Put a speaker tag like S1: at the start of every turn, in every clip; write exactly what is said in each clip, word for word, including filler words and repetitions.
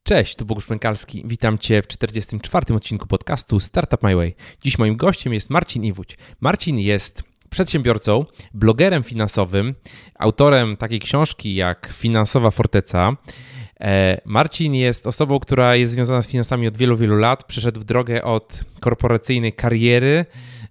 S1: Cześć, tu Bogusz Pękalski. Witam Cię w czterdziestym czwartym odcinku podcastu Startup My Way. Dziś moim gościem jest Marcin Iwódź. Marcin jest przedsiębiorcą, blogerem finansowym, autorem takiej książki jak Finansowa Forteca. Marcin jest osobą, która jest związana z finansami od wielu, wielu lat. Przeszedł drogę od korporacyjnej kariery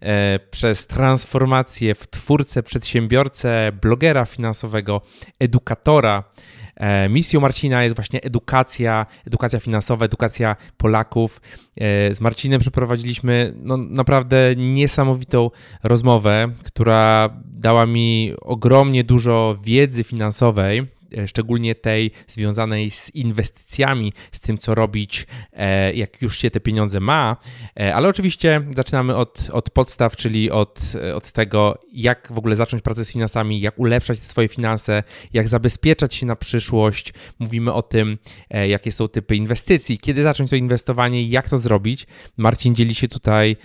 S1: przez transformację w twórcę, przedsiębiorcę, blogera finansowego, edukatora. Misją Marcina jest właśnie edukacja, edukacja finansowa, edukacja Polaków. Z Marcinem przeprowadziliśmy no, naprawdę niesamowitą rozmowę, która dała mi ogromnie dużo wiedzy finansowej, szczególnie tej związanej z inwestycjami, z tym, co robić, jak już się te pieniądze ma, ale oczywiście zaczynamy od, od podstaw, czyli od, od tego, jak w ogóle zacząć pracę z finansami, jak ulepszać swoje finanse, jak zabezpieczać się na przyszłość. Mówimy o tym, jakie są typy inwestycji, kiedy zacząć to inwestowanie, jak to zrobić. Marcin dzieli się tutaj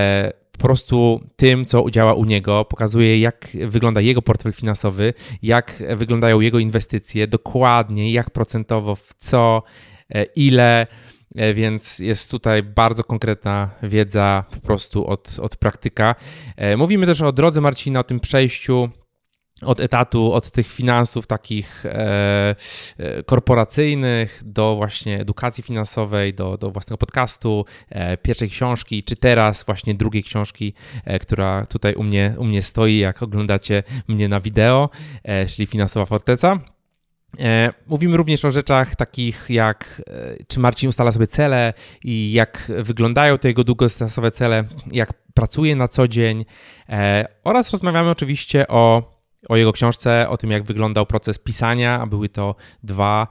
S1: po prostu tym, co działa u niego, pokazuje, jak wygląda jego portfel finansowy, jak wyglądają jego inwestycje, dokładnie, jak procentowo, w co, ile, więc jest tutaj bardzo konkretna wiedza po prostu od, od praktyka. Mówimy też o drodze Marcina, o tym przejściu od etatu, od tych finansów takich e, korporacyjnych do właśnie edukacji finansowej, do, do własnego podcastu, e, pierwszej książki, czy teraz właśnie drugiej książki, e, która tutaj u mnie, u mnie stoi, jak oglądacie mnie na wideo, e, czyli Finansowa Forteca. E, mówimy również o rzeczach takich jak, e, czy Marcin ustala sobie cele i jak wyglądają te jego długodystansowe cele, jak pracuje na co dzień, e, oraz rozmawiamy oczywiście o o jego książce, o tym, jak wyglądał proces pisania, a były to dwa,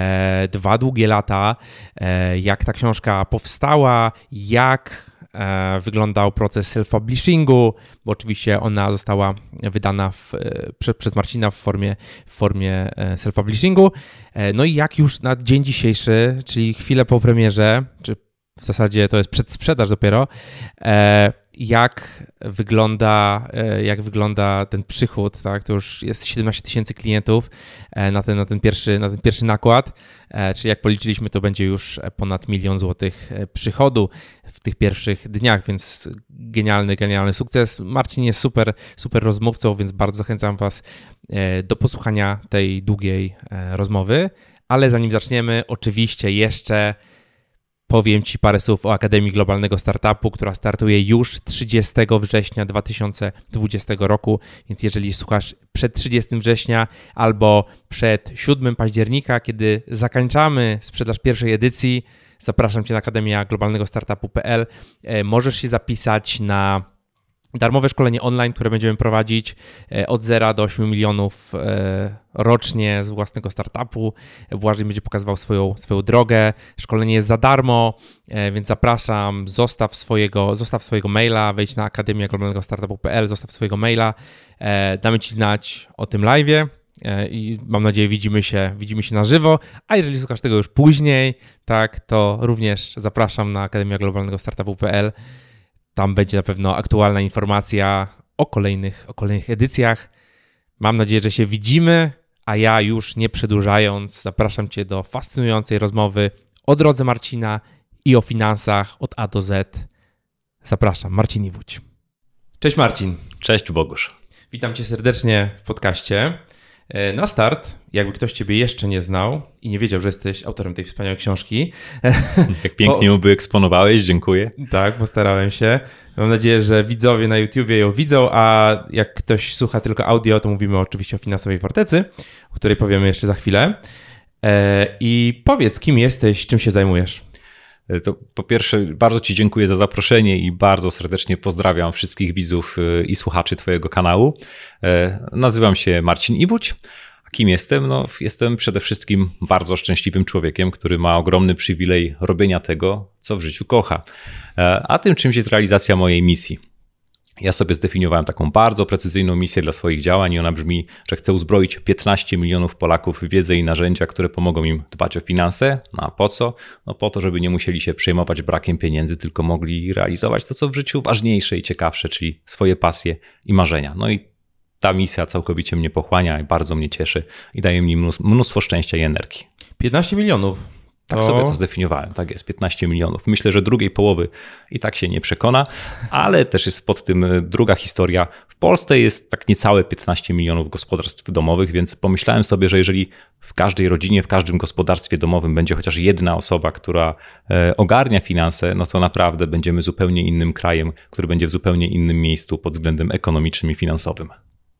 S1: e, dwa długie lata, e, jak ta książka powstała, jak e, wyglądał proces self-publishingu, bo oczywiście ona została wydana w, prze, przez Marcina w formie, w formie self-publishingu. E, no i jak już na dzień dzisiejszy, czyli chwilę po premierze, czy w zasadzie to jest przedsprzedaż dopiero, e, jak wygląda, jak wygląda ten przychód, tak? To już jest siedemnaście tysięcy klientów na ten, na, ten pierwszy, na ten pierwszy nakład, czyli jak policzyliśmy, to będzie już ponad milion złotych przychodu w tych pierwszych dniach, więc genialny, genialny sukces. Marcin jest super, super rozmówcą, więc bardzo zachęcam Was do posłuchania tej długiej rozmowy, ale zanim zaczniemy, oczywiście jeszcze powiem Ci parę słów o Akademii Globalnego Startupu, która startuje już trzydziestego września dwa tysiące dwudziestego roku, więc jeżeli słuchasz przed trzydziestego września albo przed siódmego października, kiedy zakończamy sprzedaż pierwszej edycji, zapraszam Cię na akademia globalnego startupu kropka p l. Możesz się zapisać na darmowe szkolenie online, które będziemy prowadzić od zera do ośmiu milionów rocznie z własnego startupu. Błażej będzie pokazywał swoją, swoją drogę. Szkolenie jest za darmo, więc zapraszam. Zostaw swojego, zostaw swojego maila, wejdź na akademia globalnego startupu kropka p l, zostaw swojego maila. Damy Ci znać o tym live'ie i mam nadzieję widzimy się, widzimy się na żywo, a jeżeli słuchasz tego już później, tak, to również zapraszam na akademia globalnego startupu kropka p l. Tam będzie na pewno aktualna informacja o kolejnych, o kolejnych edycjach. Mam nadzieję, że się widzimy, a ja już nie przedłużając, zapraszam Cię do fascynującej rozmowy o drodze Marcina i o finansach od A do Z. Zapraszam, Marcin Iwódź. Cześć Marcin.
S2: Cześć Bogusz.
S1: Witam Cię serdecznie w podcaście. Na start, jakby ktoś Ciebie jeszcze nie znał i nie wiedział, że jesteś autorem tej wspaniałej książki.
S2: Jak pięknie ją wyeksponowałeś, dziękuję.
S1: Tak, postarałem się. Mam nadzieję, że widzowie na YouTubie ją widzą, a jak ktoś słucha tylko audio, to mówimy oczywiście o Finansowej Fortecy, o której powiemy jeszcze za chwilę. I powiedz, kim jesteś, czym się zajmujesz?
S2: To po pierwsze bardzo Ci dziękuję za zaproszenie i bardzo serdecznie pozdrawiam wszystkich widzów i słuchaczy Twojego kanału. Nazywam się Marcin Iwódź. A kim jestem? No, jestem przede wszystkim bardzo szczęśliwym człowiekiem, który ma ogromny przywilej robienia tego, co w życiu kocha. A tym czymś jest realizacja mojej misji. Ja sobie zdefiniowałem taką bardzo precyzyjną misję dla swoich działań i ona brzmi, że chcę uzbroić piętnaście milionów Polaków w wiedzę i narzędzia, które pomogą im dbać o finanse. No a po co? No po to, żeby nie musieli się przejmować brakiem pieniędzy, tylko mogli realizować to, co w życiu ważniejsze i ciekawsze, czyli swoje pasje i marzenia. No i ta misja całkowicie mnie pochłania i bardzo mnie cieszy i daje mi mnóstwo szczęścia i energii.
S1: piętnaście milionów.
S2: Tak
S1: to...
S2: sobie to zdefiniowałem, tak jest, piętnaście milionów. Myślę, że drugiej połowy i tak się nie przekona, ale też jest pod tym druga historia. W Polsce jest tak niecałe piętnaście milionów gospodarstw domowych, więc pomyślałem sobie, że jeżeli w każdej rodzinie, w każdym gospodarstwie domowym będzie chociaż jedna osoba, która ogarnia finanse, no to naprawdę będziemy zupełnie innym krajem, który będzie w zupełnie innym miejscu pod względem ekonomicznym i finansowym.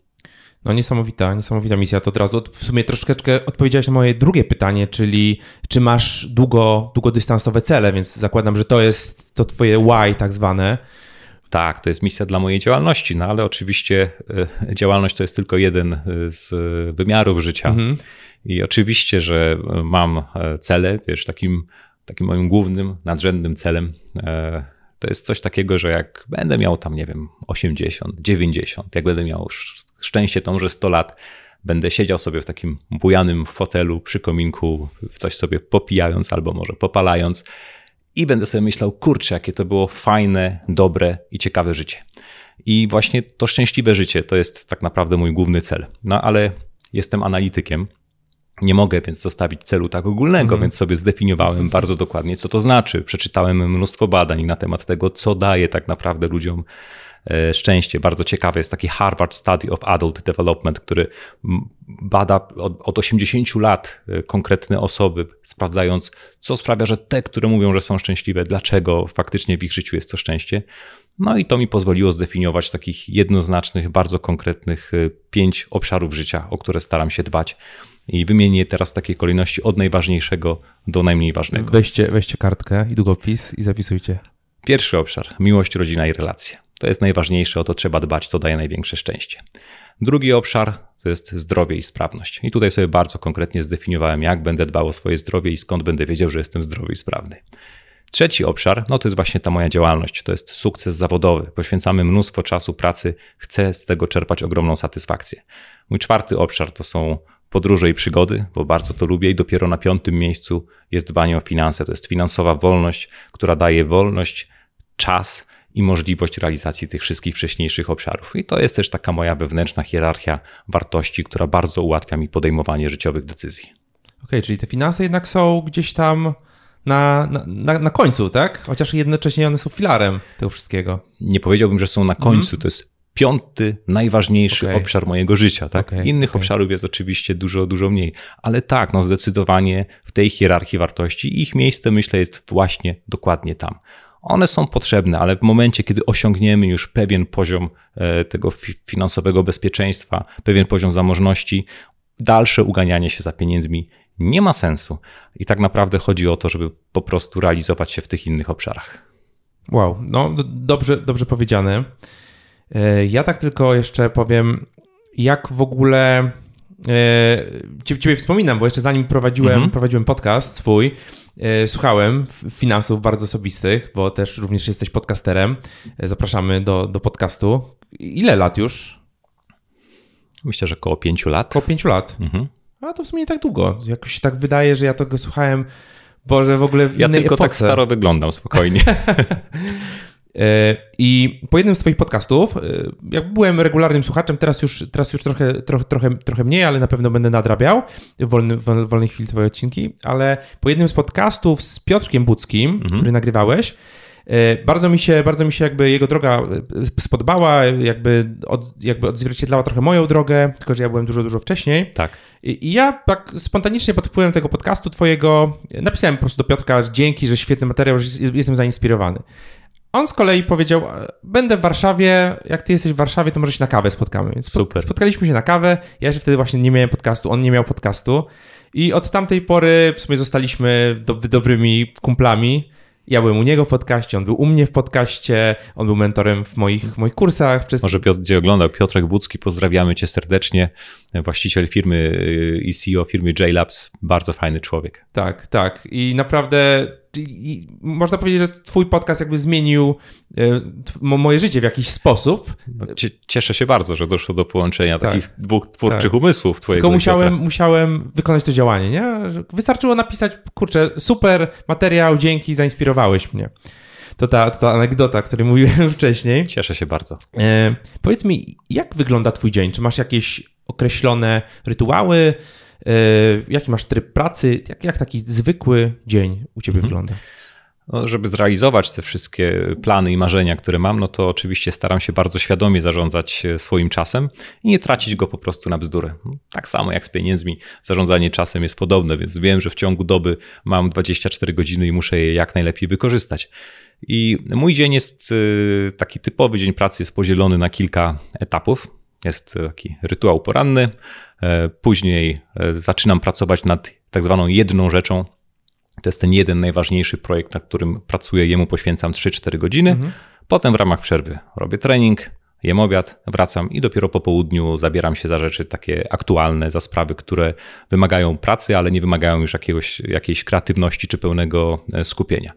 S1: No niesamowita, niesamowita misja. To od razu w sumie troszeczkę odpowiedziałeś na moje drugie pytanie, czyli czy masz długo, długodystansowe cele, więc zakładam, że to jest to twoje why tak zwane.
S2: Tak, to jest misja dla mojej działalności, no ale oczywiście działalność to jest tylko jeden z wymiarów życia. Mhm. I oczywiście, że mam cele, wiesz, takim, takim moim głównym, nadrzędnym celem to jest coś takiego, że jak będę miał tam, nie wiem, osiemdziesiąt, dziewięćdziesiąt, jak będę miał szczęście to może sto lat, będę siedział sobie w takim bujanym fotelu przy kominku, coś sobie popijając albo może popalając i będę sobie myślał, kurczę, jakie to było fajne, dobre i ciekawe życie. I właśnie to szczęśliwe życie to jest tak naprawdę mój główny cel. No ale jestem analitykiem, nie mogę więc zostawić celu tak ogólnego, mm. więc sobie zdefiniowałem bardzo dokładnie, co to znaczy. Przeczytałem mnóstwo badań na temat tego, co daje tak naprawdę ludziom szczęście. Bardzo ciekawe jest taki Harvard Study of Adult Development, który bada od, od osiemdziesięciu lat konkretne osoby, sprawdzając, co sprawia, że te, które mówią, że są szczęśliwe, dlaczego faktycznie w ich życiu jest to szczęście. No i to mi pozwoliło zdefiniować takich jednoznacznych, bardzo konkretnych pięć obszarów życia, o które staram się dbać. I wymienię teraz w takiej kolejności od najważniejszego do najmniej ważnego.
S1: Weźcie, weźcie kartkę i długopis i zapisujcie.
S2: Pierwszy obszar, miłość, rodzina i relacje. To jest najważniejsze, o to trzeba dbać, to daje największe szczęście. Drugi obszar to jest zdrowie i sprawność. I tutaj sobie bardzo konkretnie zdefiniowałem, jak będę dbał o swoje zdrowie i skąd będę wiedział, że jestem zdrowy i sprawny. Trzeci obszar, no to jest właśnie ta moja działalność, to jest sukces zawodowy. Poświęcamy mnóstwo czasu pracy, chcę z tego czerpać ogromną satysfakcję. Mój czwarty obszar to są podróże i przygody, bo bardzo to lubię i dopiero na piątym miejscu jest dbanie o finanse. To jest finansowa wolność, która daje wolność, czas i możliwość realizacji tych wszystkich wcześniejszych obszarów. I to jest też taka moja wewnętrzna hierarchia wartości, która bardzo ułatwia mi podejmowanie życiowych decyzji.
S1: Okej, okay, czyli te finanse jednak są gdzieś tam na, na, na końcu, tak? Chociaż jednocześnie one są filarem tego wszystkiego.
S2: Nie powiedziałbym, że są na końcu, mm. to jest piąty, najważniejszy okay. obszar mojego życia. Tak? Okay, Innych okay. obszarów jest oczywiście dużo, dużo mniej. Ale tak, no zdecydowanie w tej hierarchii wartości ich miejsce, myślę, jest właśnie dokładnie tam. One są potrzebne, ale w momencie, kiedy osiągniemy już pewien poziom tego finansowego bezpieczeństwa, pewien poziom zamożności, dalsze uganianie się za pieniędzmi nie ma sensu. I tak naprawdę chodzi o to, żeby po prostu realizować się w tych innych obszarach.
S1: Wow, no dobrze, dobrze powiedziane. Ja tak tylko jeszcze powiem, jak w ogóle Ciebie wspominam, bo jeszcze zanim prowadziłem, mhm. prowadziłem podcast swój, słuchałem finansów bardzo osobistych, bo też również jesteś podcasterem. Zapraszamy do, do podcastu. Ile lat już?
S2: Myślę, że około pięciu lat.
S1: Około pięciu lat. Mhm. A to w sumie nie tak długo. Jakoś się tak wydaje, że ja tego słuchałem, Boże, w ogóle w innej
S2: Ja tylko
S1: epoce.
S2: Tak staro wyglądam, spokojnie.
S1: I po jednym z twoich podcastów, jak byłem regularnym słuchaczem, teraz już, teraz już trochę, trochę, trochę, trochę mniej, ale na pewno będę nadrabiał w, wolny, w wolnej chwili twoje odcinki, ale po jednym z podcastów z Piotrkiem Budzkim, mhm. który nagrywałeś, bardzo mi się, bardzo mi się jakby jego droga spodobała, jakby, od, jakby odzwierciedlała trochę moją drogę, tylko że ja byłem dużo, dużo wcześniej.
S2: Tak.
S1: I, i ja tak spontanicznie pod wpływem tego podcastu twojego napisałem po prostu do Piotrka, że dzięki, że świetny materiał, że jestem zainspirowany. On z kolei powiedział, będę w Warszawie, jak ty jesteś w Warszawie, to może się na kawę spotkamy. Więc
S2: Super.
S1: Spotkaliśmy się na kawę, ja jeszcze wtedy właśnie nie miałem podcastu, on nie miał podcastu i od tamtej pory w sumie zostaliśmy do, dobrymi kumplami. Ja byłem u niego w podcaście, on był u mnie w podcaście, on był mentorem w moich, moich kursach. Przez...
S2: Może Piotr gdzie oglądał, Piotrek Budzki, pozdrawiamy cię serdecznie, właściciel firmy i C E O firmy J-Labs, bardzo fajny człowiek.
S1: Tak, tak i naprawdę i można powiedzieć, że twój podcast jakby zmienił moje życie w jakiś sposób.
S2: Cieszę się bardzo, że doszło do połączenia tak, takich dwóch twórczych tak. umysłów twojego.
S1: Tylko musiałem, musiałem wykonać to działanie, nie? Wystarczyło napisać, kurczę, super materiał, dzięki, zainspirowałeś mnie. To ta, to ta anegdota, o której mówiłem wcześniej.
S2: Cieszę się bardzo.
S1: E, powiedz mi, jak wygląda twój dzień? Czy masz jakieś określone rytuały? Jaki masz tryb pracy? Jak, jak taki zwykły dzień u ciebie mhm. wygląda?
S2: No, żeby zrealizować te wszystkie plany i marzenia, które mam, no to oczywiście staram się bardzo świadomie zarządzać swoim czasem i nie tracić go po prostu na bzdury. Tak samo jak z pieniędzmi, zarządzanie czasem jest podobne, więc wiem, że w ciągu doby mam dwadzieścia cztery godziny i muszę je jak najlepiej wykorzystać. I mój dzień jest taki typowy dzień pracy, jest podzielony na kilka etapów. Jest taki rytuał poranny, później zaczynam pracować nad tak zwaną jedną rzeczą. To jest ten jeden najważniejszy projekt, nad którym pracuję, jemu poświęcam trzy cztery godziny. Mhm. Potem w ramach przerwy robię trening, jem obiad, wracam i dopiero po południu zabieram się za rzeczy takie aktualne, za sprawy, które wymagają pracy, ale nie wymagają już jakiegoś, jakiejś kreatywności czy pełnego skupienia.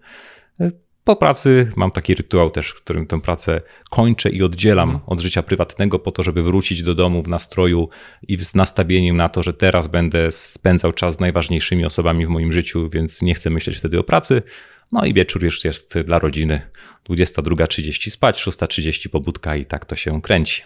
S2: Po pracy mam taki rytuał też, w którym tę pracę kończę i oddzielam mm. od życia prywatnego po to, żeby wrócić do domu w nastroju i z nastawieniem na to, że teraz będę spędzał czas z najważniejszymi osobami w moim życiu, więc nie chcę myśleć wtedy o pracy. No i wieczór już jest dla rodziny. dwudziesta druga trzydzieści spać, szósta trzydzieści pobudka i tak to się kręci.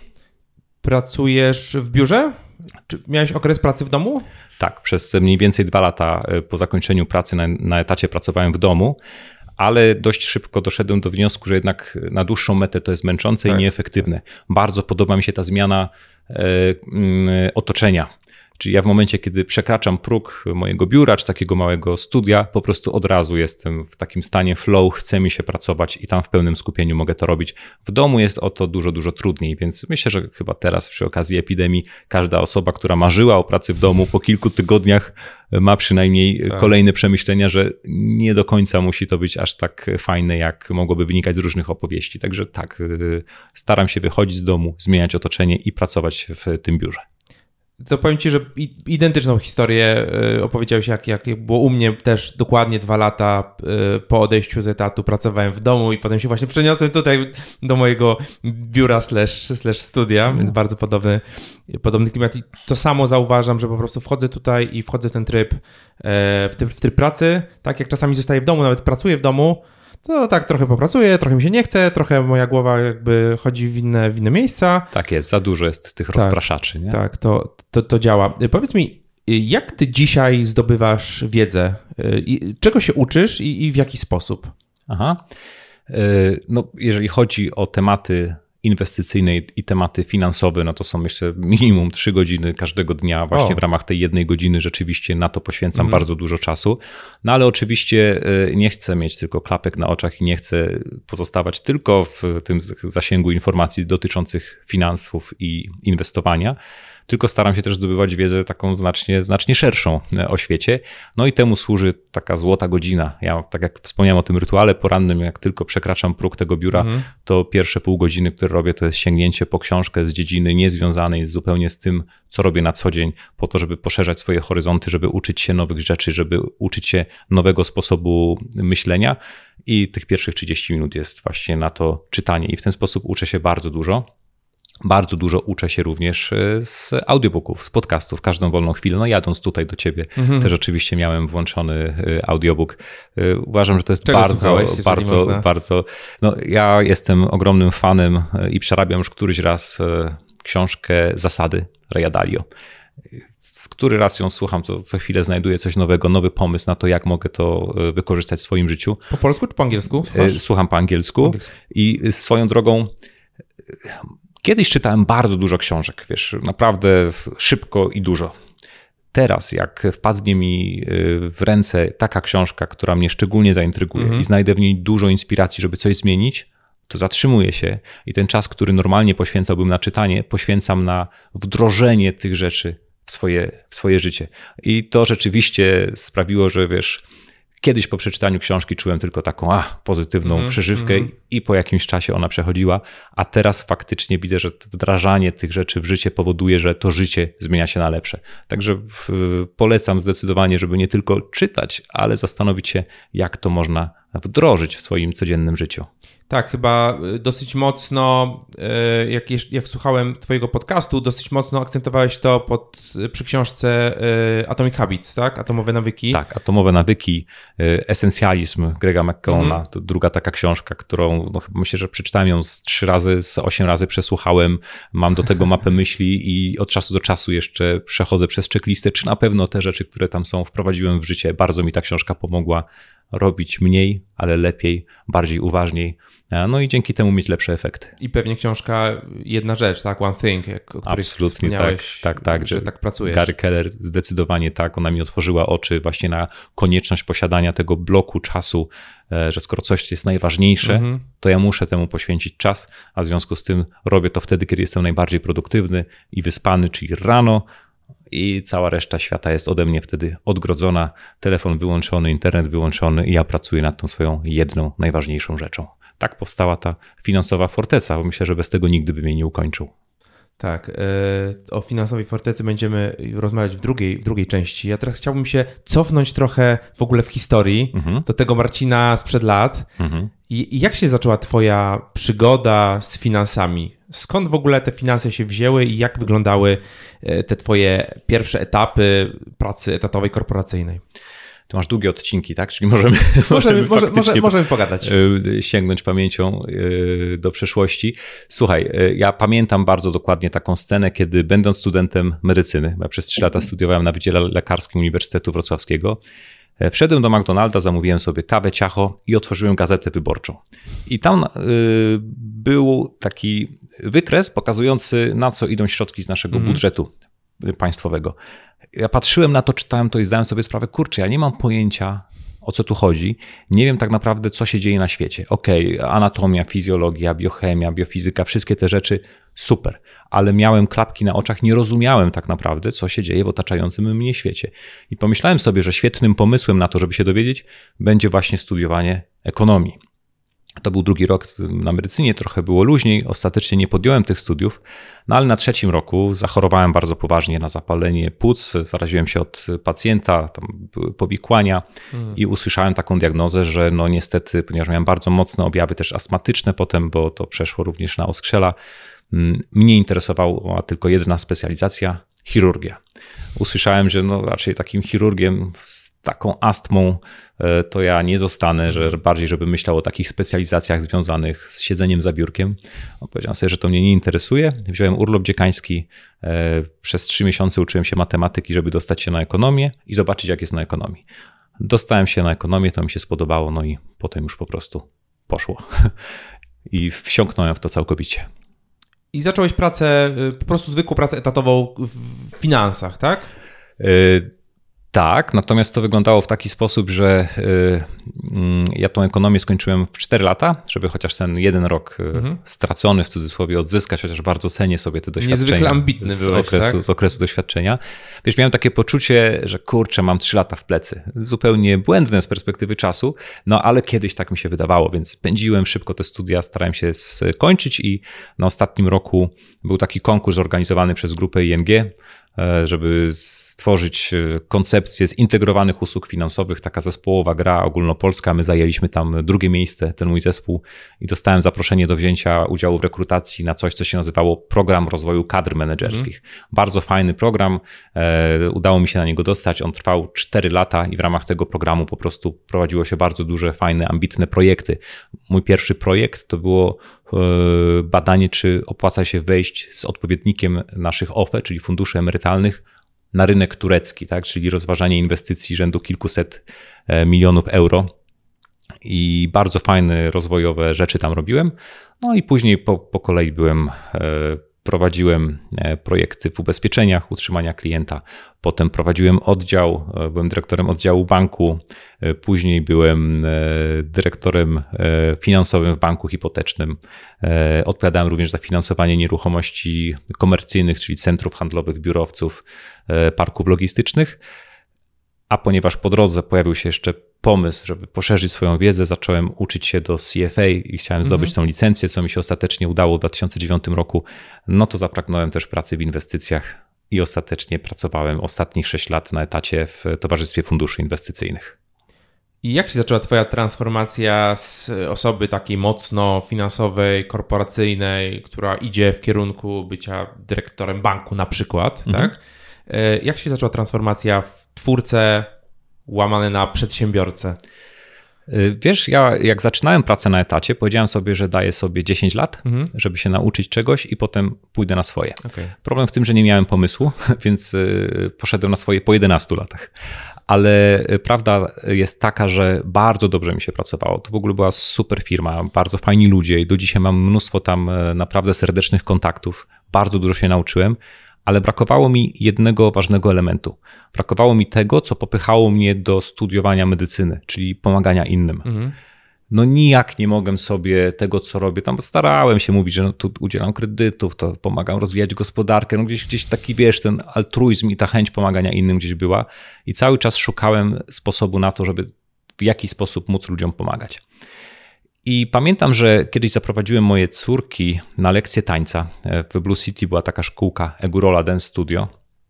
S1: Pracujesz w biurze? Czy miałeś okres pracy w domu?
S2: Tak, przez mniej więcej dwa lata po zakończeniu pracy na, na etacie pracowałem w domu. Ale dość szybko doszedłem do wniosku, że jednak na dłuższą metę to jest męczące tak, i nieefektywne. Tak. Bardzo podoba mi się ta zmiana e, e, otoczenia. Czyli ja w momencie, kiedy przekraczam próg mojego biura czy takiego małego studia, po prostu od razu jestem w takim stanie flow, chce mi się pracować i tam w pełnym skupieniu mogę to robić. W domu jest o to dużo, dużo trudniej, więc myślę, że chyba teraz przy okazji epidemii każda osoba, która marzyła o pracy w domu, po kilku tygodniach ma przynajmniej tak. kolejne przemyślenia, że nie do końca musi to być aż tak fajne, jak mogłoby wynikać z różnych opowieści. Także tak, staram się wychodzić z domu, zmieniać otoczenie i pracować w tym biurze.
S1: To powiem Ci, że identyczną historię opowiedziałeś, jak, jak było u mnie też dokładnie dwa lata po odejściu z etatu pracowałem w domu i potem się właśnie przeniosłem tutaj do mojego biura slash, slash studia, no. Więc bardzo podobny, podobny klimat i to samo zauważam, że po prostu wchodzę tutaj i wchodzę w ten tryb, w, tryb, w tryb pracy, tak jak czasami zostaję w domu, nawet pracuję w domu, to tak trochę popracuję, trochę mi się nie chce, trochę moja głowa jakby chodzi w inne, w inne miejsca.
S2: Tak jest, za dużo jest tych tak, rozpraszaczy. Nie?
S1: Tak, to, to, to działa. Powiedz mi, jak ty dzisiaj zdobywasz wiedzę? Czego się uczysz i, i w jaki sposób?
S2: Aha, no jeżeli chodzi o tematy inwestycyjne i tematy finansowe, no to są myślę minimum trzy godziny każdego dnia. Właśnie o. w ramach tej jednej godziny rzeczywiście na to poświęcam mm. bardzo dużo czasu. No ale oczywiście nie chcę mieć tylko klapek na oczach i nie chcę pozostawać tylko w tym zasięgu informacji dotyczących finansów i inwestowania, tylko staram się też zdobywać wiedzę taką znacznie, znacznie szerszą o świecie. No i temu służy taka złota godzina. Ja, tak jak wspomniałem o tym rytuale porannym, jak tylko przekraczam próg tego biura, mhm. to pierwsze pół godziny, które robię, to jest sięgnięcie po książkę z dziedziny niezwiązanej zupełnie z tym, co robię na co dzień, po to, żeby poszerzać swoje horyzonty, żeby uczyć się nowych rzeczy, żeby uczyć się nowego sposobu myślenia. I tych pierwszych trzydzieści minut jest właśnie na to czytanie i w ten sposób uczę się bardzo dużo. Bardzo dużo uczę się również z audiobooków, z podcastów, każdą wolną chwilę. No jadąc tutaj do ciebie mhm. też oczywiście miałem włączony audiobook. Uważam, że to jest Czego bardzo, bardzo, bardzo... No ja jestem ogromnym fanem i przerabiam już któryś raz książkę Zasady Raya Dalio. Z który raz ją słucham, to co chwilę znajduję coś nowego, nowy pomysł na to, jak mogę to wykorzystać w swoim życiu.
S1: Po polsku czy po angielsku?
S2: Słuchasz? Słucham po angielsku, po angielsku i swoją drogą... Kiedyś czytałem bardzo dużo książek, wiesz, naprawdę szybko i dużo. Teraz jak wpadnie mi w ręce taka książka, która mnie szczególnie zaintryguje mm-hmm. i znajdę w niej dużo inspiracji, żeby coś zmienić, to zatrzymuję się i ten czas, który normalnie poświęcałbym na czytanie, poświęcam na wdrożenie tych rzeczy w swoje, w swoje życie. I to rzeczywiście sprawiło, że wiesz... Kiedyś po przeczytaniu książki czułem tylko taką a, pozytywną mm, przeżywkę mm. i po jakimś czasie ona przechodziła, a teraz faktycznie widzę, że wdrażanie tych rzeczy w życie powoduje, że to życie zmienia się na lepsze. Także w, polecam zdecydowanie, żeby nie tylko czytać, ale zastanowić się, jak to można wdrożyć w swoim codziennym życiu.
S1: Tak, chyba dosyć mocno, jak, jak słuchałem twojego podcastu, dosyć mocno akcentowałeś to pod, przy książce Atomic Habits, tak? Atomowe nawyki.
S2: Tak, Atomowe nawyki, Esencjalizm Grega McKeowna, mm. to druga taka książka, którą no, myślę, że przeczytałem ją z trzy razy, z osiem razy przesłuchałem, mam do tego mapę myśli i od czasu do czasu jeszcze przechodzę przez checklistę, czy na pewno te rzeczy, które tam są, wprowadziłem w życie. Bardzo mi ta książka pomogła robić mniej, ale lepiej, bardziej uważniej. No i dzięki temu mieć lepsze efekty.
S1: I pewnie książka Jedna rzecz, tak? One Thing, jak, o której
S2: Absolutnie tak, tak, tak,
S1: że tak pracujesz.
S2: Gary Keller zdecydowanie tak, ona mi otworzyła oczy właśnie na konieczność posiadania tego bloku czasu, że skoro coś jest najważniejsze, mm-hmm. to ja muszę temu poświęcić czas, a w związku z tym robię to wtedy, kiedy jestem najbardziej produktywny i wyspany, czyli rano, i cała reszta świata jest ode mnie wtedy odgrodzona, telefon wyłączony, internet wyłączony i ja pracuję nad tą swoją jedną najważniejszą rzeczą. Tak powstała ta finansowa forteca, bo myślę, że bez tego nigdy bym jej nie ukończył.
S1: Tak, o finansowej fortecy będziemy rozmawiać w drugiej, w drugiej części. Ja teraz chciałbym się cofnąć trochę w ogóle w historii mhm. do tego Marcina sprzed lat. Mhm. I, I jak się zaczęła twoja przygoda z finansami? Skąd w ogóle te finanse się wzięły i jak wyglądały te twoje pierwsze etapy pracy etatowej, korporacyjnej?
S2: To masz długie odcinki, tak? Czyli możemy,
S1: możemy, możemy, może, możemy pogadać.
S2: Sięgnąć pamięcią do przeszłości. Słuchaj, ja pamiętam bardzo dokładnie taką scenę, kiedy będąc studentem medycyny, ja przez trzy lata studiowałem na Wydziale Lekarskim Uniwersytetu Wrocławskiego, wszedłem do McDonalda, zamówiłem sobie kawę, ciacho i otworzyłem gazetę wyborczą. I tam był taki wykres pokazujący, na co idą środki z naszego mm. budżetu państwowego. Ja patrzyłem na to, czytałem to i zdałem sobie sprawę, kurczę, ja nie mam pojęcia, o co tu chodzi. Nie wiem tak naprawdę, co się dzieje na świecie. Okej, okay, anatomia, fizjologia, biochemia, biofizyka, wszystkie te rzeczy, super. Ale miałem klapki na oczach, nie rozumiałem tak naprawdę, co się dzieje w otaczającym mnie świecie. I pomyślałem sobie, że świetnym pomysłem na to, żeby się dowiedzieć, będzie właśnie studiowanie ekonomii. To był drugi rok na medycynie, trochę było luźniej, ostatecznie nie podjąłem tych studiów, no ale na trzecim roku zachorowałem bardzo poważnie na zapalenie płuc, zaraziłem się od pacjenta, tam były powikłania hmm. i usłyszałem taką diagnozę, że no niestety, ponieważ miałem bardzo mocne objawy też astmatyczne potem, bo to przeszło również na oskrzela, mnie interesowała tylko jedna specjalizacja, chirurgia. Usłyszałem, że no raczej takim chirurgiem z taką astmą to ja nie zostanę, że bardziej, żebym myślał o takich specjalizacjach związanych z siedzeniem za biurkiem. Powiedziałem sobie, że to mnie nie interesuje. Wziąłem urlop dziekański, przez trzy miesiące uczyłem się matematyki, żeby dostać się na ekonomię i zobaczyć, jak jest na ekonomii. Dostałem się na ekonomię, to mi się spodobało, no i potem już po prostu poszło. I wsiąknąłem w to całkowicie.
S1: I zacząłeś pracę, po prostu zwykłą pracę etatową w finansach, tak?
S2: Yy, tak, natomiast to wyglądało w taki sposób, że yy, ja tą ekonomię skończyłem w cztery lata, żeby chociaż ten jeden rok mhm. stracony w cudzysłowie odzyskać, chociaż bardzo cenię sobie te doświadczenia.
S1: Niezwykle ambitny
S2: z
S1: byłeś,
S2: okresu,
S1: tak?
S2: Z okresu doświadczenia. Wiesz, miałem takie poczucie, że kurczę, mam trzy lata w plecy. Zupełnie błędne z perspektywy czasu, no ale kiedyś tak mi się wydawało, więc pędziłem szybko te studia, starałem się skończyć i na ostatnim roku był taki konkurs organizowany przez grupę I N G, żeby stworzyć koncepcję zintegrowanych usług finansowych, taka zespołowa gra ogólnopolska. My zajęliśmy tam drugie miejsce, ten mój zespół, i dostałem zaproszenie do wzięcia udziału w rekrutacji na coś, co się nazywało Program Rozwoju Kadr Menedżerskich. Mm. Bardzo fajny program, udało mi się na niego dostać, on trwał cztery lata i w ramach tego programu po prostu prowadziło się bardzo duże, fajne, ambitne projekty. Mój pierwszy projekt to było badanie, czy opłaca się wejść z odpowiednikiem naszych O F E, czyli funduszy emerytalnych, na rynek turecki, tak? Czyli rozważanie inwestycji rzędu kilkuset milionów euro. I bardzo fajne, rozwojowe rzeczy tam robiłem. No i później po, po kolei byłem, prowadziłem projekty w ubezpieczeniach, utrzymania klienta. Potem prowadziłem oddział, byłem dyrektorem oddziału banku. Później byłem dyrektorem finansowym w banku hipotecznym. Odpowiadałem również za finansowanie nieruchomości komercyjnych, czyli centrów handlowych, biurowców, parków logistycznych. A ponieważ po drodze pojawił się jeszcze pomysł, żeby poszerzyć swoją wiedzę, zacząłem uczyć się do C F A i chciałem zdobyć mm-hmm. tą licencję, co mi się ostatecznie udało w dwa tysiące dziewiątym roku. No to zapragnąłem też pracy w inwestycjach i ostatecznie pracowałem ostatnich sześć lat na etacie w Towarzystwie Funduszy Inwestycyjnych.
S1: I jak się zaczęła twoja transformacja z osoby takiej mocno finansowej, korporacyjnej, która idzie w kierunku bycia dyrektorem banku na przykład, mhm. tak? Jak się zaczęła transformacja w twórcę łamane na przedsiębiorcę?
S2: Wiesz, ja jak zaczynałem pracę na etacie, powiedziałem sobie, że daję sobie dziesięć lat, mhm. żeby się nauczyć czegoś i potem pójdę na swoje. Okay. Problem w tym, że nie miałem pomysłu, więc poszedłem na swoje po jedenastu latach. Ale prawda jest taka, że bardzo dobrze mi się pracowało. To w ogóle była super firma, bardzo fajni ludzie i do dzisiaj mam mnóstwo tam naprawdę serdecznych kontaktów. Bardzo dużo się nauczyłem. Ale brakowało mi jednego ważnego elementu. Brakowało mi tego, co popychało mnie do studiowania medycyny, czyli pomagania innym. Mhm. No nijak nie mogłem sobie tego, co robię. Tam starałem się mówić, że no tu udzielam kredytów, to pomagam rozwijać gospodarkę. No gdzieś, gdzieś taki, wiesz, ten altruizm i ta chęć pomagania innym gdzieś była. I cały czas szukałem sposobu na to, żeby w jakiś sposób móc ludziom pomagać. I pamiętam, że kiedyś zaprowadziłem moje córki na lekcję tańca. W Blue City była taka szkółka Egurola Dance Studio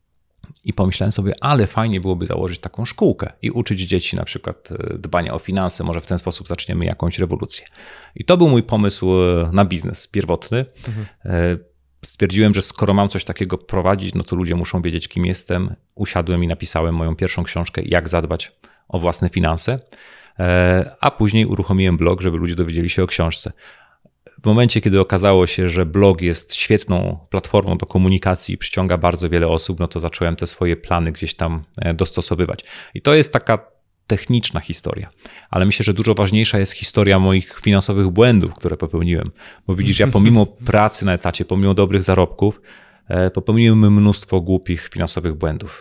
S2: i pomyślałem sobie, ale fajnie byłoby założyć taką szkółkę i uczyć dzieci na przykład dbania o finanse, może w ten sposób zaczniemy jakąś rewolucję. I to był mój pomysł na biznes pierwotny. Mhm. Stwierdziłem, że skoro mam coś takiego prowadzić, no to ludzie muszą wiedzieć, kim jestem. Usiadłem i napisałem moją pierwszą książkę, jak zadbać o własne finanse. A później uruchomiłem blog, żeby ludzie dowiedzieli się o książce. W momencie, kiedy okazało się, że blog jest świetną platformą do komunikacji i przyciąga bardzo wiele osób, no to zacząłem te swoje plany gdzieś tam dostosowywać. I to jest taka techniczna historia, ale myślę, że dużo ważniejsza jest historia moich finansowych błędów, które popełniłem. Bo widzisz, ja pomimo pracy na etacie, pomimo dobrych zarobków, popełniłem mnóstwo głupich finansowych błędów.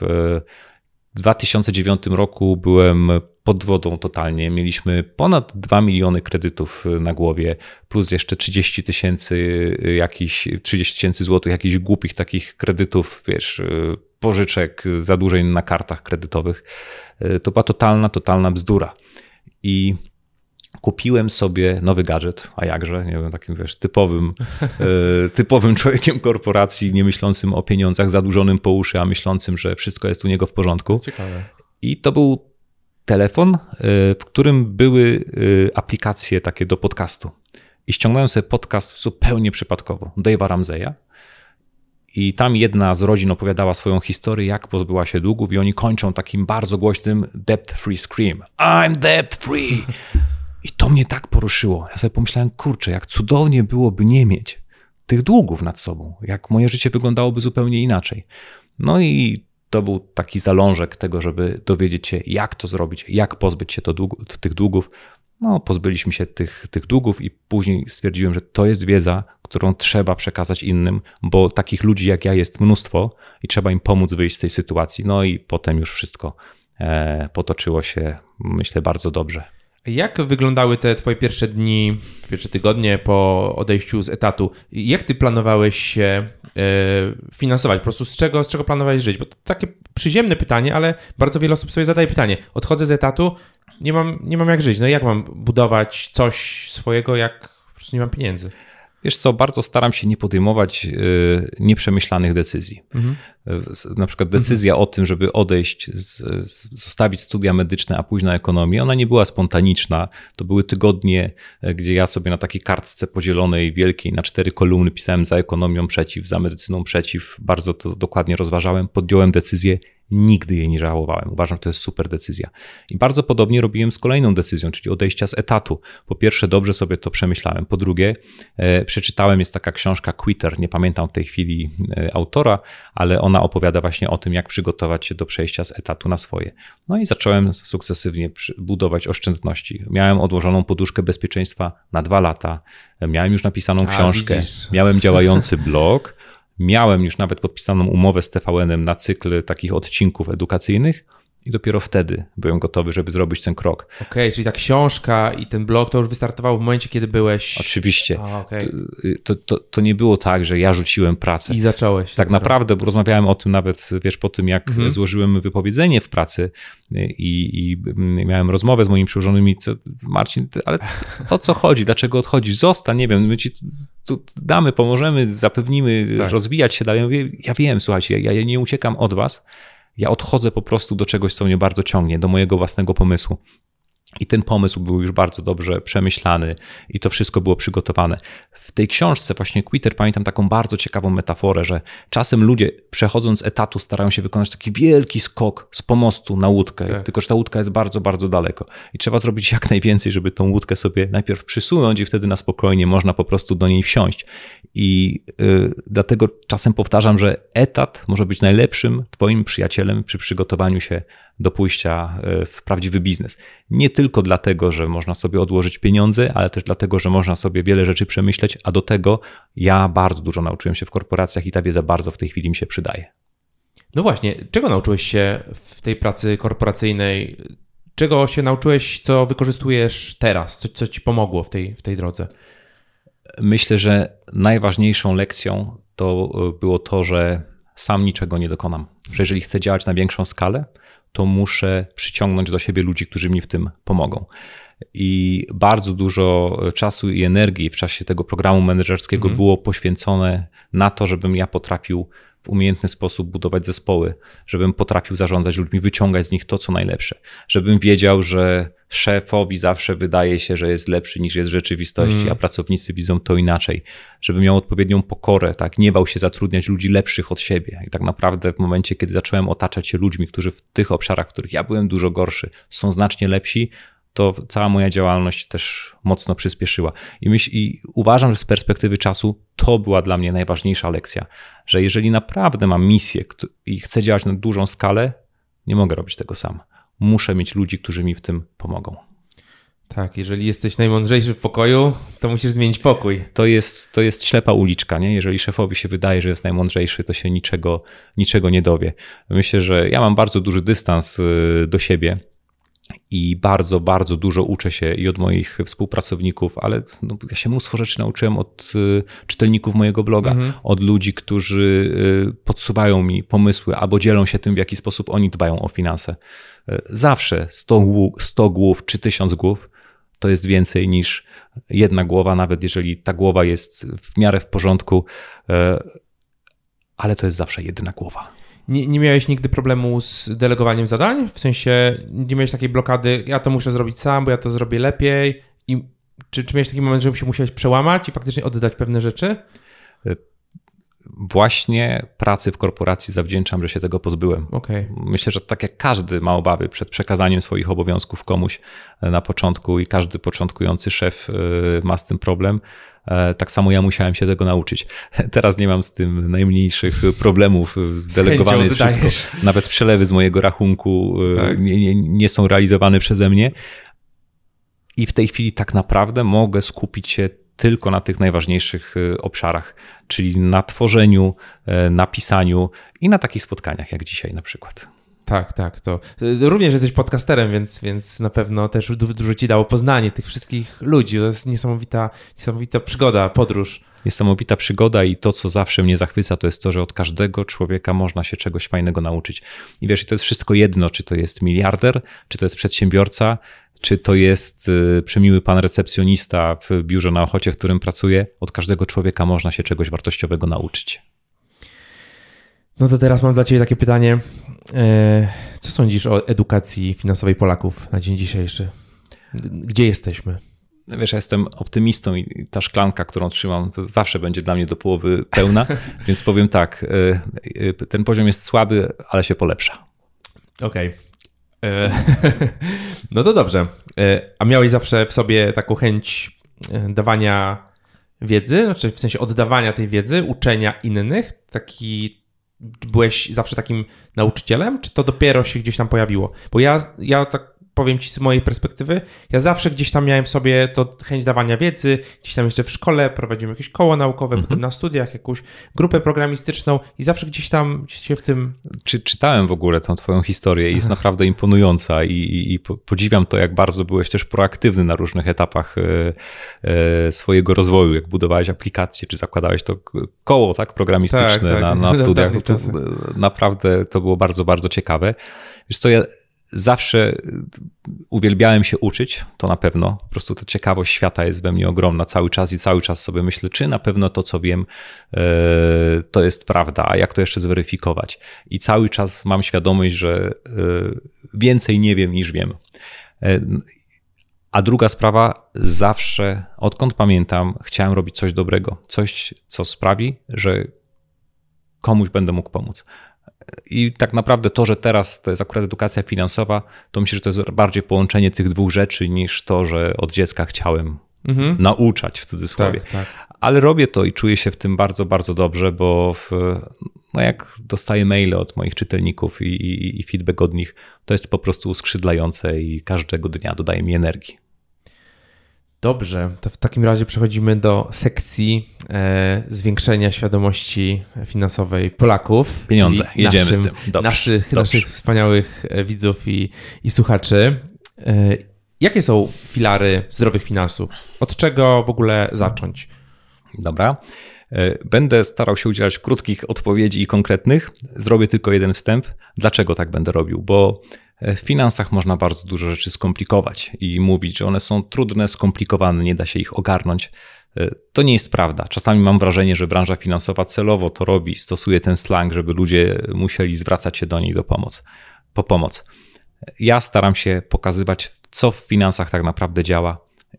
S2: W dwa tysiące dziewiątym roku byłem pod wodą totalnie. Mieliśmy ponad dwa miliony kredytów na głowie, plus jeszcze trzydzieści tysięcy jakichś, trzydzieści tysięcy złotych jakichś głupich takich kredytów, wiesz, pożyczek, zadłużeń na kartach kredytowych. To była totalna, totalna bzdura. I kupiłem sobie nowy gadżet, a jakże, nie wiem, takim, wiesz, typowym, typowym człowiekiem korporacji, nie myślącym o pieniądzach, zadłużonym po uszy, a myślącym, że wszystko jest u niego w porządku.
S1: Ciekawe.
S2: I to był telefon, w którym były aplikacje takie do podcastu. I ściągnąłem sobie podcast zupełnie przypadkowo, Dave'a Ramseya. I tam jedna z rodzin opowiadała swoją historię, jak pozbyła się długów i oni kończą takim bardzo głośnym debt-free scream. I'm debt-free! I to mnie tak poruszyło. Ja sobie pomyślałem, kurczę, jak cudownie byłoby nie mieć tych długów nad sobą. Jak moje życie wyglądałoby zupełnie inaczej. No i to był taki zalążek tego, żeby dowiedzieć się, jak to zrobić, jak pozbyć się to długu, tych długów. No, pozbyliśmy się tych, tych długów i później stwierdziłem, że to jest wiedza, którą trzeba przekazać innym, bo takich ludzi jak ja jest mnóstwo i trzeba im pomóc wyjść z tej sytuacji. No i potem już wszystko e, potoczyło się, myślę, bardzo dobrze.
S1: Jak wyglądały te twoje pierwsze dni, pierwsze tygodnie po odejściu z etatu? Jak ty planowałeś się y, finansować? Po prostu z czego, z czego planowałeś żyć? Bo to takie przyziemne pytanie, ale bardzo wiele osób sobie zadaje pytanie. Odchodzę z etatu, nie mam, nie mam jak żyć. No jak mam budować coś swojego, jak po prostu nie mam pieniędzy?
S2: Wiesz co, bardzo staram się nie podejmować nieprzemyślanych decyzji. Mhm. Na przykład decyzja mhm. o tym, żeby odejść, z, zostawić studia medyczne, a pójść na ekonomię, ona nie była spontaniczna. To były tygodnie, gdzie ja sobie na takiej kartce podzielonej, wielkiej, na cztery kolumny pisałem za ekonomią przeciw, za medycyną przeciw. Bardzo to dokładnie rozważałem, podjąłem decyzję. Nigdy jej nie żałowałem. Uważam, że to jest super decyzja. I bardzo podobnie robiłem z kolejną decyzją, czyli odejścia z etatu. Po pierwsze, dobrze sobie to przemyślałem. Po drugie, e, przeczytałem, jest taka książka Quitter, nie pamiętam w tej chwili e, autora, ale ona opowiada właśnie o tym, jak przygotować się do przejścia z etatu na swoje. No i zacząłem sukcesywnie budować oszczędności. Miałem odłożoną poduszkę bezpieczeństwa na dwa lata. Miałem już napisaną A, książkę. Widzisz. Miałem działający blog. Miałem już nawet podpisaną umowę z T V N-em na cykl takich odcinków edukacyjnych i dopiero wtedy byłem gotowy, żeby zrobić ten krok.
S1: Okej, okay, czyli ta książka i ten blog to już wystartowało w momencie, kiedy byłeś...
S2: Oczywiście.
S1: A, okay.
S2: to, to, to nie było tak, że ja rzuciłem pracę.
S1: I zacząłeś.
S2: Tak naprawdę, bo rozmawiałem o tym nawet, wiesz, po tym jak mhm. złożyłem wypowiedzenie w pracy i, i miałem rozmowę z moimi przełożonymi, co, Marcin, ty, ale o co chodzi? Dlaczego odchodzisz? Zostań, nie wiem, my ci tu damy, pomożemy, zapewnimy, tak. rozwijać się dalej. Ja, mówię, ja wiem, słuchajcie, ja, ja nie uciekam od was, ja odchodzę po prostu do czegoś, co mnie bardzo ciągnie, do mojego własnego pomysłu. I ten pomysł był już bardzo dobrze przemyślany i to wszystko było przygotowane. W tej książce właśnie Quitter pamiętam taką bardzo ciekawą metaforę, że czasem ludzie przechodząc z etatu starają się wykonać taki wielki skok z pomostu na łódkę, tak. Tylko że ta łódka jest bardzo, bardzo daleko i trzeba zrobić jak najwięcej, żeby tą łódkę sobie najpierw przysunąć i wtedy na spokojnie można po prostu do niej wsiąść. I yy, dlatego czasem powtarzam, że etat może być najlepszym twoim przyjacielem przy przygotowaniu się do pójścia w prawdziwy biznes. Nie tylko dlatego, że można sobie odłożyć pieniądze, ale też dlatego, że można sobie wiele rzeczy przemyśleć, a do tego ja bardzo dużo nauczyłem się w korporacjach i ta wiedza bardzo w tej chwili mi się przydaje.
S1: No właśnie, czego nauczyłeś się w tej pracy korporacyjnej? Czego się nauczyłeś, co wykorzystujesz teraz? Co, co ci pomogło w tej, w tej drodze?
S2: Myślę, że najważniejszą lekcją to było to, że sam niczego nie dokonam. Że jeżeli chcę działać na większą skalę, to muszę przyciągnąć do siebie ludzi, którzy mi w tym pomogą. I bardzo dużo czasu i energii w czasie tego programu menedżerskiego mm. było poświęcone na to, żebym ja potrafił w umiejętny sposób budować zespoły, żebym potrafił zarządzać ludźmi, wyciągać z nich to, co najlepsze. Żebym wiedział, że szefowi zawsze wydaje się, że jest lepszy niż jest w rzeczywistości, mm. a pracownicy widzą to inaczej. Żebym miał odpowiednią pokorę, tak, nie bał się zatrudniać ludzi lepszych od siebie. I tak naprawdę w momencie, kiedy zacząłem otaczać się ludźmi, którzy w tych obszarach, w których ja byłem dużo gorszy, są znacznie lepsi, to cała moja działalność też mocno przyspieszyła. I, myśl, I uważam, że z perspektywy czasu to była dla mnie najważniejsza lekcja, że jeżeli naprawdę mam misję i chcę działać na dużą skalę, nie mogę robić tego sam. Muszę mieć ludzi, którzy mi w tym pomogą.
S1: Tak, jeżeli jesteś najmądrzejszy w pokoju, to musisz zmienić pokój.
S2: To jest, to jest ślepa uliczka, nie? Jeżeli szefowi się wydaje, że jest najmądrzejszy, to się niczego, niczego nie dowie. Myślę, że ja mam bardzo duży dystans do siebie i bardzo, bardzo dużo uczę się i od moich współpracowników, ale no, ja się mnóstwo rzeczy nauczyłem od czytelników mojego bloga, mhm. od ludzi, którzy podsuwają mi pomysły albo dzielą się tym, w jaki sposób oni dbają o finanse. Zawsze sto głów czy tysiąc głów to jest więcej niż jedna głowa, nawet jeżeli ta głowa jest w miarę w porządku, ale to jest zawsze jedna głowa.
S1: Nie, nie miałeś nigdy problemu z delegowaniem zadań? W sensie nie miałeś takiej blokady, ja to muszę zrobić sam, bo ja to zrobię lepiej. I czy, czy miałeś taki moment, że się musiałeś przełamać i faktycznie oddać pewne rzeczy?
S2: Właśnie pracy w korporacji zawdzięczam, że się tego pozbyłem.
S1: Okay.
S2: Myślę, że tak jak każdy ma obawy przed przekazaniem swoich obowiązków komuś na początku i każdy początkujący szef ma z tym problem, tak samo ja musiałem się tego nauczyć. Teraz nie mam z tym najmniejszych problemów. Zdelegowane jest wszystko. Nawet przelewy z mojego rachunku tak. nie, nie, nie są realizowane przeze mnie. I w tej chwili tak naprawdę mogę skupić się tylko na tych najważniejszych obszarach, czyli na tworzeniu, na pisaniu i na takich spotkaniach jak dzisiaj na przykład.
S1: Tak, tak. To również jesteś podcasterem, więc, więc na pewno też dużo ci dało poznanie tych wszystkich ludzi. To jest niesamowita, niesamowita przygoda, podróż.
S2: Niesamowita przygoda i to, co zawsze mnie zachwyca, to jest to, że od każdego człowieka można się czegoś fajnego nauczyć. I wiesz, to jest wszystko jedno, czy to jest miliarder, czy to jest przedsiębiorca, czy to jest przemiły pan recepcjonista w biurze na Ochocie, w którym pracuję. Od każdego człowieka można się czegoś wartościowego nauczyć.
S1: No to teraz mam dla ciebie takie pytanie. Co sądzisz o edukacji finansowej Polaków na dzień dzisiejszy? Gdzie jesteśmy?
S2: Wiesz, ja jestem optymistą i ta szklanka, którą trzymam, to zawsze będzie dla mnie do połowy pełna, więc powiem tak, ten poziom jest słaby, ale się polepsza.
S1: Okej. Okay. No to dobrze. A miałeś zawsze w sobie taką chęć dawania wiedzy, znaczy w sensie oddawania tej wiedzy, uczenia innych? Taki, byłeś zawsze takim nauczycielem, czy to dopiero się gdzieś tam pojawiło? Bo ja, ja tak powiem ci z mojej perspektywy, ja zawsze gdzieś tam miałem w sobie to chęć dawania wiedzy, gdzieś tam jeszcze w szkole prowadziłem jakieś koło naukowe, mhm. potem na studiach jakąś grupę programistyczną i zawsze gdzieś tam się w tym...
S2: Czy, czytałem w ogóle tą twoją historię i jest Aha. naprawdę imponująca i, i, i podziwiam to, jak bardzo byłeś też proaktywny na różnych etapach e, swojego rozwoju, jak budowałeś aplikacje, czy zakładałeś to koło tak programistyczne tak, tak. na, na studiach. To, to, naprawdę to było bardzo, bardzo ciekawe. Wiesz co, ja zawsze uwielbiałem się uczyć, to na pewno. Po prostu ta ciekawość świata jest we mnie ogromna cały czas i cały czas sobie myślę, czy na pewno to, co wiem, to jest prawda, a jak to jeszcze zweryfikować. I cały czas mam świadomość, że więcej nie wiem niż wiem. A druga sprawa, zawsze, odkąd pamiętam, chciałem robić coś dobrego. Coś, co sprawi, że komuś będę mógł pomóc. I tak naprawdę to, że teraz to jest akurat edukacja finansowa, to myślę, że to jest bardziej połączenie tych dwóch rzeczy niż to, że od dziecka chciałem mhm. nauczać w cudzysłowie.
S1: Tak, tak.
S2: Ale robię to i czuję się w tym bardzo, bardzo dobrze, bo w, no jak dostaję maile od moich czytelników i, i, i feedback od nich, to jest po prostu uskrzydlające i każdego dnia dodaje mi energii.
S1: Dobrze, to w takim razie przechodzimy do sekcji e, zwiększenia świadomości finansowej Polaków.
S2: Pieniądze, jedziemy
S1: naszym,
S2: z tym. Dobrze,
S1: naszych,
S2: dobrze.
S1: naszych wspaniałych widzów i, i słuchaczy. E, jakie są filary zdrowych finansów? Od czego w ogóle zacząć?
S2: Dobra. Będę starał się udzielać krótkich odpowiedzi i konkretnych. Zrobię tylko jeden wstęp. Dlaczego tak będę robił? Bo w finansach można bardzo dużo rzeczy skomplikować i mówić, że one są trudne, skomplikowane, nie da się ich ogarnąć. To nie jest prawda. Czasami mam wrażenie, że branża finansowa celowo to robi, stosuje ten slang, żeby ludzie musieli zwracać się do niej do pomoc, po pomoc. Ja staram się pokazywać, co w finansach tak naprawdę działa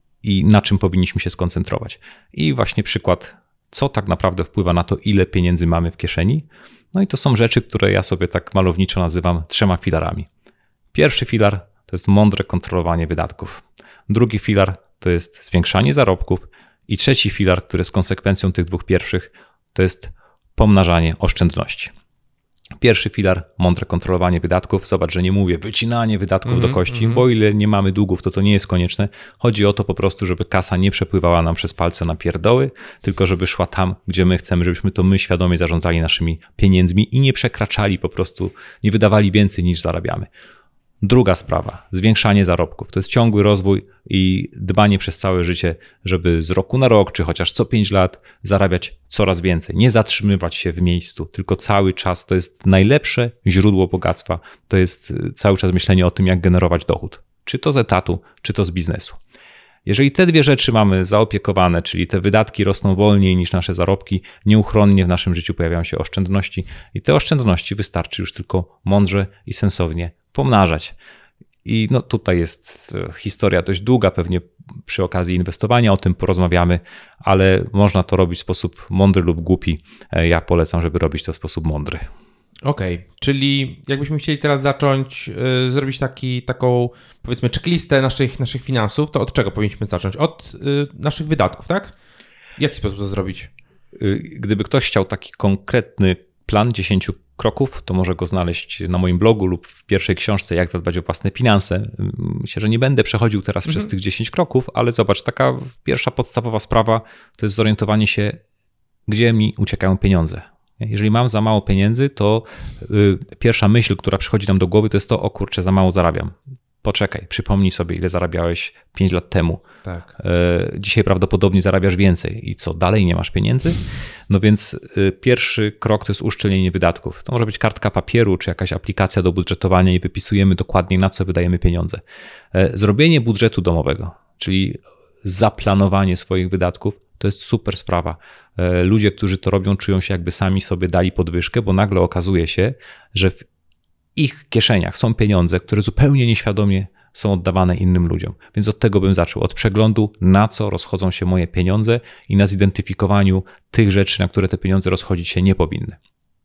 S2: i na czym powinniśmy się skoncentrować. I właśnie przykład, co tak naprawdę wpływa na to, ile pieniędzy mamy w kieszeni. No i to są rzeczy, które ja sobie tak malowniczo nazywam trzema filarami. Pierwszy filar to jest mądre kontrolowanie wydatków. Drugi filar to jest zwiększanie zarobków. I trzeci filar, który jest konsekwencją tych dwóch pierwszych, to jest pomnażanie oszczędności. Pierwszy filar, mądre kontrolowanie wydatków. Zobacz, że nie mówię wycinanie wydatków mm-hmm, do kości, mm-hmm. bo o ile nie mamy długów, to to nie jest konieczne. Chodzi o to po prostu, żeby kasa nie przepływała nam przez palce na pierdoły, tylko żeby szła tam, gdzie my chcemy, żebyśmy to my świadomie zarządzali naszymi pieniędzmi i nie przekraczali po prostu, nie wydawali więcej niż zarabiamy. Druga sprawa, zwiększanie zarobków. To jest ciągły rozwój i dbanie przez całe życie, żeby z roku na rok, czy chociaż co pięć lat zarabiać coraz więcej. Nie zatrzymywać się w miejscu, tylko cały czas. To jest najlepsze źródło bogactwa. To jest cały czas myślenie o tym, jak generować dochód. Czy to z etatu, czy to z biznesu. Jeżeli te dwie rzeczy mamy zaopiekowane, czyli te wydatki rosną wolniej niż nasze zarobki, nieuchronnie w naszym życiu pojawiają się oszczędności i te oszczędności wystarczy już tylko mądrze i sensownie pomnażać. I no tutaj jest historia dość długa, pewnie przy okazji inwestowania o tym porozmawiamy, ale można to robić w sposób mądry lub głupi. Ja polecam, żeby robić to w sposób mądry.
S1: Okej, okay. Czyli jakbyśmy chcieli teraz zacząć y, zrobić taki, taką, powiedzmy, checklistę naszych, naszych finansów, to od czego powinniśmy zacząć? Od y, naszych wydatków, tak? W jaki sposób to zrobić?
S2: Gdyby ktoś chciał taki konkretny plan dziesięciu kroków, to może go znaleźć na moim blogu lub w pierwszej książce Jak zadbać o własne finanse. Myślę, że nie będę przechodził teraz mhm. przez tych dziesięć kroków, ale zobacz, taka pierwsza podstawowa sprawa to jest zorientowanie się, gdzie mi uciekają pieniądze. Jeżeli mam za mało pieniędzy, to y, pierwsza myśl, która przychodzi nam do głowy, to jest to, o kurczę, za mało zarabiam. Poczekaj, przypomnij sobie, ile zarabiałeś pięć lat temu.
S1: Tak.
S2: Y, dzisiaj prawdopodobnie zarabiasz więcej. I co, dalej nie masz pieniędzy? No więc y, pierwszy krok to jest uszczelnienie wydatków. To może być kartka papieru, czy jakaś aplikacja do budżetowania i wypisujemy dokładnie, na co wydajemy pieniądze. Y, zrobienie budżetu domowego, czyli zaplanowanie swoich wydatków, to jest super sprawa. Ludzie, którzy to robią, czują się jakby sami sobie dali podwyżkę, bo nagle okazuje się, że w ich kieszeniach są pieniądze, które zupełnie nieświadomie są oddawane innym ludziom. Więc od tego bym zaczął. Od przeglądu, na co rozchodzą się moje pieniądze i na zidentyfikowaniu tych rzeczy, na które te pieniądze rozchodzić się nie powinny.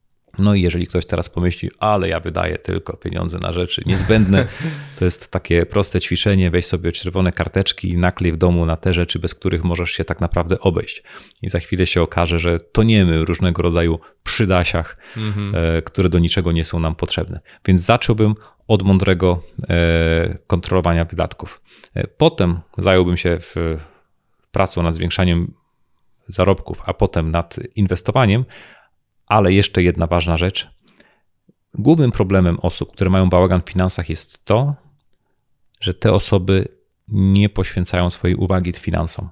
S2: No i jeżeli ktoś teraz pomyśli, ale ja wydaję tylko pieniądze na rzeczy niezbędne, to jest takie proste ćwiczenie, weź sobie czerwone karteczki i naklej w domu na te rzeczy, bez których możesz się tak naprawdę obejść. I za chwilę się okaże, że toniemy w różnego rodzaju przydasiach, mhm. które do niczego nie są nam potrzebne. Więc zacząłbym od mądrego kontrolowania wydatków. Potem zająłbym się w pracą nad zwiększaniem zarobków, a potem nad inwestowaniem. Ale jeszcze jedna ważna rzecz. Głównym problemem osób, które mają bałagan w finansach, jest to, że te osoby nie poświęcają swojej uwagi finansom.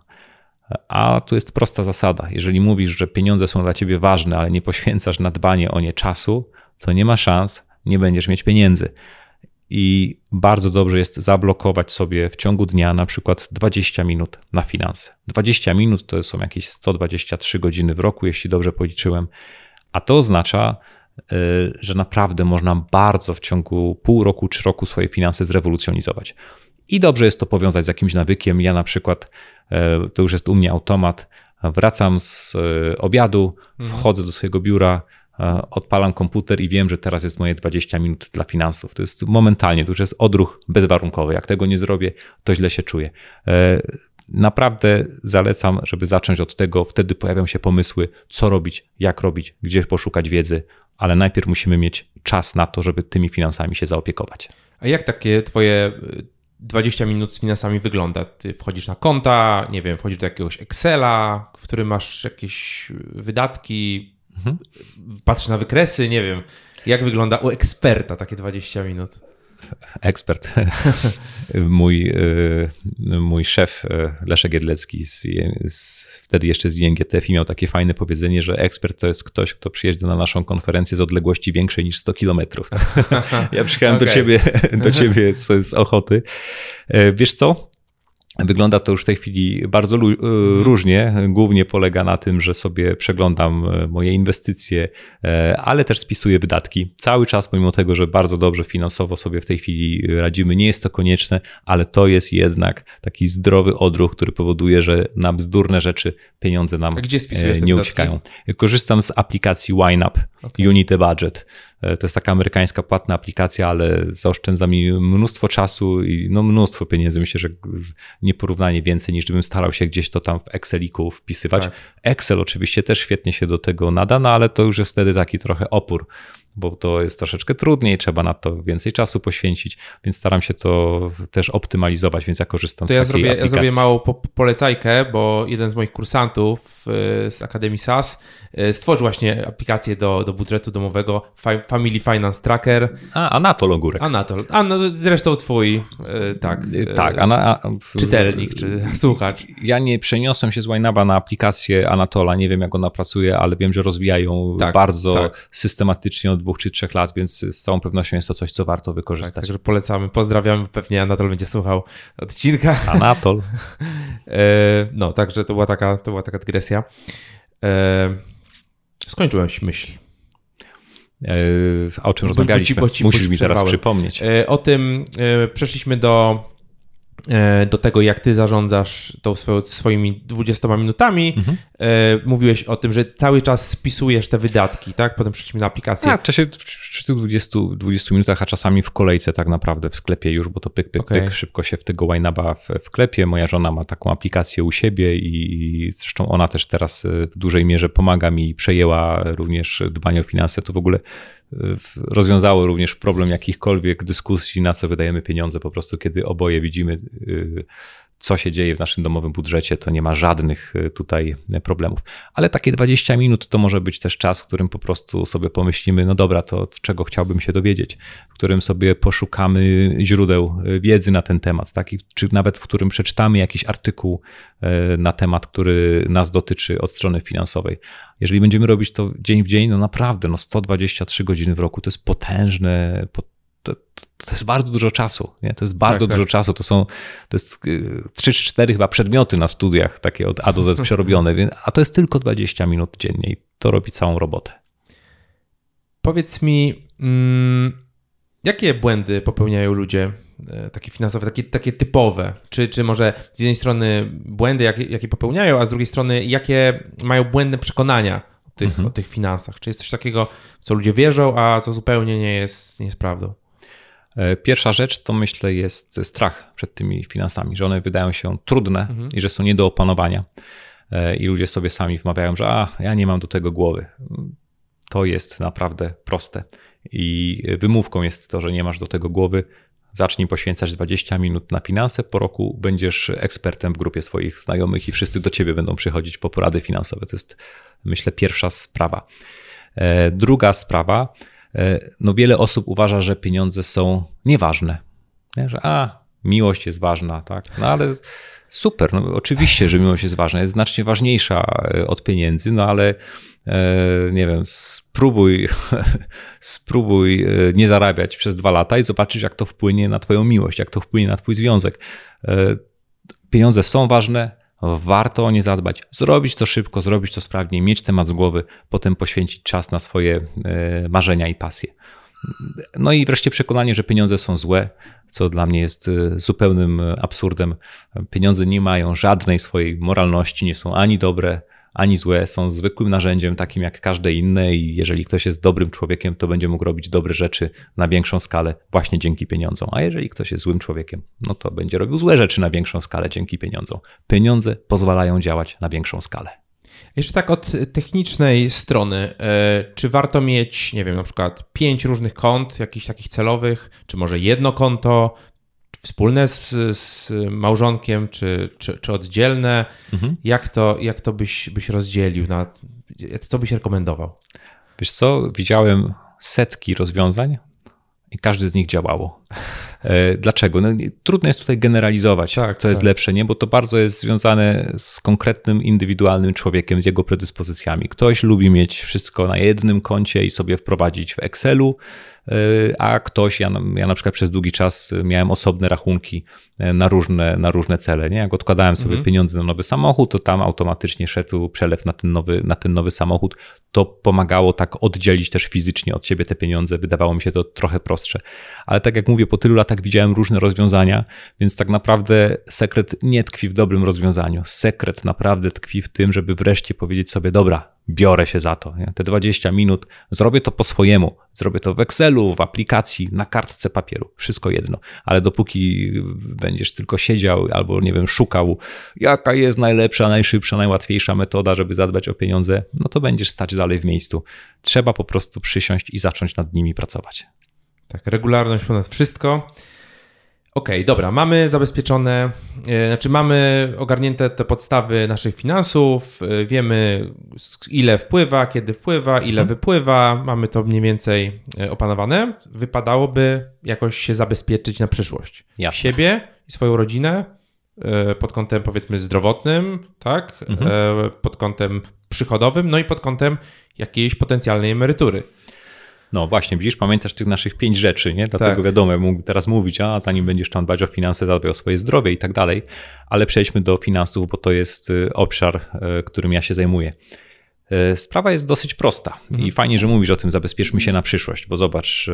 S2: A tu jest prosta zasada. Jeżeli mówisz, że pieniądze są dla ciebie ważne, ale nie poświęcasz na dbanie o nie czasu, to nie ma szans, nie będziesz mieć pieniędzy. I bardzo dobrze jest zablokować sobie w ciągu dnia na przykład dwadzieścia minut na finanse. dwadzieścia minut to są jakieś sto dwadzieścia trzy godziny w roku, jeśli dobrze policzyłem. A to oznacza, że naprawdę można bardzo w ciągu pół roku czy roku swoje finanse zrewolucjonizować. I dobrze jest to powiązać z jakimś nawykiem. Ja na przykład, to już jest u mnie automat, wracam z obiadu, mhm. wchodzę do swojego biura, odpalam komputer i wiem, że teraz jest moje dwadzieścia minut dla finansów. To jest momentalnie, to już jest odruch bezwarunkowy. Jak tego nie zrobię, to źle się czuję. Naprawdę zalecam, żeby zacząć od tego, wtedy pojawią się pomysły, co robić, jak robić, gdzie poszukać wiedzy, ale najpierw musimy mieć czas na to, żeby tymi finansami się zaopiekować.
S1: A jak takie twoje dwadzieścia minut z finansami wygląda? Ty wchodzisz na konta, nie wiem, wchodzisz do jakiegoś Excela, w którym masz jakieś wydatki, mhm. patrzysz na wykresy, nie wiem. Jak wygląda u eksperta takie dwadzieścia minut?
S2: Ekspert. mój, mój szef Leszek Jedlecki, z, z, wtedy jeszcze z I N G T F I, miał takie fajne powiedzenie, że ekspert to jest ktoś, kto przyjeżdża na naszą konferencję z odległości większej niż sto kilometrów. Ja przyjechałem okay. do ciebie, do ciebie z, z Ochoty. Wiesz co? Wygląda to już w tej chwili bardzo lu- różnie. Głównie polega na tym, że sobie przeglądam moje inwestycje, ale też spisuję wydatki. Cały czas, pomimo tego, że bardzo dobrze finansowo sobie w tej chwili radzimy, nie jest to konieczne, ale to jest jednak taki zdrowy odruch, który powoduje, że na bzdurne rzeczy pieniądze nam nie uciekają. Korzystam z aplikacji YNAB, okay. Unity Budget. To jest taka amerykańska płatna aplikacja, ale zaoszczędza mi mnóstwo czasu i no mnóstwo pieniędzy. Myślę, że nieporównanie więcej niż gdybym starał się gdzieś to tam w Exceliku wpisywać. Tak. Excel oczywiście też świetnie się do tego nada, no ale to już jest wtedy taki trochę opór, bo to jest troszeczkę trudniej, trzeba na to więcej czasu poświęcić, więc staram się to też optymalizować, więc ja korzystam
S1: to
S2: z
S1: ja
S2: takiej
S1: zrobię,
S2: aplikacji.
S1: Ja zrobię małą po- polecajkę, bo jeden z moich kursantów z Akademii S A S stworzył właśnie aplikację do, do budżetu domowego Family Finance Tracker.
S2: A, Anatol Ogórek.
S1: Anatol. A no, zresztą twój tak,
S2: tak, Ana, a,
S1: czytelnik czy słuchacz.
S2: Ja nie przeniosłem się z YNABa na aplikację Anatola, nie wiem jak ona pracuje, ale wiem, że rozwijają tak, bardzo tak. systematycznie od dwóch czy trzech lat, więc z całą pewnością jest to coś, co warto wykorzystać. Tak,
S1: także polecamy, pozdrawiamy, pewnie Anatol będzie słuchał odcinka.
S2: Anatol.
S1: No, także to była taka, to była taka dygresja. Skończyłem myśl.
S2: A o czym rozmawialiśmy?
S1: Bo ci, bo ci,
S2: Musisz
S1: bo ci
S2: mi teraz przypomnieć.
S1: O tym przeszliśmy do, do tego, jak ty zarządzasz tą swoją, swoimi dwudziestoma minutami. Mhm. Mówiłeś o tym, że cały czas spisujesz te wydatki, tak? Potem przeszliśmy na aplikację.
S2: Tak, w czasie w tych dwudziestu, dwudziestu minutach, a czasami w kolejce tak naprawdę w sklepie już, bo to pyk, pyk, okay. pyk, szybko się w tego YNABa wklepie. Moja żona ma taką aplikację u siebie i zresztą ona też teraz w dużej mierze pomaga mi, przejęła również dbanie o finanse. To w ogóle rozwiązało również problem jakichkolwiek dyskusji, na co wydajemy pieniądze. Po prostu kiedy oboje widzimy, co się dzieje w naszym domowym budżecie, to nie ma żadnych tutaj problemów. Ale takie dwadzieścia minut to może być też czas, w którym po prostu sobie pomyślimy, no dobra, to czego chciałbym się dowiedzieć, w którym sobie poszukamy źródeł wiedzy na ten temat, tak? Czy nawet w którym przeczytamy jakiś artykuł na temat, który nas dotyczy od strony finansowej. Jeżeli będziemy robić to dzień w dzień, no naprawdę, no sto dwadzieścia trzy godziny w roku to jest potężne, to, to jest bardzo dużo czasu, nie? To jest bardzo tak, dużo tak. czasu, to są, to jest trzy czy cztery chyba przedmioty na studiach, takie od A do Z przerobione, a to jest tylko dwadzieścia minut dziennie i to robi całą robotę.
S1: Powiedz mi, mm, jakie błędy popełniają ludzie takie finansowe, takie, takie typowe? Czy, czy może z jednej strony błędy, jakie, jakie popełniają, a z drugiej strony jakie mają błędne przekonania o tych, mhm. o tych finansach? Czy jest coś takiego, w co ludzie wierzą, a co zupełnie nie jest, nie jest prawdą?
S2: Pierwsza rzecz to myślę jest strach przed tymi finansami, że one wydają się trudne mhm. i że są nie do opanowania i ludzie sobie sami wmawiają, że a, ja nie mam do tego głowy. To jest naprawdę proste i wymówką jest to, że nie masz do tego głowy. Zacznij poświęcać dwadzieścia minut na finanse, po roku będziesz ekspertem w grupie swoich znajomych i wszyscy do ciebie będą przychodzić po porady finansowe. To jest, myślę, pierwsza sprawa. Druga sprawa, no wiele osób uważa, że pieniądze są nieważne, nie? Że a, miłość jest ważna, tak? No ale super, no oczywiście, że miłość jest ważna, jest znacznie ważniejsza od pieniędzy, no ale nie wiem, spróbuj, spróbuj nie zarabiać przez dwa lata i zobaczysz, jak to wpłynie na twoją miłość, jak to wpłynie na twój związek. Pieniądze są ważne, warto o nie zadbać, zrobić to szybko, zrobić to sprawnie, mieć temat z głowy, potem poświęcić czas na swoje marzenia i pasje. No i wreszcie przekonanie, że pieniądze są złe, co dla mnie jest zupełnym absurdem. Pieniądze nie mają żadnej swojej moralności, nie są ani dobre, ani złe, są zwykłym narzędziem, takim jak każde inne i jeżeli ktoś jest dobrym człowiekiem, to będzie mógł robić dobre rzeczy na większą skalę właśnie dzięki pieniądzom. A jeżeli ktoś jest złym człowiekiem, no to będzie robił złe rzeczy na większą skalę dzięki pieniądzom. Pieniądze pozwalają działać na większą skalę.
S1: Jeszcze tak od technicznej strony, czy warto mieć, nie wiem, na przykład pięć różnych kont, jakichś takich celowych, czy może jedno konto wspólne z, z małżonkiem, czy, czy, czy oddzielne? Mhm. Jak to, jak to byś, byś rozdzielił? Na, co byś rekomendował?
S2: Wiesz co, widziałem setki rozwiązań i każdy z nich działało. Dlaczego? No, trudno jest tutaj generalizować, tak, co tak. jest lepsze, nie? Bo to bardzo jest związane z konkretnym, indywidualnym człowiekiem, z jego predyspozycjami. Ktoś lubi mieć wszystko na jednym koncie i sobie wprowadzić w Excelu, a ktoś, ja, ja na przykład przez długi czas miałem osobne rachunki na różne, na różne cele. Nie? Jak odkładałem sobie mhm. pieniądze na nowy samochód, to tam automatycznie szedł przelew na ten, nowy, na ten nowy samochód. To pomagało tak oddzielić też fizycznie od siebie te pieniądze. Wydawało mi się to trochę prostsze. Ale tak jak mówię, po tylu latach widziałem różne rozwiązania, więc tak naprawdę sekret nie tkwi w dobrym rozwiązaniu. Sekret naprawdę tkwi w tym, żeby wreszcie powiedzieć sobie, dobra, biorę się za to. Nie? Te dwadzieścia minut, zrobię to po swojemu. Zrobię to w Excelu, w aplikacji, na kartce papieru. Wszystko jedno. Ale dopóki będziesz tylko siedział albo, nie wiem, szukał, jaka jest najlepsza, najszybsza, najłatwiejsza metoda, żeby zadbać o pieniądze, no to będziesz stać dalej w miejscu. Trzeba po prostu przysiąść i zacząć nad nimi pracować.
S1: Tak, regularność ponad wszystko. Okej, okay, dobra, mamy zabezpieczone, znaczy mamy ogarnięte te podstawy naszych finansów, wiemy ile wpływa, kiedy wpływa, ile hmm. wypływa, mamy to mniej więcej opanowane. Wypadałoby jakoś się zabezpieczyć na przyszłość. Jasne. Siebie i swoją rodzinę pod kątem powiedzmy zdrowotnym, tak, hmm. pod kątem przychodowym, no i pod kątem jakiejś potencjalnej emerytury.
S2: No właśnie, widzisz, pamiętasz tych naszych pięć rzeczy, nie? Dlatego tak. wiadomo, ja mógł teraz mówić, a zanim będziesz tam dbać o finanse, zadbaj o swoje zdrowie i tak dalej, ale przejdźmy do finansów, bo to jest obszar, którym ja się zajmuję. Sprawa jest dosyć prosta mhm. i fajnie, że mówisz o tym, zabezpieczmy się na przyszłość, bo zobacz,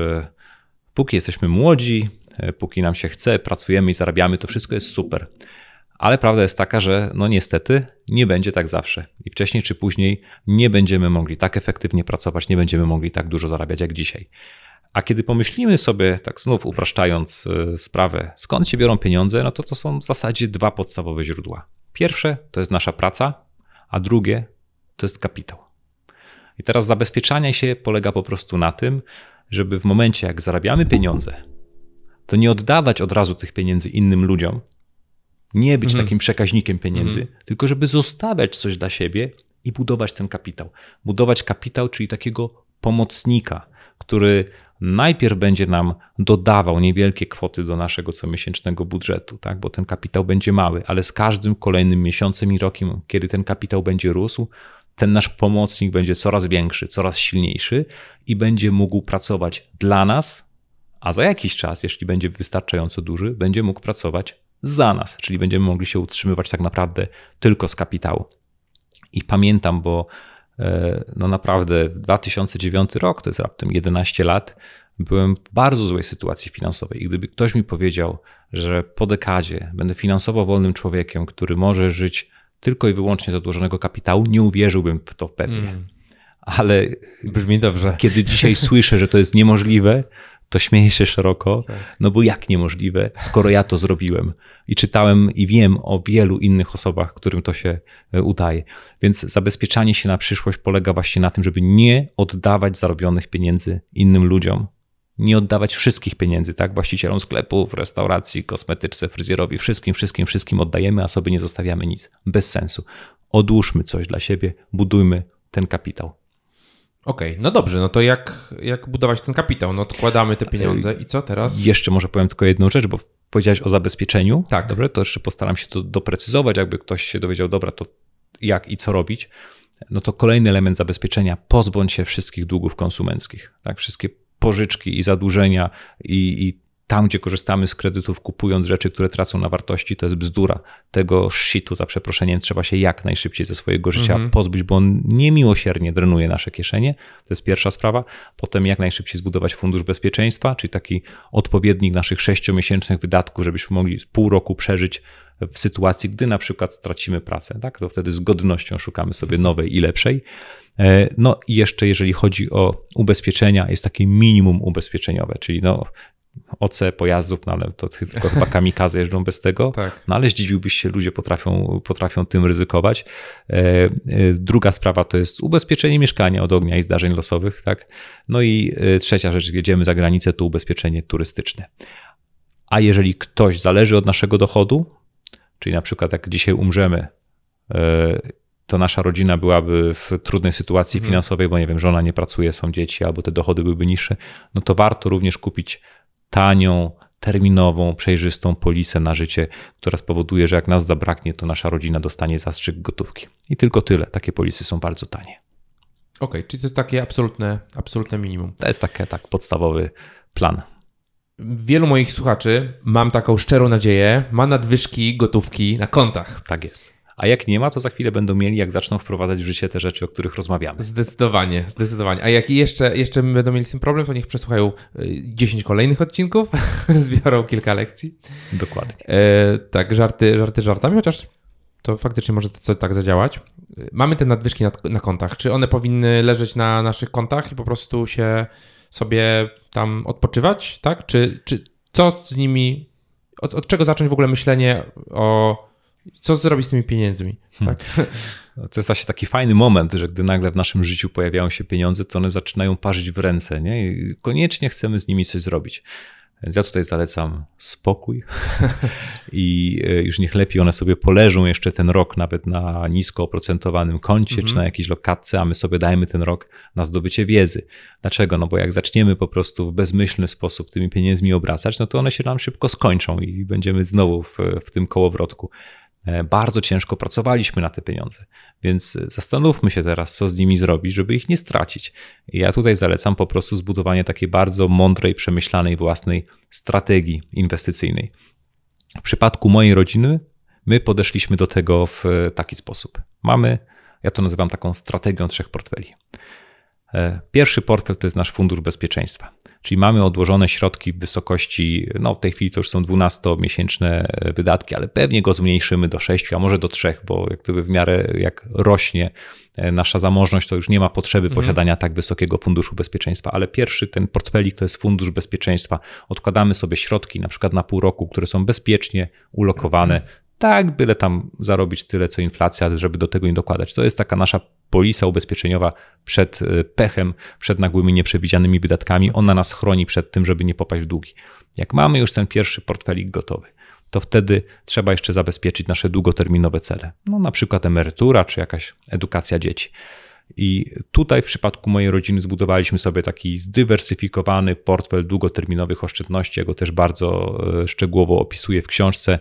S2: póki jesteśmy młodzi, póki nam się chce, pracujemy i zarabiamy, to wszystko jest super. Ale prawda jest taka, że no niestety nie będzie tak zawsze i wcześniej czy później nie będziemy mogli tak efektywnie pracować, nie będziemy mogli tak dużo zarabiać jak dzisiaj. A kiedy pomyślimy sobie, tak znów upraszczając sprawę, skąd się biorą pieniądze, no to to są w zasadzie dwa podstawowe źródła. Pierwsze to jest nasza praca, a drugie to jest kapitał. I teraz zabezpieczanie się polega po prostu na tym, żeby w momencie jak zarabiamy pieniądze, to nie oddawać od razu tych pieniędzy innym ludziom, nie być mhm. takim przekaźnikiem pieniędzy, mhm. tylko żeby zostawiać coś dla siebie i budować ten kapitał. Budować kapitał, czyli takiego pomocnika, który najpierw będzie nam dodawał niewielkie kwoty do naszego comiesięcznego budżetu, tak? Bo ten kapitał będzie mały, ale z każdym kolejnym miesiącem i rokiem, kiedy ten kapitał będzie rósł, ten nasz pomocnik będzie coraz większy, coraz silniejszy i będzie mógł pracować dla nas, a za jakiś czas, jeśli będzie wystarczająco duży, będzie mógł pracować za nas, czyli będziemy mogli się utrzymywać tak naprawdę tylko z kapitału. I pamiętam, bo no naprawdę dwa tysiące dziewiąty rok, to jest raptem jedenaście lat, byłem w bardzo złej sytuacji finansowej i gdyby ktoś mi powiedział, że po dekadzie będę finansowo wolnym człowiekiem, który może żyć tylko i wyłącznie z odłożonego kapitału, nie uwierzyłbym w to pewnie. Mm. Ale
S1: brzmi dobrze.
S2: Kiedy dzisiaj słyszę, że to jest niemożliwe, to śmieję się szeroko, tak. No bo jak niemożliwe, skoro ja to zrobiłem i czytałem i wiem o wielu innych osobach, którym to się udaje. Więc zabezpieczanie się na przyszłość polega właśnie na tym, żeby nie oddawać zarobionych pieniędzy innym ludziom. Nie oddawać wszystkich pieniędzy, tak? Właścicielom sklepów, restauracji, kosmetyczce, fryzjerowi, wszystkim, wszystkim, wszystkim oddajemy, a sobie nie zostawiamy nic. Bez sensu. Odłóżmy coś dla siebie, budujmy ten kapitał.
S1: Okej, okay, no dobrze, no to jak, jak budować ten kapitał? No odkładamy te pieniądze i co teraz?
S2: Jeszcze może powiem tylko jedną rzecz, bo powiedziałeś o zabezpieczeniu.
S1: Tak.
S2: Dobrze, to jeszcze postaram się to doprecyzować, jakby ktoś się dowiedział, dobra, to jak i co robić. No to kolejny element zabezpieczenia, pozbądź się wszystkich długów konsumenckich, tak? Wszystkie pożyczki i zadłużenia i, i tam, gdzie korzystamy z kredytów, kupując rzeczy, które tracą na wartości, to jest bzdura. Tego shitu, za przeproszeniem, trzeba się jak najszybciej ze swojego życia mm-hmm. pozbyć, bo on niemiłosiernie drenuje nasze kieszenie. To jest pierwsza sprawa. Potem jak najszybciej zbudować fundusz bezpieczeństwa, czyli taki odpowiednik naszych sześciomiesięcznych wydatków, żebyśmy mogli pół roku przeżyć w sytuacji, gdy na przykład stracimy pracę. Tak? To wtedy z godnością szukamy sobie nowej i lepszej. No i jeszcze jeżeli chodzi o ubezpieczenia, jest takie minimum ubezpieczeniowe, czyli no O C pojazdów, no ale to tylko chyba kamikaze jeżdżą bez tego, tak. No ale zdziwiłbyś się, ludzie potrafią, potrafią tym ryzykować. Druga sprawa to jest ubezpieczenie mieszkania od ognia i zdarzeń losowych, tak? No i trzecia rzecz, jedziemy za granicę, to ubezpieczenie turystyczne. A jeżeli ktoś zależy od naszego dochodu, czyli na przykład jak dzisiaj umrzemy, to nasza rodzina byłaby w trudnej sytuacji mhm. finansowej, bo nie wiem, żona nie pracuje, są dzieci, albo te dochody byłyby niższe, no to warto również kupić tanią, terminową, przejrzystą polisę na życie, która spowoduje, że jak nas zabraknie, to nasza rodzina dostanie zastrzyk gotówki. I tylko tyle. Takie polisy są bardzo tanie.
S1: Okej, okay, czyli to jest takie absolutne, absolutne minimum.
S2: To jest taki tak podstawowy plan.
S1: Wielu moich słuchaczy, mam taką szczerą nadzieję, ma nadwyżki gotówki na kontach.
S2: Tak jest. A jak nie ma, to za chwilę będą mieli, jak zaczną wprowadzać w życie te rzeczy, o których rozmawiamy.
S1: Zdecydowanie, zdecydowanie. A jak jeszcze, jeszcze będą mieli z tym problem, to niech przesłuchają dziesięć kolejnych odcinków, zbiorą kilka lekcji.
S2: Dokładnie.
S1: E, tak, żarty, żarty żartami, chociaż to faktycznie może to, tak zadziałać. Mamy te nadwyżki na, na kontach. Czy one powinny leżeć na naszych kontach i po prostu się sobie tam odpoczywać, tak? Czy, czy co z nimi, od, od czego zacząć w ogóle myślenie o co zrobić z tymi pieniędzmi? Tak?
S2: Hmm. To jest właśnie taki fajny moment, że gdy nagle w naszym życiu pojawiają się pieniądze, to one zaczynają parzyć w ręce, nie? I koniecznie chcemy z nimi coś zrobić. Więc ja tutaj zalecam spokój i już niech lepiej one sobie poleżą jeszcze ten rok nawet na nisko oprocentowanym koncie mm-hmm. czy na jakiejś lokatce, a my sobie dajmy ten rok na zdobycie wiedzy. Dlaczego? No bo jak zaczniemy po prostu w bezmyślny sposób tymi pieniędzmi obracać, no to one się nam szybko skończą i będziemy znowu w, w tym kołowrotku. Bardzo ciężko pracowaliśmy na te pieniądze, więc zastanówmy się teraz, co z nimi zrobić, żeby ich nie stracić. I ja tutaj zalecam po prostu zbudowanie takiej bardzo mądrej, przemyślanej własnej strategii inwestycyjnej. W przypadku mojej rodziny my podeszliśmy do tego w taki sposób. Mamy, ja to nazywam taką strategią trzech portfeli. Pierwszy portfel to jest nasz fundusz bezpieczeństwa, czyli mamy odłożone środki w wysokości, no w tej chwili to już są dwunastomiesięczne wydatki, ale pewnie go zmniejszymy do sześciu, a może do trzech, bo jak gdyby w miarę jak rośnie nasza zamożność, to już nie ma potrzeby mhm. posiadania tak wysokiego funduszu bezpieczeństwa, ale pierwszy ten portfelik to jest fundusz bezpieczeństwa. Odkładamy sobie środki na przykład na pół roku, które są bezpiecznie ulokowane, mhm. tak byle tam zarobić tyle co inflacja, żeby do tego nie dokładać. To jest taka nasza polisa ubezpieczeniowa przed pechem, przed nagłymi nieprzewidzianymi wydatkami. Ona nas chroni przed tym, żeby nie popaść w długi. Jak mamy już ten pierwszy portfelik gotowy, to wtedy trzeba jeszcze zabezpieczyć nasze długoterminowe cele. No na przykład emerytura czy jakaś edukacja dzieci. I tutaj w przypadku mojej rodziny zbudowaliśmy sobie taki zdywersyfikowany portfel długoterminowych oszczędności. Ja go też bardzo szczegółowo opisuję w książce.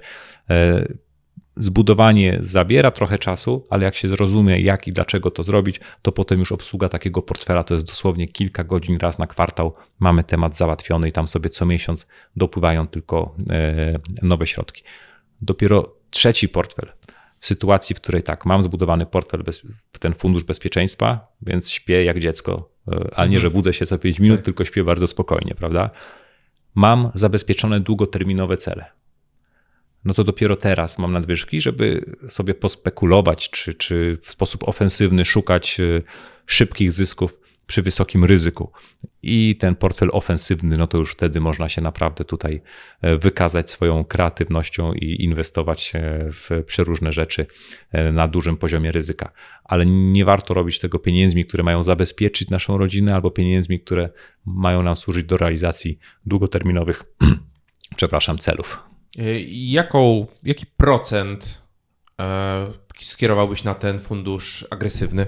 S2: Zbudowanie zabiera trochę czasu, ale jak się zrozumie, jak i dlaczego to zrobić, to potem już obsługa takiego portfela to jest dosłownie kilka godzin raz na kwartał. Mamy temat załatwiony i tam sobie co miesiąc dopływają tylko nowe środki. Dopiero trzeci portfel. W sytuacji, w której tak, mam zbudowany portfel, bez, ten fundusz bezpieczeństwa, więc śpię jak dziecko, ale nie, że budzę się co pięć minut, tak. tylko śpię bardzo spokojnie, prawda? Mam zabezpieczone długoterminowe cele. No to dopiero teraz mam nadwyżki, żeby sobie pospekulować, czy, czy w sposób ofensywny szukać szybkich zysków przy wysokim ryzyku. I ten portfel ofensywny, no to już wtedy można się naprawdę tutaj wykazać swoją kreatywnością i inwestować w przeróżne rzeczy na dużym poziomie ryzyka. Ale nie warto robić tego pieniędzmi, które mają zabezpieczyć naszą rodzinę, albo pieniędzmi, które mają nam służyć do realizacji długoterminowych, przepraszam, celów.
S1: Jaką, jaki procent e, skierowałbyś na ten fundusz agresywny?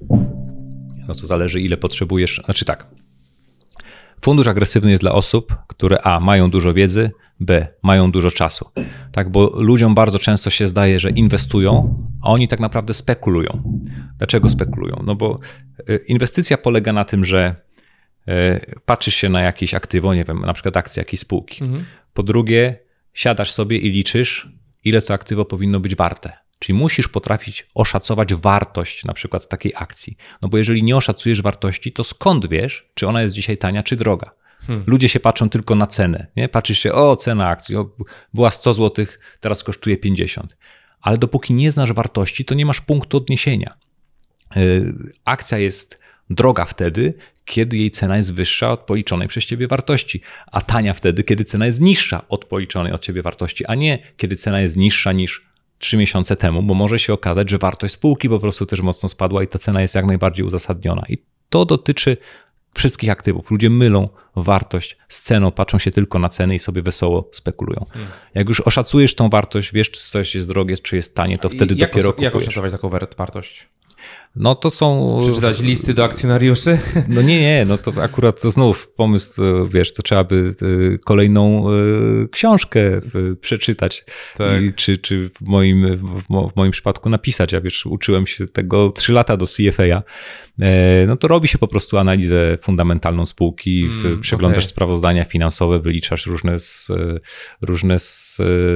S2: No to zależy, ile potrzebujesz. Znaczy tak, fundusz agresywny jest dla osób, które a. mają dużo wiedzy, b. mają dużo czasu. Tak, bo ludziom bardzo często się zdaje, że inwestują, a oni tak naprawdę spekulują. Dlaczego spekulują? No bo inwestycja polega na tym, że patrzysz się na jakieś aktywo, nie wiem, na przykład akcje jakiejś spółki. Mhm. Po drugie, siadasz sobie i liczysz, ile to aktywo powinno być warte. Czyli musisz potrafić oszacować wartość na przykład takiej akcji. No bo jeżeli nie oszacujesz wartości, to skąd wiesz, czy ona jest dzisiaj tania, czy droga? Hmm. Ludzie się patrzą tylko na cenę. Nie? Patrzysz się, o cena akcji, o, była sto złotych, teraz kosztuje pięćdziesiąt. Ale dopóki nie znasz wartości, to nie masz punktu odniesienia. Yy, akcja jest droga wtedy, kiedy jej cena jest wyższa od policzonej przez ciebie wartości, a tania wtedy, kiedy cena jest niższa od policzonej od ciebie wartości, a nie kiedy cena jest niższa niż trzy miesiące temu, bo może się okazać, że wartość spółki po prostu też mocno spadła i ta cena jest jak najbardziej uzasadniona. I to dotyczy wszystkich aktywów. Ludzie mylą wartość z ceną, patrzą się tylko na ceny i sobie wesoło spekulują. Hmm. Jak już oszacujesz tą wartość, wiesz, czy coś jest drogie, czy jest tanie, to wtedy
S1: jak
S2: dopiero
S1: os-
S2: kupujesz.
S1: Jak oszacować taką wartość?
S2: No to są...
S1: Przeczytać listy do akcjonariuszy?
S2: No nie, nie, no to akurat to znów pomysł, wiesz, to trzeba by kolejną książkę przeczytać. Tak. I czy, czy w, moim, w moim przypadku napisać. Ja wiesz, uczyłem się tego trzy lata do C F A. No to robi się po prostu analizę fundamentalną spółki, mm, przeglądasz okay. sprawozdania finansowe, wyliczasz różne, z, różne z,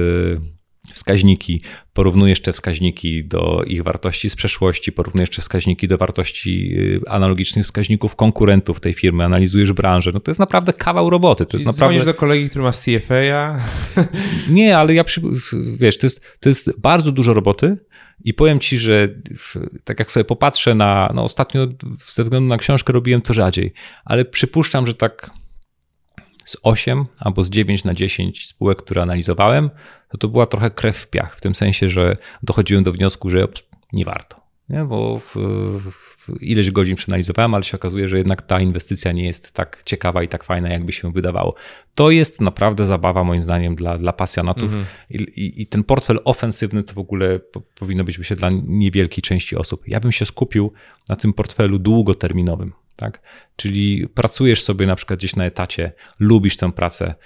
S2: wskaźniki, porównujesz te wskaźniki do ich wartości z przeszłości, porównujesz te wskaźniki do wartości analogicznych wskaźników konkurentów tej firmy, analizujesz branżę. No to jest naprawdę kawał roboty. To jest naprawdę...
S1: Dzwonisz do kolegi, który ma C F A?
S2: Nie, ale ja przy... wiesz, to jest, to jest bardzo dużo roboty i powiem ci, że tak jak sobie popatrzę na, no ostatnio ze względu na książkę robiłem to rzadziej, ale przypuszczam, że tak z osiem albo z dziewięć na dziesięć spółek, które analizowałem, to to była trochę krew w piach, w tym sensie, że dochodziłem do wniosku, że nie warto, nie? Bo w, w ileś godzin przeanalizowałem, ale się okazuje, że jednak ta inwestycja nie jest tak ciekawa i tak fajna, jakby się wydawało. To jest naprawdę zabawa moim zdaniem dla, dla pasjonatów mm-hmm. I, i, i ten portfel ofensywny to w ogóle po, powinno być myślę dla niewielkiej części osób. Ja bym się skupił na tym portfelu długoterminowym. Tak? Czyli pracujesz sobie na przykład gdzieś na etacie, lubisz tę pracę,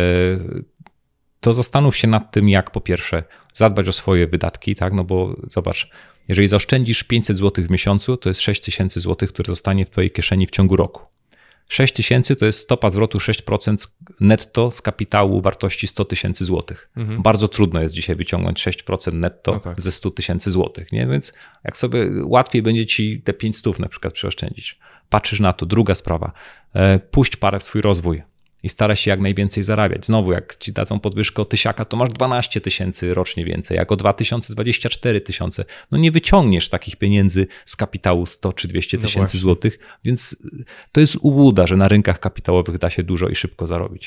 S2: to zastanów się nad tym, jak po pierwsze zadbać o swoje wydatki, tak? No bo zobacz, jeżeli zaoszczędzisz pięćset złotych w miesiącu, to jest sześć tysięcy złotych, które zostanie w twojej kieszeni w ciągu roku. sześć tysięcy to jest stopa zwrotu sześć procent netto z kapitału wartości sto tysięcy złotych. Mhm. Bardzo trudno jest dzisiaj wyciągnąć sześć procent netto no tak. ze sto tysięcy złotych, nie? Więc jak sobie łatwiej będzie ci te pięć stów na przykład przeoszczędzić. Patrzysz na to. Druga sprawa, puść parę w swój rozwój i staraj się jak najwięcej zarabiać. Znowu, jak ci dadzą podwyżkę o tysiaka, to masz dwanaście tysięcy rocznie więcej, jak o dwa tysiące dwadzieścia cztery tysiące. No nie wyciągniesz takich pieniędzy z kapitału sto czy dwieście tysięcy no złotych, więc to jest ułuda, że na rynkach kapitałowych da się dużo i szybko zarobić.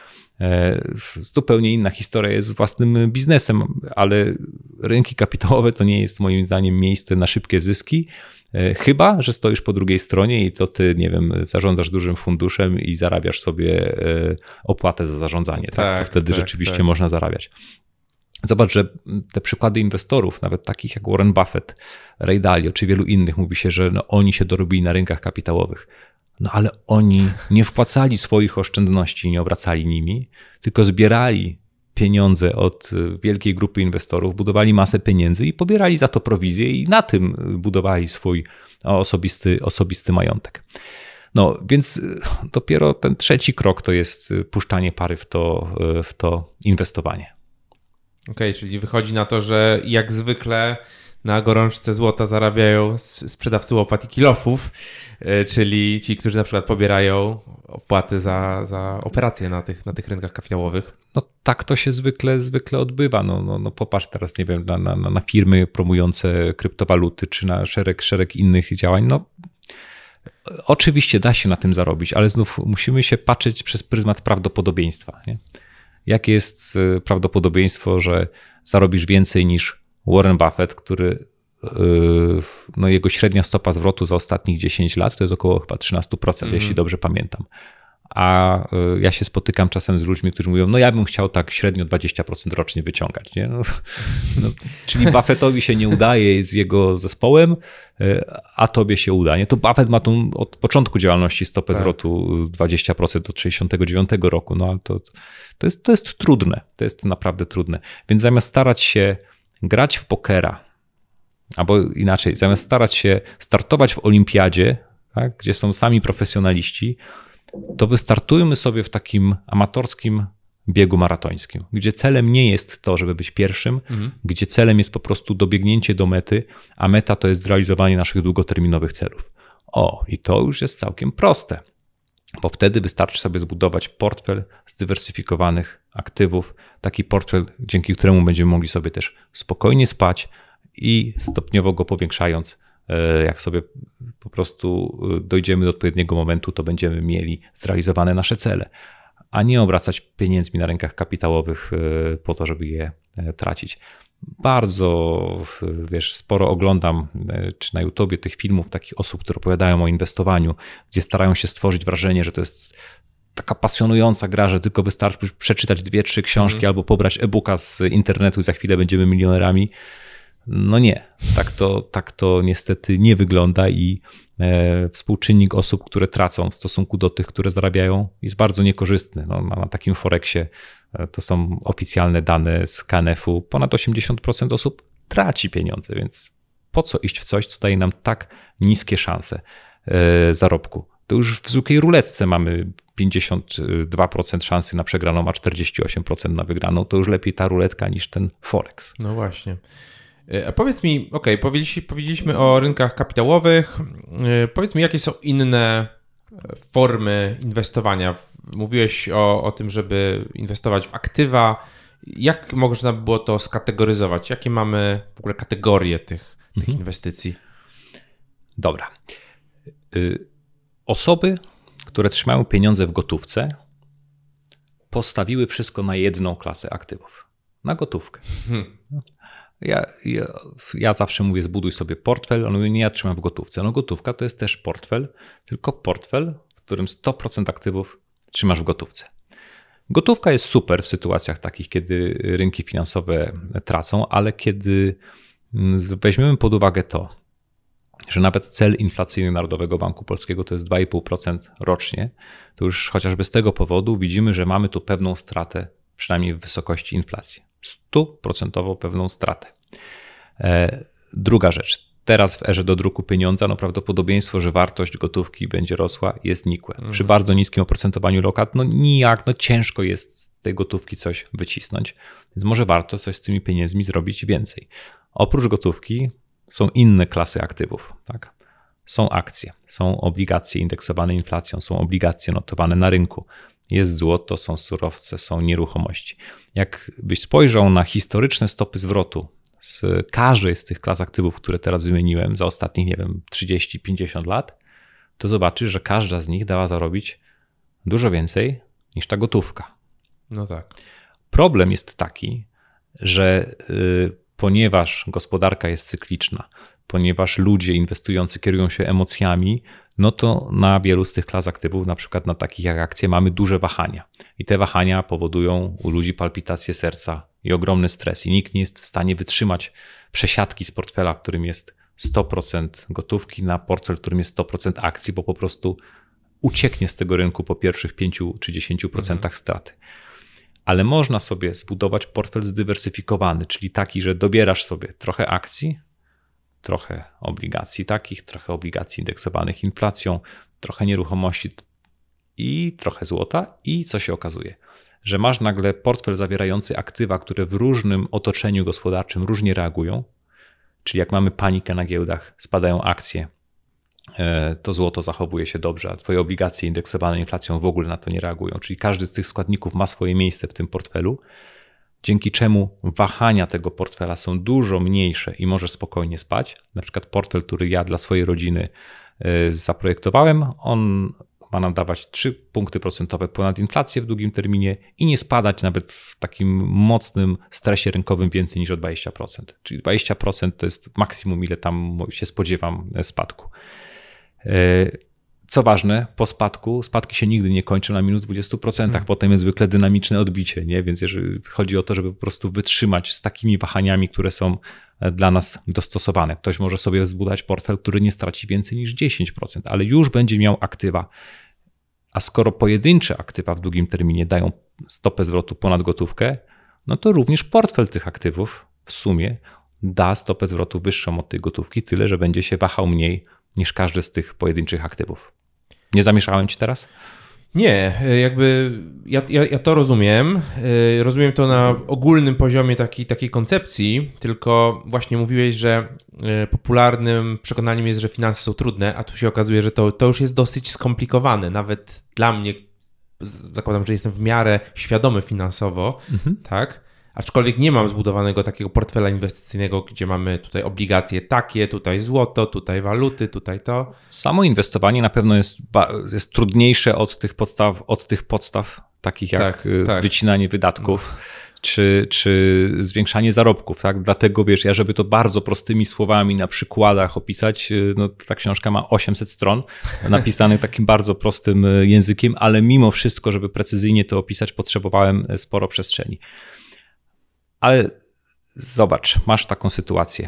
S2: Zupełnie inna historia jest z własnym biznesem, ale rynki kapitałowe to nie jest moim zdaniem miejsce na szybkie zyski, chyba że stoisz po drugiej stronie i to ty, nie wiem, zarządzasz dużym funduszem i zarabiasz sobie opłatę za zarządzanie. Tak, tak? To wtedy tak, rzeczywiście tak. można zarabiać. Zobacz, że te przykłady inwestorów, nawet takich jak Warren Buffett, Ray Dalio czy wielu innych, mówi się, że no oni się dorobili na rynkach kapitałowych. No ale oni nie wpłacali swoich oszczędności, nie obracali nimi, tylko zbierali pieniądze od wielkiej grupy inwestorów, budowali masę pieniędzy i pobierali za to prowizję i na tym budowali swój osobisty, osobisty majątek. No więc dopiero ten trzeci krok to jest puszczanie pary w to, w to inwestowanie.
S1: Okej, okay, czyli wychodzi na to, że jak zwykle na gorączce złota zarabiają sprzedawcy łopat i kilofów, czyli ci, którzy na przykład pobierają opłaty za, za operacje na tych, na tych rynkach kapitałowych.
S2: No tak to się zwykle, zwykle odbywa. No, no, no popatrz teraz, nie wiem, na, na, na firmy promujące kryptowaluty, czy na szereg, szereg innych działań. No oczywiście da się na tym zarobić, ale znów musimy się patrzeć przez pryzmat prawdopodobieństwa. Nie? Jakie jest prawdopodobieństwo, że zarobisz więcej niż Warren Buffett, który no jego średnia stopa zwrotu za ostatnich dziesięć lat to jest około chyba trzynaście procent, mm-hmm. jeśli dobrze pamiętam. A ja się spotykam czasem z ludźmi, którzy mówią, no ja bym chciał tak średnio dwadzieścia procent rocznie wyciągać. Nie? No, no, czyli Buffettowi się nie udaje z jego zespołem, a tobie się uda. Nie? To Buffett ma tą od początku działalności stopę tak. zwrotu dwadzieścia procent od sześćdziesiątego dziewiątego roku, no ale to, to, jest, to jest trudne, to jest naprawdę trudne. Więc zamiast starać się grać w pokera, albo inaczej, zamiast starać się startować w olimpiadzie, tak, gdzie są sami profesjonaliści, to wystartujmy sobie w takim amatorskim biegu maratońskim, gdzie celem nie jest to, żeby być pierwszym, mhm. gdzie celem jest po prostu dobiegnięcie do mety, a meta to jest zrealizowanie naszych długoterminowych celów. O, i to już jest całkiem proste, bo wtedy wystarczy sobie zbudować portfel zdywersyfikowanych aktywów, taki portfel, dzięki któremu będziemy mogli sobie też spokojnie spać i stopniowo go powiększając, jak sobie po prostu dojdziemy do odpowiedniego momentu, to będziemy mieli zrealizowane nasze cele, a nie obracać pieniędzmi na rynkach kapitałowych po to, żeby je tracić. Bardzo, wiesz, sporo oglądam, czy na YouTubie tych filmów takich osób, które opowiadają o inwestowaniu, gdzie starają się stworzyć wrażenie, że to jest taka pasjonująca gra, że tylko wystarczy przeczytać dwie, trzy książki mm. albo pobrać e-booka z internetu i za chwilę będziemy milionerami. No nie, tak to, tak to niestety nie wygląda i e, współczynnik osób, które tracą w stosunku do tych, które zarabiają, jest bardzo niekorzystny. No, na, na takim Forexie, e, to są oficjalne dane z K N F-u, ponad osiemdziesiąt procent osób traci pieniądze, więc po co iść w coś, co daje nam tak niskie szanse e, zarobku? To już w zwykłej ruletce mamy pięćdziesiąt dwa procent szansy na przegraną, a czterdzieści osiem procent na wygraną. To już lepiej ta ruletka niż ten Forex.
S1: No właśnie. A powiedz mi, ok, powiedzieliśmy, powiedzieliśmy o rynkach kapitałowych, powiedz mi, jakie są inne formy inwestowania? Mówiłeś o, o tym, żeby inwestować w aktywa. Jak można by było to skategoryzować? Jakie mamy w ogóle kategorie tych, tych mhm. inwestycji?
S2: Dobra. Osoby, które trzymają pieniądze w gotówce, postawiły wszystko na jedną klasę aktywów. Na gotówkę. Hmm. Ja, ja, ja zawsze mówię, zbuduj sobie portfel, on mówi, nie, ja trzymam w gotówce. No gotówka to jest też portfel, tylko portfel, w którym sto procent aktywów trzymasz w gotówce. Gotówka jest super w sytuacjach takich, kiedy rynki finansowe tracą, ale kiedy weźmiemy pod uwagę to, że nawet cel inflacyjny Narodowego Banku Polskiego to jest dwa i pół procent rocznie, to już chociażby z tego powodu widzimy, że mamy tu pewną stratę, przynajmniej w wysokości inflacji. Stuprocentową pewną stratę. Druga rzecz. Teraz w erze dodruku pieniądza no prawdopodobieństwo, że wartość gotówki będzie rosła, jest nikłe. Mhm. Przy bardzo niskim oprocentowaniu lokat, no nijak, no ciężko jest z tej gotówki coś wycisnąć, więc może warto coś z tymi pieniędzmi zrobić więcej. Oprócz gotówki są inne klasy aktywów. Tak? Są akcje, są obligacje indeksowane inflacją, są obligacje notowane na rynku. Jest złoto, są surowce, są nieruchomości. Jakbyś spojrzał na historyczne stopy zwrotu z każdej z tych klas aktywów, które teraz wymieniłem za ostatnich, nie wiem, trzydzieści pięćdziesiąt lat, to zobaczysz, że każda z nich dała zarobić dużo więcej niż ta gotówka.
S1: No tak.
S2: Problem jest taki, że yy, ponieważ gospodarka jest cykliczna, ponieważ ludzie inwestujący kierują się emocjami, no to na wielu z tych klas aktywów, na przykład na takich jak akcje, mamy duże wahania. I te wahania powodują u ludzi palpitację serca i ogromny stres. I nikt nie jest w stanie wytrzymać przesiadki z portfela, w którym jest sto procent gotówki, na portfel, w którym jest sto procent akcji, bo po prostu ucieknie z tego rynku po pierwszych pięciu czy dziesięciu procentach mhm. straty. Ale można sobie zbudować portfel zdywersyfikowany, czyli taki, że dobierasz sobie trochę akcji, trochę obligacji takich, trochę obligacji indeksowanych inflacją, trochę nieruchomości i trochę złota i co się okazuje? Że masz nagle portfel zawierający aktywa, które w różnym otoczeniu gospodarczym różnie reagują, czyli jak mamy panikę na giełdach, spadają akcje, to złoto zachowuje się dobrze, a twoje obligacje indeksowane inflacją w ogóle na to nie reagują, czyli każdy z tych składników ma swoje miejsce w tym portfelu, dzięki czemu wahania tego portfela są dużo mniejsze i możesz spokojnie spać. Na przykład portfel, który ja dla swojej rodziny zaprojektowałem, on ma nam dawać trzy punkty procentowe ponad inflację w długim terminie i nie spadać nawet w takim mocnym stresie rynkowym więcej niż o dwadzieścia procent. Czyli dwadzieścia procent to jest maksimum, ile tam się spodziewam spadku. Co ważne, po spadku, spadki się nigdy nie kończą na minus dwadzieścia procent, hmm. potem jest zwykle dynamiczne odbicie, nie? Więc jeżeli chodzi o to, żeby po prostu wytrzymać z takimi wahaniami, które są dla nas dostosowane. Ktoś może sobie zbudować portfel, który nie straci więcej niż dziesięć procent, ale już będzie miał aktywa. A skoro pojedyncze aktywa w długim terminie dają stopę zwrotu ponad gotówkę, no to również portfel tych aktywów w sumie da stopę zwrotu wyższą od tej gotówki, tyle że będzie się wahał mniej niż każdy z tych pojedynczych aktywów. Nie zamieszałem ci teraz?
S1: Nie, jakby ja, ja, ja to rozumiem. Rozumiem to na ogólnym poziomie takiej, takiej koncepcji, tylko właśnie mówiłeś, że popularnym przekonaniem jest, że finanse są trudne, a tu się okazuje, że to, to już jest dosyć skomplikowane. Nawet dla mnie, zakładam, że jestem w miarę świadomy finansowo, mhm. tak? Aczkolwiek nie mam zbudowanego takiego portfela inwestycyjnego, gdzie mamy tutaj obligacje takie, tutaj złoto, tutaj waluty, tutaj to.
S2: Samo inwestowanie na pewno jest, jest trudniejsze od tych podstaw, od tych podstaw takich jak tak, tak. wycinanie wydatków, no. czy, czy zwiększanie zarobków. Tak? Dlatego wiesz, ja żeby to bardzo prostymi słowami na przykładach opisać, no ta książka ma osiemset stron, napisanych takim bardzo prostym językiem, ale mimo wszystko, żeby precyzyjnie to opisać, potrzebowałem sporo przestrzeni. Ale zobacz, masz taką sytuację.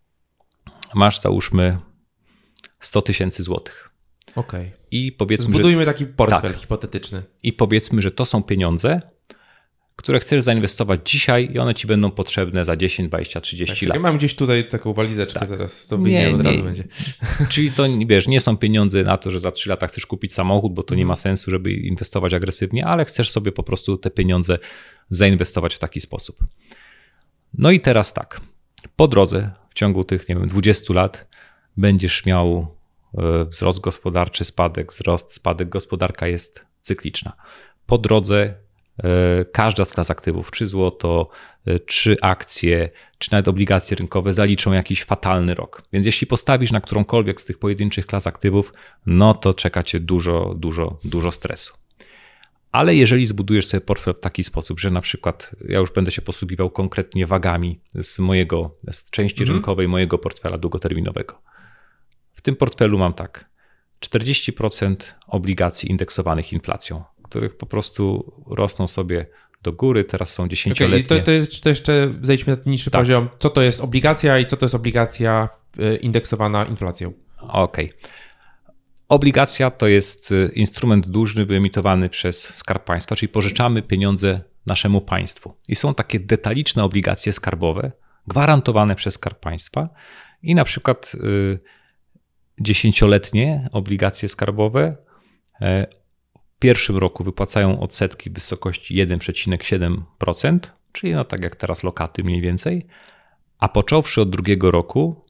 S2: Masz załóżmy sto tysięcy złotych.
S1: Okej. Okay.
S2: I powiedzmy,
S1: Zbudujmy
S2: że,
S1: taki portfel
S2: tak,
S1: hipotetyczny.
S2: I powiedzmy, że to są pieniądze, które chcesz zainwestować dzisiaj i one ci będą potrzebne za dziesięć, dwadzieścia, trzydzieści
S1: tak,
S2: lat.
S1: Ja mam gdzieś tutaj taką walizeczkę, tak. Zaraz to wyjmę
S2: nie,
S1: od razu
S2: nie.
S1: będzie.
S2: Czyli to wiesz, nie są pieniądze na to, że za trzy lata chcesz kupić samochód, bo to nie ma sensu, żeby inwestować agresywnie, ale chcesz sobie po prostu te pieniądze zainwestować w taki sposób. No i teraz tak, po drodze w ciągu tych, nie wiem, dwudziestu lat będziesz miał wzrost gospodarczy, spadek, wzrost, spadek, gospodarka jest cykliczna. Po drodze każda z klas aktywów, czy złoto, czy akcje, czy nawet obligacje rynkowe zaliczą jakiś fatalny rok. Więc jeśli postawisz na którąkolwiek z tych pojedynczych klas aktywów, no to czeka cię dużo, dużo, dużo stresu. Ale jeżeli zbudujesz sobie portfel w taki sposób, że na przykład ja już będę się posługiwał konkretnie wagami z mojego, z części mhm. rynkowej mojego portfela długoterminowego. W tym portfelu mam tak, czterdzieści procent obligacji indeksowanych inflacją, których po prostu rosną sobie do góry, teraz są dziesięcioletnie.
S1: Okay, i to, to, jest, to jeszcze zejdźmy na ten niższy tak. poziom. Co to jest obligacja i co to jest obligacja indeksowana inflacją?
S2: Okej. Okay. Obligacja to jest instrument dłużny wyemitowany przez Skarb Państwa, czyli pożyczamy pieniądze naszemu państwu. I są takie detaliczne obligacje skarbowe gwarantowane przez Skarb Państwa i na przykład dziesięcioletnie obligacje skarbowe w pierwszym roku wypłacają odsetki w wysokości jeden przecinek siedem procent, czyli no tak jak teraz lokaty mniej więcej, a począwszy od drugiego roku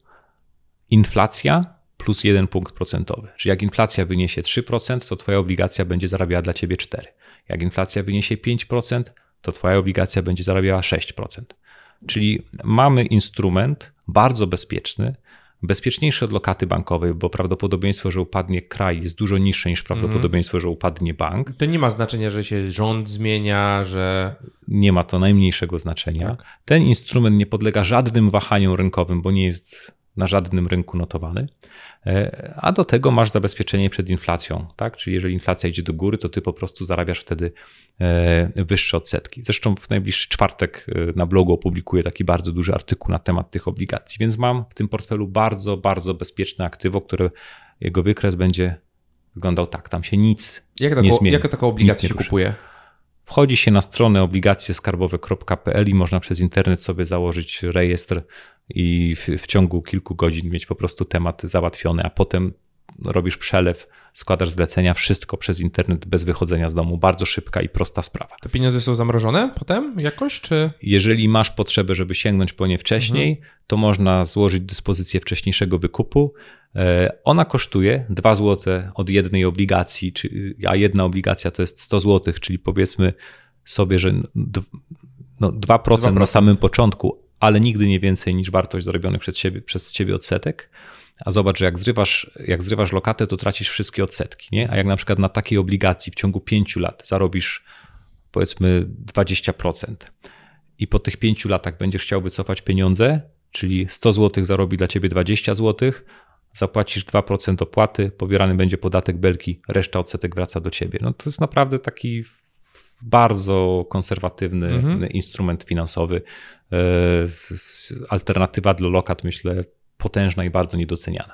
S2: inflacja plus jeden punkt procentowy. Czyli jak inflacja wyniesie trzy procent, to twoja obligacja będzie zarabiała dla ciebie cztery procent. Jak inflacja wyniesie pięć procent, to twoja obligacja będzie zarabiała sześć procent. Czyli mamy instrument bardzo bezpieczny, bezpieczniejszy od lokaty bankowej, bo prawdopodobieństwo, że upadnie kraj jest dużo niższe niż prawdopodobieństwo, mm. że upadnie bank.
S1: To nie ma znaczenia, że się rząd zmienia, że...
S2: Nie ma to najmniejszego znaczenia.
S1: Tak.
S2: Ten instrument nie podlega żadnym wahaniom rynkowym, bo nie jest na żadnym rynku notowany, a do tego masz zabezpieczenie przed inflacją, tak? Czyli jeżeli inflacja idzie do góry, to ty po prostu zarabiasz wtedy wyższe odsetki. Zresztą w najbliższy czwartek na blogu opublikuję taki bardzo duży artykuł na temat tych obligacji, więc mam w tym portfelu bardzo, bardzo bezpieczne aktywo, które jego wykres będzie wyglądał tak, tam się nic
S1: jak
S2: nie
S1: taką,
S2: zmieni.
S1: Jaka taką obligację się kupuje?
S2: Wchodzi się na stronę obligacje skarbowe kropka p l i można przez internet sobie założyć rejestr i w, w ciągu kilku godzin mieć po prostu temat załatwiony, a potem robisz przelew, składasz zlecenia, wszystko przez internet bez wychodzenia z domu. Bardzo szybka i prosta sprawa.
S1: Te pieniądze są zamrożone potem jakoś, czy?
S2: Jeżeli masz potrzebę, żeby sięgnąć po nie wcześniej, mhm. to można złożyć dyspozycję wcześniejszego wykupu. Ona kosztuje dwa złote od jednej obligacji, a jedna obligacja to jest sto złotych, czyli powiedzmy sobie, że no dwa procent, dwa procent na samym początku, ale nigdy nie więcej niż wartość zarobionych przez ciebie, przez ciebie odsetek. A zobacz, że jak zrywasz, jak zrywasz lokatę, to tracisz wszystkie odsetki, nie? A jak na przykład na takiej obligacji w ciągu pięciu lat zarobisz powiedzmy dwadzieścia procent i po tych pięciu latach będziesz chciał wycofać pieniądze, czyli sto złotych zarobi dla ciebie dwadzieścia złotych, zapłacisz dwa procent opłaty, pobierany będzie podatek belki, reszta odsetek wraca do ciebie. No to jest naprawdę taki bardzo konserwatywny mhm. instrument finansowy. Alternatywa dla lokat, myślę, potężna i bardzo niedoceniana.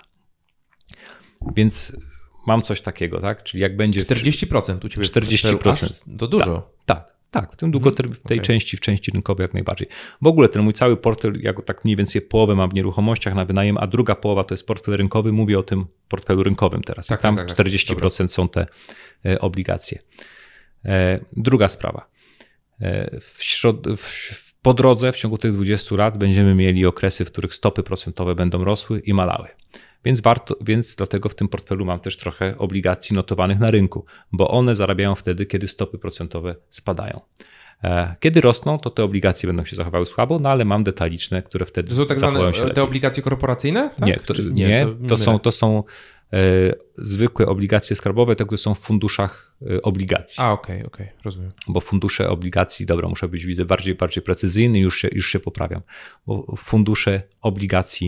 S2: Więc mam coś takiego, tak? Czyli jak będzie...
S1: czterdzieści procent u ciebie.
S2: czterdzieści procent.
S1: Aż, to dużo.
S2: Tak, tak, Tak, w tym długoterm- w tej okay. części, w części rynkowej jak najbardziej. W ogóle ten mój cały portfel, ja go tak mniej więcej połowę mam w nieruchomościach na wynajem, a druga połowa to jest portfel rynkowy. Mówię o tym portfelu rynkowym teraz. Tak, tam tak, tak, czterdzieści procent tak. są te e, obligacje. E, druga sprawa. E, w środ- w, po drodze w ciągu tych dwudziestu lat będziemy mieli okresy, w których stopy procentowe będą rosły i malały. Więc warto, więc dlatego w tym portfelu mam też trochę obligacji notowanych na rynku, bo one zarabiają wtedy, kiedy stopy procentowe spadają. Kiedy rosną, to te obligacje będą się zachowały słabo, no ale mam detaliczne, które wtedy
S1: to są tak
S2: zachowują
S1: zwane
S2: się
S1: te obligacje korporacyjne? Tak?
S2: Nie, to, nie, nie, to, to, są, to są e, zwykłe obligacje skarbowe, te, które są w funduszach e, obligacji.
S1: A, okej, okay, okej, okay, rozumiem.
S2: Bo fundusze obligacji, dobra, muszę być, widzę, bardziej, bardziej precyzyjny, już się, już się poprawiam, bo fundusze obligacji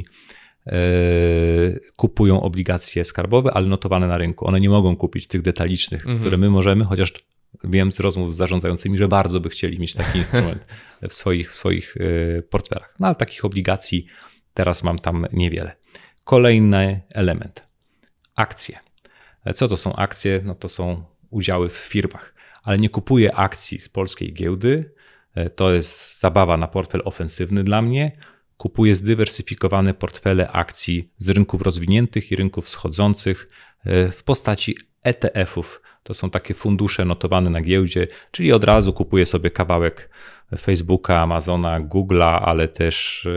S2: kupują obligacje skarbowe, ale notowane na rynku. One nie mogą kupić tych detalicznych, mhm. które my możemy, chociaż wiem z rozmów z zarządzającymi, że bardzo by chcieli mieć taki instrument w swoich, w swoich portfelach. No ale takich obligacji teraz mam tam niewiele. Kolejny element. Akcje. Co to są akcje? No to są udziały w firmach, ale nie kupuję akcji z polskiej giełdy. To jest zabawa na portfel ofensywny dla mnie. Kupuję zdywersyfikowane portfele akcji z rynków rozwiniętych i rynków wschodzących w postaci E T F-ów. To są takie fundusze notowane na giełdzie, czyli od razu kupuję sobie kawałek Facebooka, Amazona, Google'a, ale też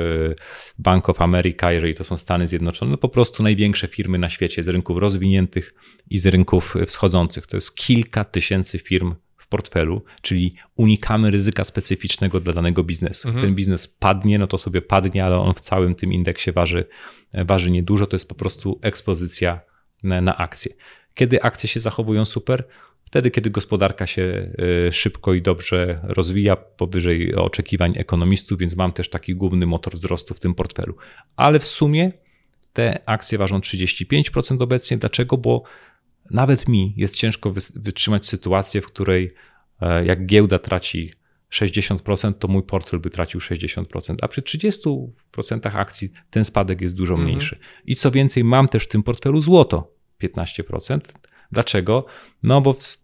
S2: Bank of America, jeżeli to są Stany Zjednoczone, no po prostu największe firmy na świecie z rynków rozwiniętych i z rynków wschodzących. To jest kilka tysięcy firm portfelu, czyli unikamy ryzyka specyficznego dla danego biznesu. Mhm. Ten biznes padnie, no to sobie padnie, ale on w całym tym indeksie waży, waży niedużo, to jest po prostu ekspozycja na, na akcje. Kiedy akcje się zachowują super? Wtedy, kiedy gospodarka się szybko i dobrze rozwija, powyżej oczekiwań ekonomistów, więc mam też taki główny motor wzrostu w tym portfelu. Ale w sumie te akcje ważą trzydzieści pięć procent obecnie. Dlaczego? Bo nawet mi jest ciężko wytrzymać sytuację, w której jak giełda traci sześćdziesiąt procent, to mój portfel by tracił sześćdziesiąt procent, a przy trzydziestu procentach akcji ten spadek jest dużo mniejszy. Mhm. I co więcej, mam też w tym portfelu złoto piętnaście procent. Dlaczego? No bo w,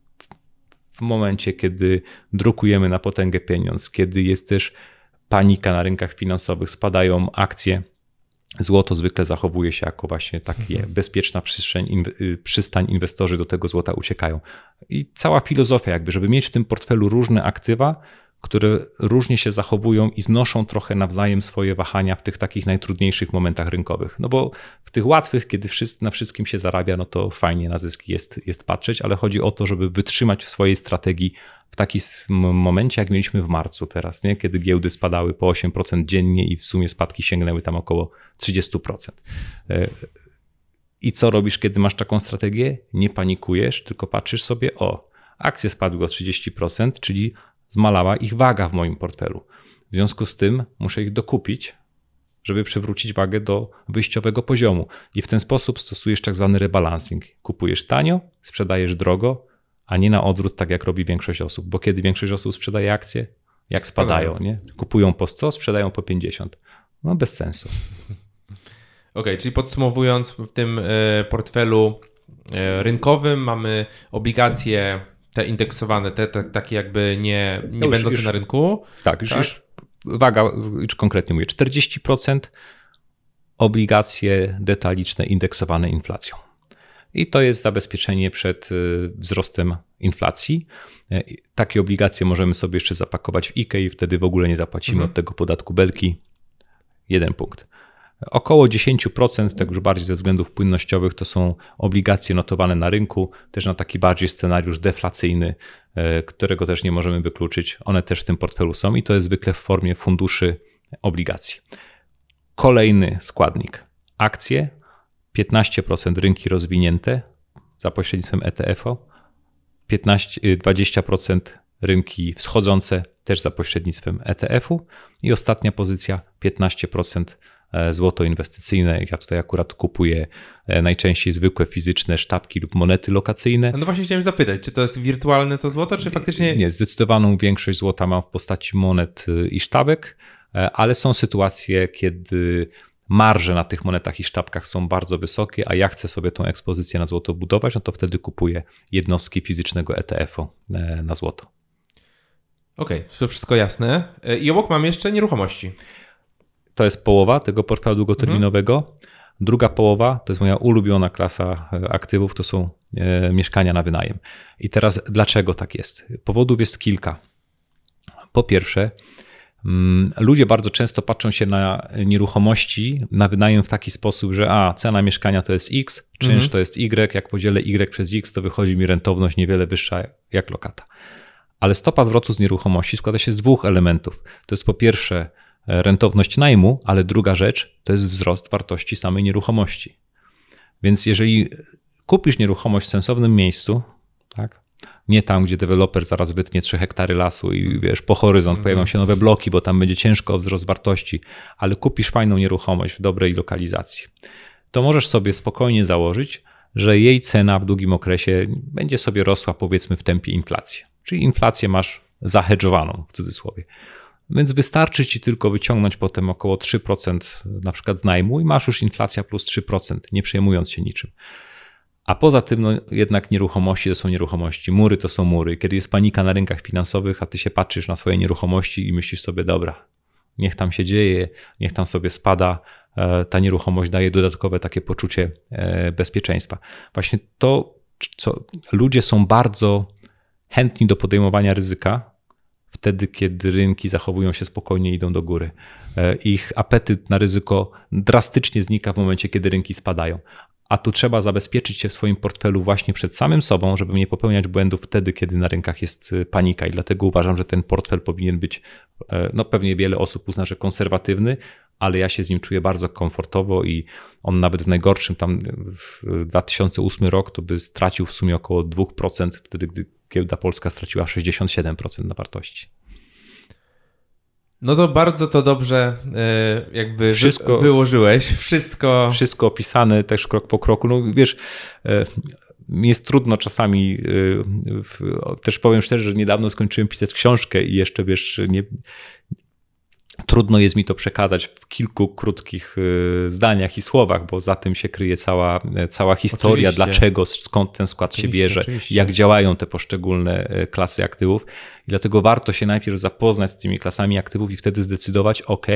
S2: w momencie, kiedy drukujemy na potęgę pieniądz, kiedy jest też panika na rynkach finansowych, spadają akcje, złoto zwykle zachowuje się jako właśnie taka mhm. bezpieczna przestrzeń, przystań, inwestorzy do tego złota uciekają. I cała filozofia jakby, żeby mieć w tym portfelu różne aktywa, które różnie się zachowują i znoszą trochę nawzajem swoje wahania w tych takich najtrudniejszych momentach rynkowych. No bo w tych łatwych, kiedy na wszystkim się zarabia, no to fajnie na zyski jest, jest patrzeć, ale chodzi o to, żeby wytrzymać w swojej strategii w takim momencie, jak mieliśmy w marcu teraz, nie? Kiedy giełdy spadały po osiem procent dziennie i w sumie spadki sięgnęły tam około trzydzieści procent. I co robisz, kiedy masz taką strategię? Nie panikujesz, tylko patrzysz sobie, o, akcje spadły o trzydzieści procent, czyli zmalała ich waga w moim portfelu. W związku z tym muszę ich dokupić, żeby przywrócić wagę do wyjściowego poziomu. I w ten sposób stosujesz tak zwany rebalancing. Kupujesz tanio, sprzedajesz drogo, a nie na odwrót, tak jak robi większość osób. Bo kiedy większość osób sprzedaje akcje, jak spadają, nie? Kupują po sto, sprzedają po pięćdziesiąt. No bez sensu.
S1: Okej, okay, czyli podsumowując, w tym portfelu rynkowym mamy obligacje te indeksowane, te, te takie jakby nie, nie już, będące już, na rynku.
S2: Tak, już, tak? już waga, już konkretnie mówię, czterdzieści procent obligacje detaliczne indeksowane inflacją. I to jest zabezpieczenie przed wzrostem inflacji. Takie obligacje możemy sobie jeszcze zapakować w I K E i wtedy w ogóle nie zapłacimy mhm. od tego podatku belki. Jeden punkt. Około dziesięć procent, tak już bardziej ze względów płynnościowych, to są obligacje notowane na rynku, też na taki bardziej scenariusz deflacyjny, którego też nie możemy wykluczyć. One też w tym portfelu są i to jest zwykle w formie funduszy obligacji. Kolejny składnik. Akcje, piętnaście procent rynki rozwinięte za pośrednictwem E T F-u, piętnaście, dwadzieścia procent rynki wschodzące też za pośrednictwem E T F-u i ostatnia pozycja piętnaście procent złoto inwestycyjne. Ja tutaj akurat kupuję najczęściej zwykłe fizyczne sztabki lub monety lokacyjne.
S1: No właśnie chciałem zapytać, czy to jest wirtualne to złoto, czy faktycznie...
S2: Nie, zdecydowaną większość złota mam w postaci monet i sztabek, ale są sytuacje, kiedy marże na tych monetach i sztabkach są bardzo wysokie, a ja chcę sobie tą ekspozycję na złoto budować, no to wtedy kupuję jednostki fizycznego E T F-u na złoto.
S1: Okej, okay, to wszystko jasne. I obok mam jeszcze nieruchomości.
S2: To jest połowa tego portfela długoterminowego. Mhm. Druga połowa to jest moja ulubiona klasa aktywów, to są e, mieszkania na wynajem. I teraz dlaczego tak jest? Powodów jest kilka. Po pierwsze, mm, ludzie bardzo często patrzą się na nieruchomości na wynajem w taki sposób, że a, cena mieszkania to jest X, czynsz mhm. to jest Y, jak podzielę Y przez X, to wychodzi mi rentowność niewiele wyższa jak lokata. Ale stopa zwrotu z nieruchomości składa się z dwóch elementów. To jest po pierwsze rentowność najmu, ale druga rzecz to jest wzrost wartości samej nieruchomości. Więc jeżeli kupisz nieruchomość w sensownym miejscu, tak, nie tam, gdzie deweloper zaraz wytnie trzy hektary lasu i wiesz, po horyzont mm-hmm. pojawią się nowe bloki, bo tam będzie ciężko o wzrost wartości, ale kupisz fajną nieruchomość w dobrej lokalizacji, to możesz sobie spokojnie założyć, że jej cena w długim okresie będzie sobie rosła powiedzmy w tempie inflacji. Czyli inflację masz zahedżowaną w cudzysłowie. Więc wystarczy ci tylko wyciągnąć potem około trzy procent na przykład z najmu i masz już inflacja plus trzy procent, nie przejmując się niczym. A poza tym no, jednak nieruchomości to są nieruchomości, mury to są mury. Kiedy jest panika na rynkach finansowych, a ty się patrzysz na swoje nieruchomości i myślisz sobie, dobra, niech tam się dzieje, niech tam sobie spada, ta nieruchomość daje dodatkowe takie poczucie bezpieczeństwa. Właśnie to, co ludzie są bardzo chętni do podejmowania ryzyka, wtedy, kiedy rynki zachowują się spokojnie i idą do góry. Ich apetyt na ryzyko drastycznie znika w momencie, kiedy rynki spadają. A tu trzeba zabezpieczyć się w swoim portfelu właśnie przed samym sobą, żeby nie popełniać błędów wtedy, kiedy na rynkach jest panika. I dlatego uważam, że ten portfel powinien być, no pewnie wiele osób uzna, że konserwatywny, ale ja się z nim czuję bardzo komfortowo i on nawet w najgorszym tam w dwa tysiące ósmy rok to by stracił w sumie około dwa procent, wtedy gdy giełda polska straciła sześćdziesiąt siedem procent na wartości.
S1: No to bardzo to dobrze jakby wszystko, wyłożyłeś. Wszystko...
S2: Wszystko opisane też krok po kroku. No wiesz, mi jest trudno czasami, też powiem szczerze, że niedawno skończyłem pisać książkę i jeszcze wiesz, nie... Trudno jest mi to przekazać w kilku krótkich zdaniach i słowach, bo za tym się kryje cała, cała historia, oczywiście. Dlaczego, skąd ten skład oczywiście, się bierze, oczywiście. Jak działają te poszczególne klasy aktywów. I dlatego warto się najpierw zapoznać z tymi klasami aktywów i wtedy zdecydować, ok,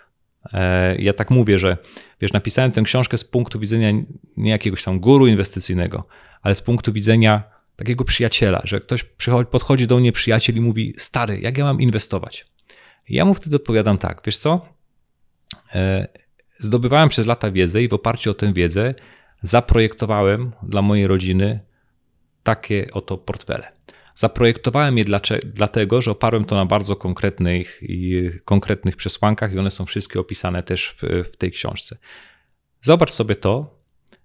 S2: ja tak mówię, że wiesz, napisałem tę książkę z punktu widzenia nie jakiegoś tam guru inwestycyjnego, ale z punktu widzenia takiego przyjaciela, że ktoś przychodzi, podchodzi do mnie przyjaciel i mówi, stary, jak ja mam inwestować? Ja mu wtedy odpowiadam tak, wiesz co, zdobywałem przez lata wiedzę i w oparciu o tę wiedzę zaprojektowałem dla mojej rodziny takie oto portfele. Zaprojektowałem je dlatego, że oparłem to na bardzo konkretnych, i konkretnych przesłankach i one są wszystkie opisane też w, w tej książce. Zobacz sobie to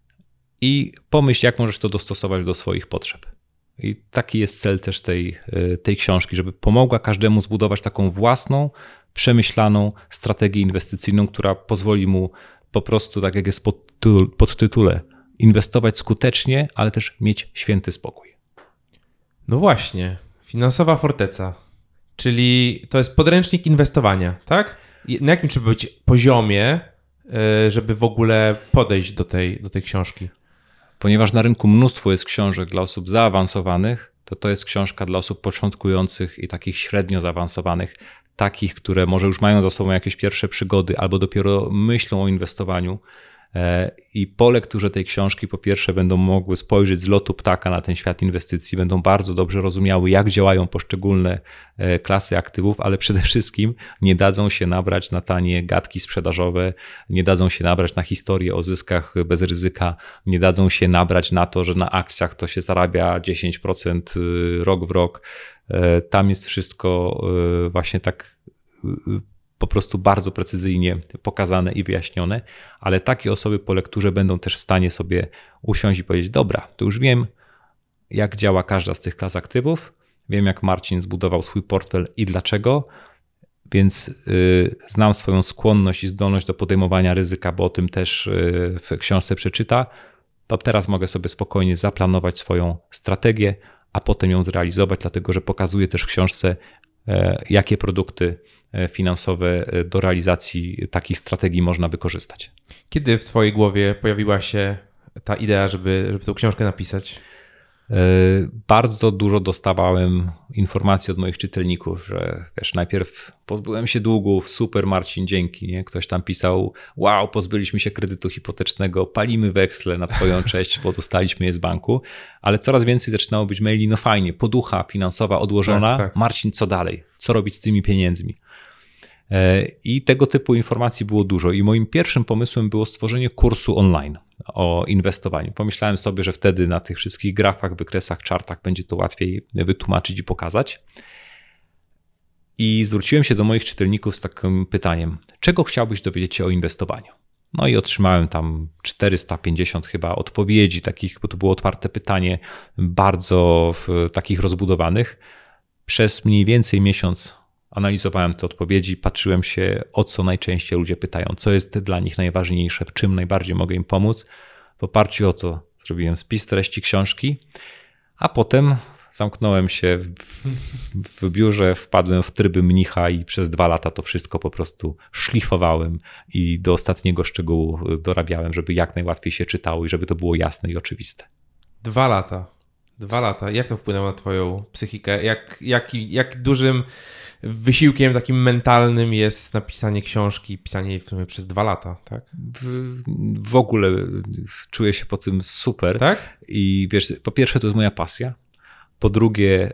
S2: i pomyśl, jak możesz to dostosować do swoich potrzeb. I taki jest cel też tej, tej książki, żeby pomogła każdemu zbudować taką własną, przemyślaną strategię inwestycyjną, która pozwoli mu po prostu, tak jak jest pod, pod tytule, inwestować skutecznie, ale też mieć święty spokój.
S1: No właśnie, finansowa forteca, czyli to jest podręcznik inwestowania, tak? Na jakim trzeba być poziomie, żeby w ogóle podejść do tej, do tej książki?
S2: Ponieważ na rynku mnóstwo jest książek dla osób zaawansowanych, to to jest książka dla osób początkujących i takich średnio zaawansowanych, takich, które może już mają za sobą jakieś pierwsze przygody albo dopiero myślą o inwestowaniu. I po lekturze tej książki po pierwsze będą mogły spojrzeć z lotu ptaka na ten świat inwestycji, będą bardzo dobrze rozumiały, jak działają poszczególne klasy aktywów, ale przede wszystkim nie dadzą się nabrać na tanie gadki sprzedażowe, nie dadzą się nabrać na historię o zyskach bez ryzyka, nie dadzą się nabrać na to, że na akcjach to się zarabia dziesięć procent rok w rok. Tam jest wszystko właśnie tak po prostu bardzo precyzyjnie pokazane i wyjaśnione, ale takie osoby po lekturze będą też w stanie sobie usiąść i powiedzieć, dobra, to już wiem, jak działa każda z tych klas aktywów, wiem, jak Marcin zbudował swój portfel i dlaczego, więc yy, znam swoją skłonność i zdolność do podejmowania ryzyka, bo o tym też yy, w książce przeczyta, to teraz mogę sobie spokojnie zaplanować swoją strategię, a potem ją zrealizować, dlatego że pokazuje też w książce, jakie produkty finansowe do realizacji takich strategii można wykorzystać.
S1: Kiedy w twojej głowie pojawiła się ta idea, żeby, żeby tą książkę napisać?
S2: Bardzo dużo dostawałem informacji od moich czytelników, że wiesz, najpierw pozbyłem się długów, super Marcin, dzięki. Nie? Ktoś tam pisał, wow, pozbyliśmy się kredytu hipotecznego, palimy weksle na twoją cześć, bo dostaliśmy je z banku, ale coraz więcej zaczynało być maili, no fajnie, poducha finansowa odłożona, tak, tak. Marcin, co dalej? Co robić z tymi pieniędzmi? I tego typu informacji było dużo i moim pierwszym pomysłem było stworzenie kursu online o inwestowaniu. Pomyślałem sobie, że wtedy na tych wszystkich grafach, wykresach, czartach będzie to łatwiej wytłumaczyć i pokazać. I zwróciłem się do moich czytelników z takim pytaniem, czego chciałbyś dowiedzieć się o inwestowaniu? No i otrzymałem tam czterysta pięćdziesiąt chyba odpowiedzi takich, bo to było otwarte pytanie, bardzo takich rozbudowanych. Przez mniej więcej miesiąc analizowałem te odpowiedzi, patrzyłem się, o co najczęściej ludzie pytają, co jest dla nich najważniejsze, w czym najbardziej mogę im pomóc. W oparciu o to zrobiłem spis treści książki, a potem zamknąłem się w, w biurze, wpadłem w tryby mnicha i przez dwa lata to wszystko po prostu szlifowałem i do ostatniego szczegółu dorabiałem, żeby jak najłatwiej się czytało i żeby to było jasne i oczywiste.
S1: Dwa lata. Dwa lata. Jak to wpłynęło na twoją psychikę? Jak, jak, jak dużym wysiłkiem takim mentalnym jest napisanie książki, pisanie jej w sumie przez dwa lata, tak?
S2: W, w ogóle czuję się po tym super.
S1: Tak?
S2: I wiesz, po pierwsze to jest moja pasja. Po drugie,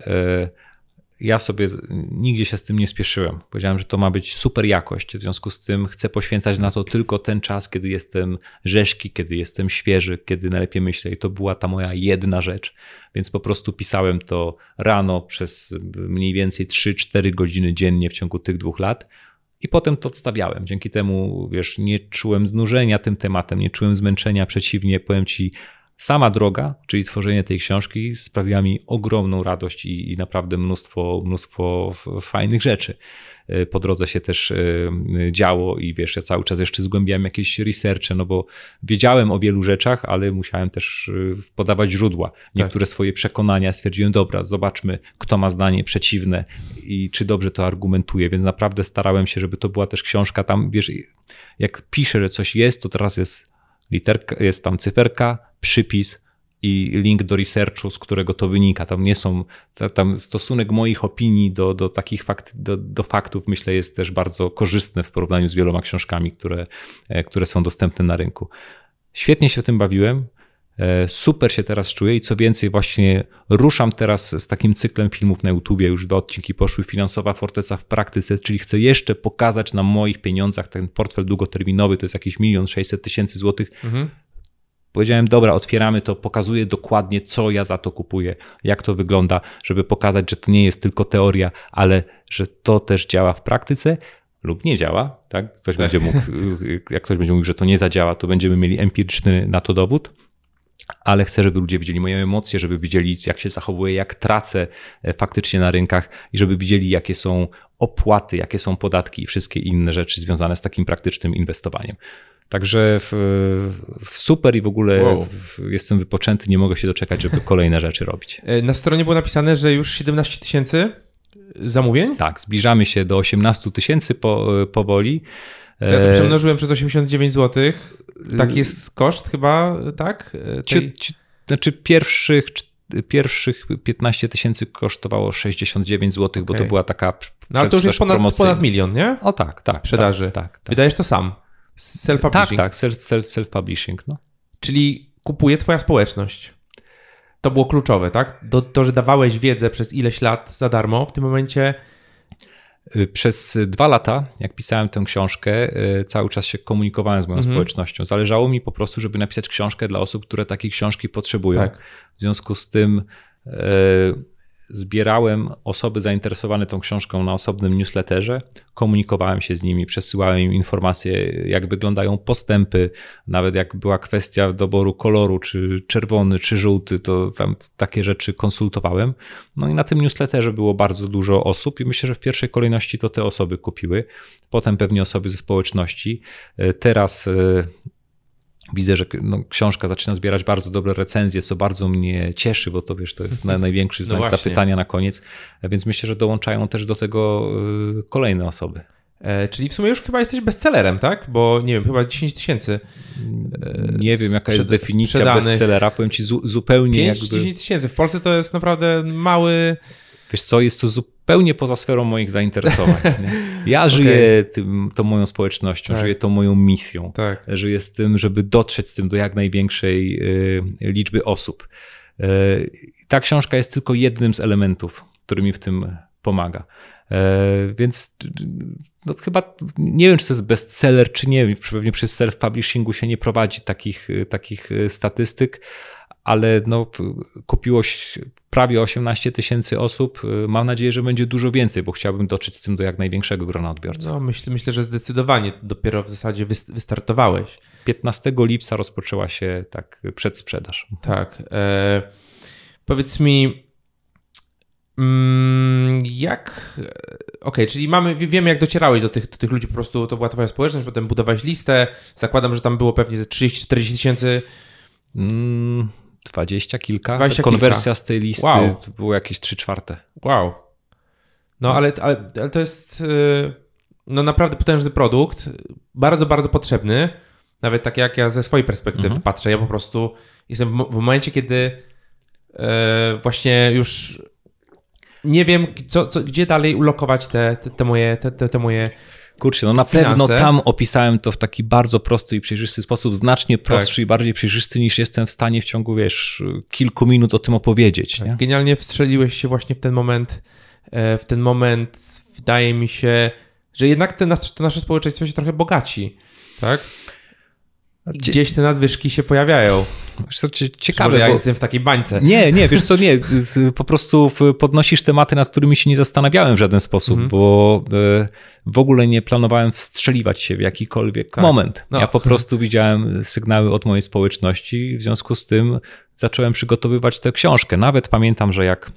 S2: ja sobie nigdzie się z tym nie spieszyłem. Powiedziałem, że to ma być super jakość. W związku z tym chcę poświęcać na to tylko ten czas, kiedy jestem rzeźki, kiedy jestem świeży, kiedy najlepiej myślę. I to była ta moja jedna rzecz. Więc po prostu pisałem to rano przez mniej więcej trzy cztery godziny dziennie w ciągu tych dwóch lat. I potem to odstawiałem. Dzięki temu, wiesz, nie czułem znużenia tym tematem, nie czułem zmęczenia. Przeciwnie, powiem ci, sama droga, czyli tworzenie tej książki sprawiła mi ogromną radość i, i naprawdę mnóstwo, mnóstwo fajnych rzeczy. Po drodze się też działo i wiesz, ja cały czas jeszcze zgłębiałem jakieś researche, no bo wiedziałem o wielu rzeczach, ale musiałem też podawać źródła. Niektóre tak. swoje przekonania stwierdziłem, dobra, zobaczmy, kto ma zdanie przeciwne i czy dobrze to argumentuje, więc naprawdę starałem się, żeby to była też książka tam, wiesz, jak piszę, że coś jest, to teraz jest literka, jest tam cyferka, przypis i link do researchu, z którego to wynika. Tam nie są, tam stosunek moich opinii do, do takich fakt, do, do faktów, myślę, jest też bardzo korzystny w porównaniu z wieloma książkami, które, które są dostępne na rynku. Świetnie się w tym bawiłem, super się teraz czuję i co więcej, właśnie ruszam teraz z takim cyklem filmów na YouTubie, już dwa odcinki poszły, Finansowa Forteca w praktyce, czyli chcę jeszcze pokazać na moich pieniądzach ten portfel długoterminowy, to jest jakieś milion sześćset tysięcy złotych. Mhm. Powiedziałem, dobra, otwieramy to, pokazuję dokładnie, co ja za to kupuję, jak to wygląda, żeby pokazać, że to nie jest tylko teoria, ale że to też działa w praktyce lub nie działa. Tak? Ktoś tak. będzie mógł, jak ktoś będzie mówił, że to nie zadziała, to będziemy mieli empiryczny na to dowód. Ale chcę, żeby ludzie widzieli moje emocje, żeby widzieli, jak się zachowuję, jak tracę faktycznie na rynkach i żeby widzieli, jakie są opłaty, jakie są podatki i wszystkie inne rzeczy związane z takim praktycznym inwestowaniem. Także w, w super i w ogóle wow. w, jestem wypoczęty, nie mogę się doczekać, żeby kolejne rzeczy robić.
S1: Na stronie było napisane, że już siedemnaście tysięcy zamówień?
S2: Tak, zbliżamy się do osiemnaście tysięcy po, powoli.
S1: Ja to przemnożyłem przez osiemdziesiąt dziewięć złotych. Tak jest koszt chyba, tak? Tej...
S2: Czy, czy, znaczy pierwszych, pierwszych piętnaście tysięcy kosztowało sześćdziesiąt dziewięć złotych, okay. bo to była taka
S1: no, ale to już jest ponad, ponad milion, nie?
S2: O tak, tak.
S1: Sprzedaży.
S2: Tak, tak, tak.
S1: Wydajesz to sam? Self-publishing?
S2: Tak, tak, self-publishing. No.
S1: Czyli kupuje twoja społeczność. To było kluczowe, tak? Do, to, że dawałeś wiedzę przez ileś lat za darmo, w tym momencie...
S2: Przez dwa lata, jak pisałem tę książkę, cały czas się komunikowałem z moją mhm. społecznością. Zależało mi po prostu, żeby napisać książkę dla osób, które takiej książki potrzebują. Tak. W związku z tym e, zbierałem osoby zainteresowane tą książką na osobnym newsletterze, komunikowałem się z nimi, przesyłałem im informacje, jak wyglądają postępy, nawet jak była kwestia doboru koloru, czy czerwony, czy żółty, to tam takie rzeczy konsultowałem. No i na tym newsletterze było bardzo dużo osób i myślę, że w pierwszej kolejności to te osoby kupiły, potem pewnie osoby ze społeczności. Teraz widzę, że no, książka zaczyna zbierać bardzo dobre recenzje, co bardzo mnie cieszy, bo to wiesz, to jest największy znak no zapytania na koniec, więc myślę, że dołączają też do tego kolejne osoby.
S1: E, czyli w sumie już chyba jesteś bestsellerem, tak? Bo nie wiem, chyba dziesięć tysięcy.
S2: E, nie wiem, jaka jest definicja bestsellera. Powiem ci zu, zupełnie
S1: pięć
S2: jakby...
S1: dziesięć tysięcy. W Polsce to jest naprawdę mały...
S2: Wiesz co, jest to zupełnie poza sferą moich zainteresowań. Nie? Ja żyję okay. tym, tą moją społecznością, tak. żyję tą moją misją.
S1: Tak.
S2: Żyję z tym, żeby dotrzeć z tym do jak największej y, liczby osób. Y, ta książka jest tylko jednym z elementów, który mi w tym pomaga. Y, więc no, chyba nie wiem, czy to jest bestseller, czy nie. Pewnie przy self-publishingu się nie prowadzi takich, takich statystyk, ale no, kupiło prawie osiemnaście tysięcy osób. Mam nadzieję, że będzie dużo więcej, bo chciałbym dotrzeć z tym do jak największego grona odbiorców.
S1: No, myślę, myślę, że zdecydowanie dopiero w zasadzie wystartowałeś.
S2: piętnastego lipca rozpoczęła się tak przedsprzedaż.
S1: Tak. E, powiedz mi, mm, jak... Okej, okay, czyli mamy, wiemy, jak docierałeś do tych, do tych ludzi, po prostu to była twoja społeczność, potem budowałeś listę. Zakładam, że tam było pewnie ze trzydzieści czterdzieści tysięcy...
S2: Mm. Dwadzieścia kilka.
S1: dwadzieścia
S2: Konwersja
S1: kilka.
S2: z tej listy
S1: Wow.
S2: to było jakieś trzy czwarte.
S1: Wow. No ale, ale, ale to jest no naprawdę potężny produkt, bardzo, bardzo potrzebny. Nawet tak jak ja ze swojej perspektywy mhm. patrzę, ja po prostu jestem w, w momencie, kiedy e, właśnie już nie wiem, co, co, gdzie dalej ulokować te, te, te moje te, te, te moje
S2: Kurczę, no na
S1: finanse.
S2: pewno tam opisałem to w taki bardzo prosty i przejrzysty sposób, znacznie prostszy tak. i bardziej przejrzysty niż jestem w stanie w ciągu, wiesz, kilku minut o tym opowiedzieć.
S1: Tak.
S2: Nie?
S1: Genialnie wstrzeliłeś się właśnie w ten moment, w ten moment wydaje mi się, że jednak te, to nasze społeczeństwo się trochę bogaci, tak? Gdzieś te nadwyżki się pojawiają.
S2: Wiesz co, ciekawe,
S1: ja
S2: bo...
S1: jestem w takiej bańce.
S2: Nie, nie, wiesz co, nie. Po prostu podnosisz tematy, nad którymi się nie zastanawiałem w żaden sposób, mhm. bo w ogóle nie planowałem wstrzeliwać się w jakikolwiek tak. moment. No. Ja po prostu widziałem sygnały od mojej społeczności, w związku z tym zacząłem przygotowywać tę książkę. Nawet pamiętam, że jak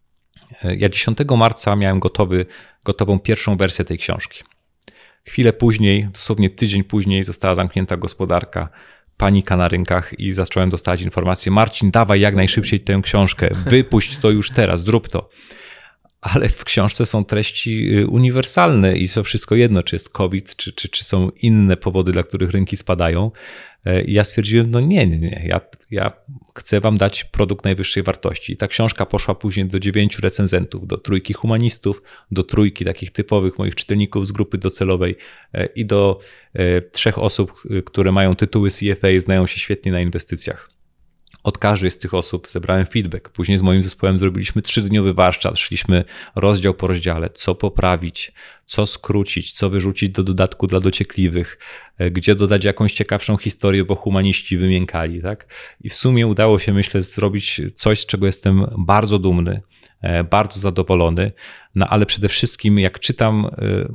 S2: ja dziesiątego marca miałem gotowy, gotową pierwszą wersję tej książki. Chwilę później, dosłownie tydzień później została zamknięta gospodarka, panika na rynkach i zacząłem dostawać informacje: Marcin, dawaj jak najszybciej tę książkę, wypuść to już teraz, zrób to. Ale w książce są treści uniwersalne i to wszystko jedno, czy jest COVID, czy, czy, czy są inne powody, dla których rynki spadają. I ja stwierdziłem, no nie, nie, nie, ja, ja chcę wam dać produkt najwyższej wartości. I ta książka poszła później do dziewięciu recenzentów, do trójki humanistów, do trójki takich typowych moich czytelników z grupy docelowej i do trzech osób, które mają tytuły C F A, znają się świetnie na inwestycjach. Od każdej z tych osób zebrałem feedback. Później z moim zespołem zrobiliśmy trzydniowy warsztat. Szliśmy rozdział po rozdziale, co poprawić, co skrócić, co wyrzucić do dodatku dla dociekliwych, gdzie dodać jakąś ciekawszą historię, bo humaniści wymiękali. Tak? I w sumie udało się, myślę, zrobić coś, z czego jestem bardzo dumny, bardzo zadowolony. No ale przede wszystkim jak czytam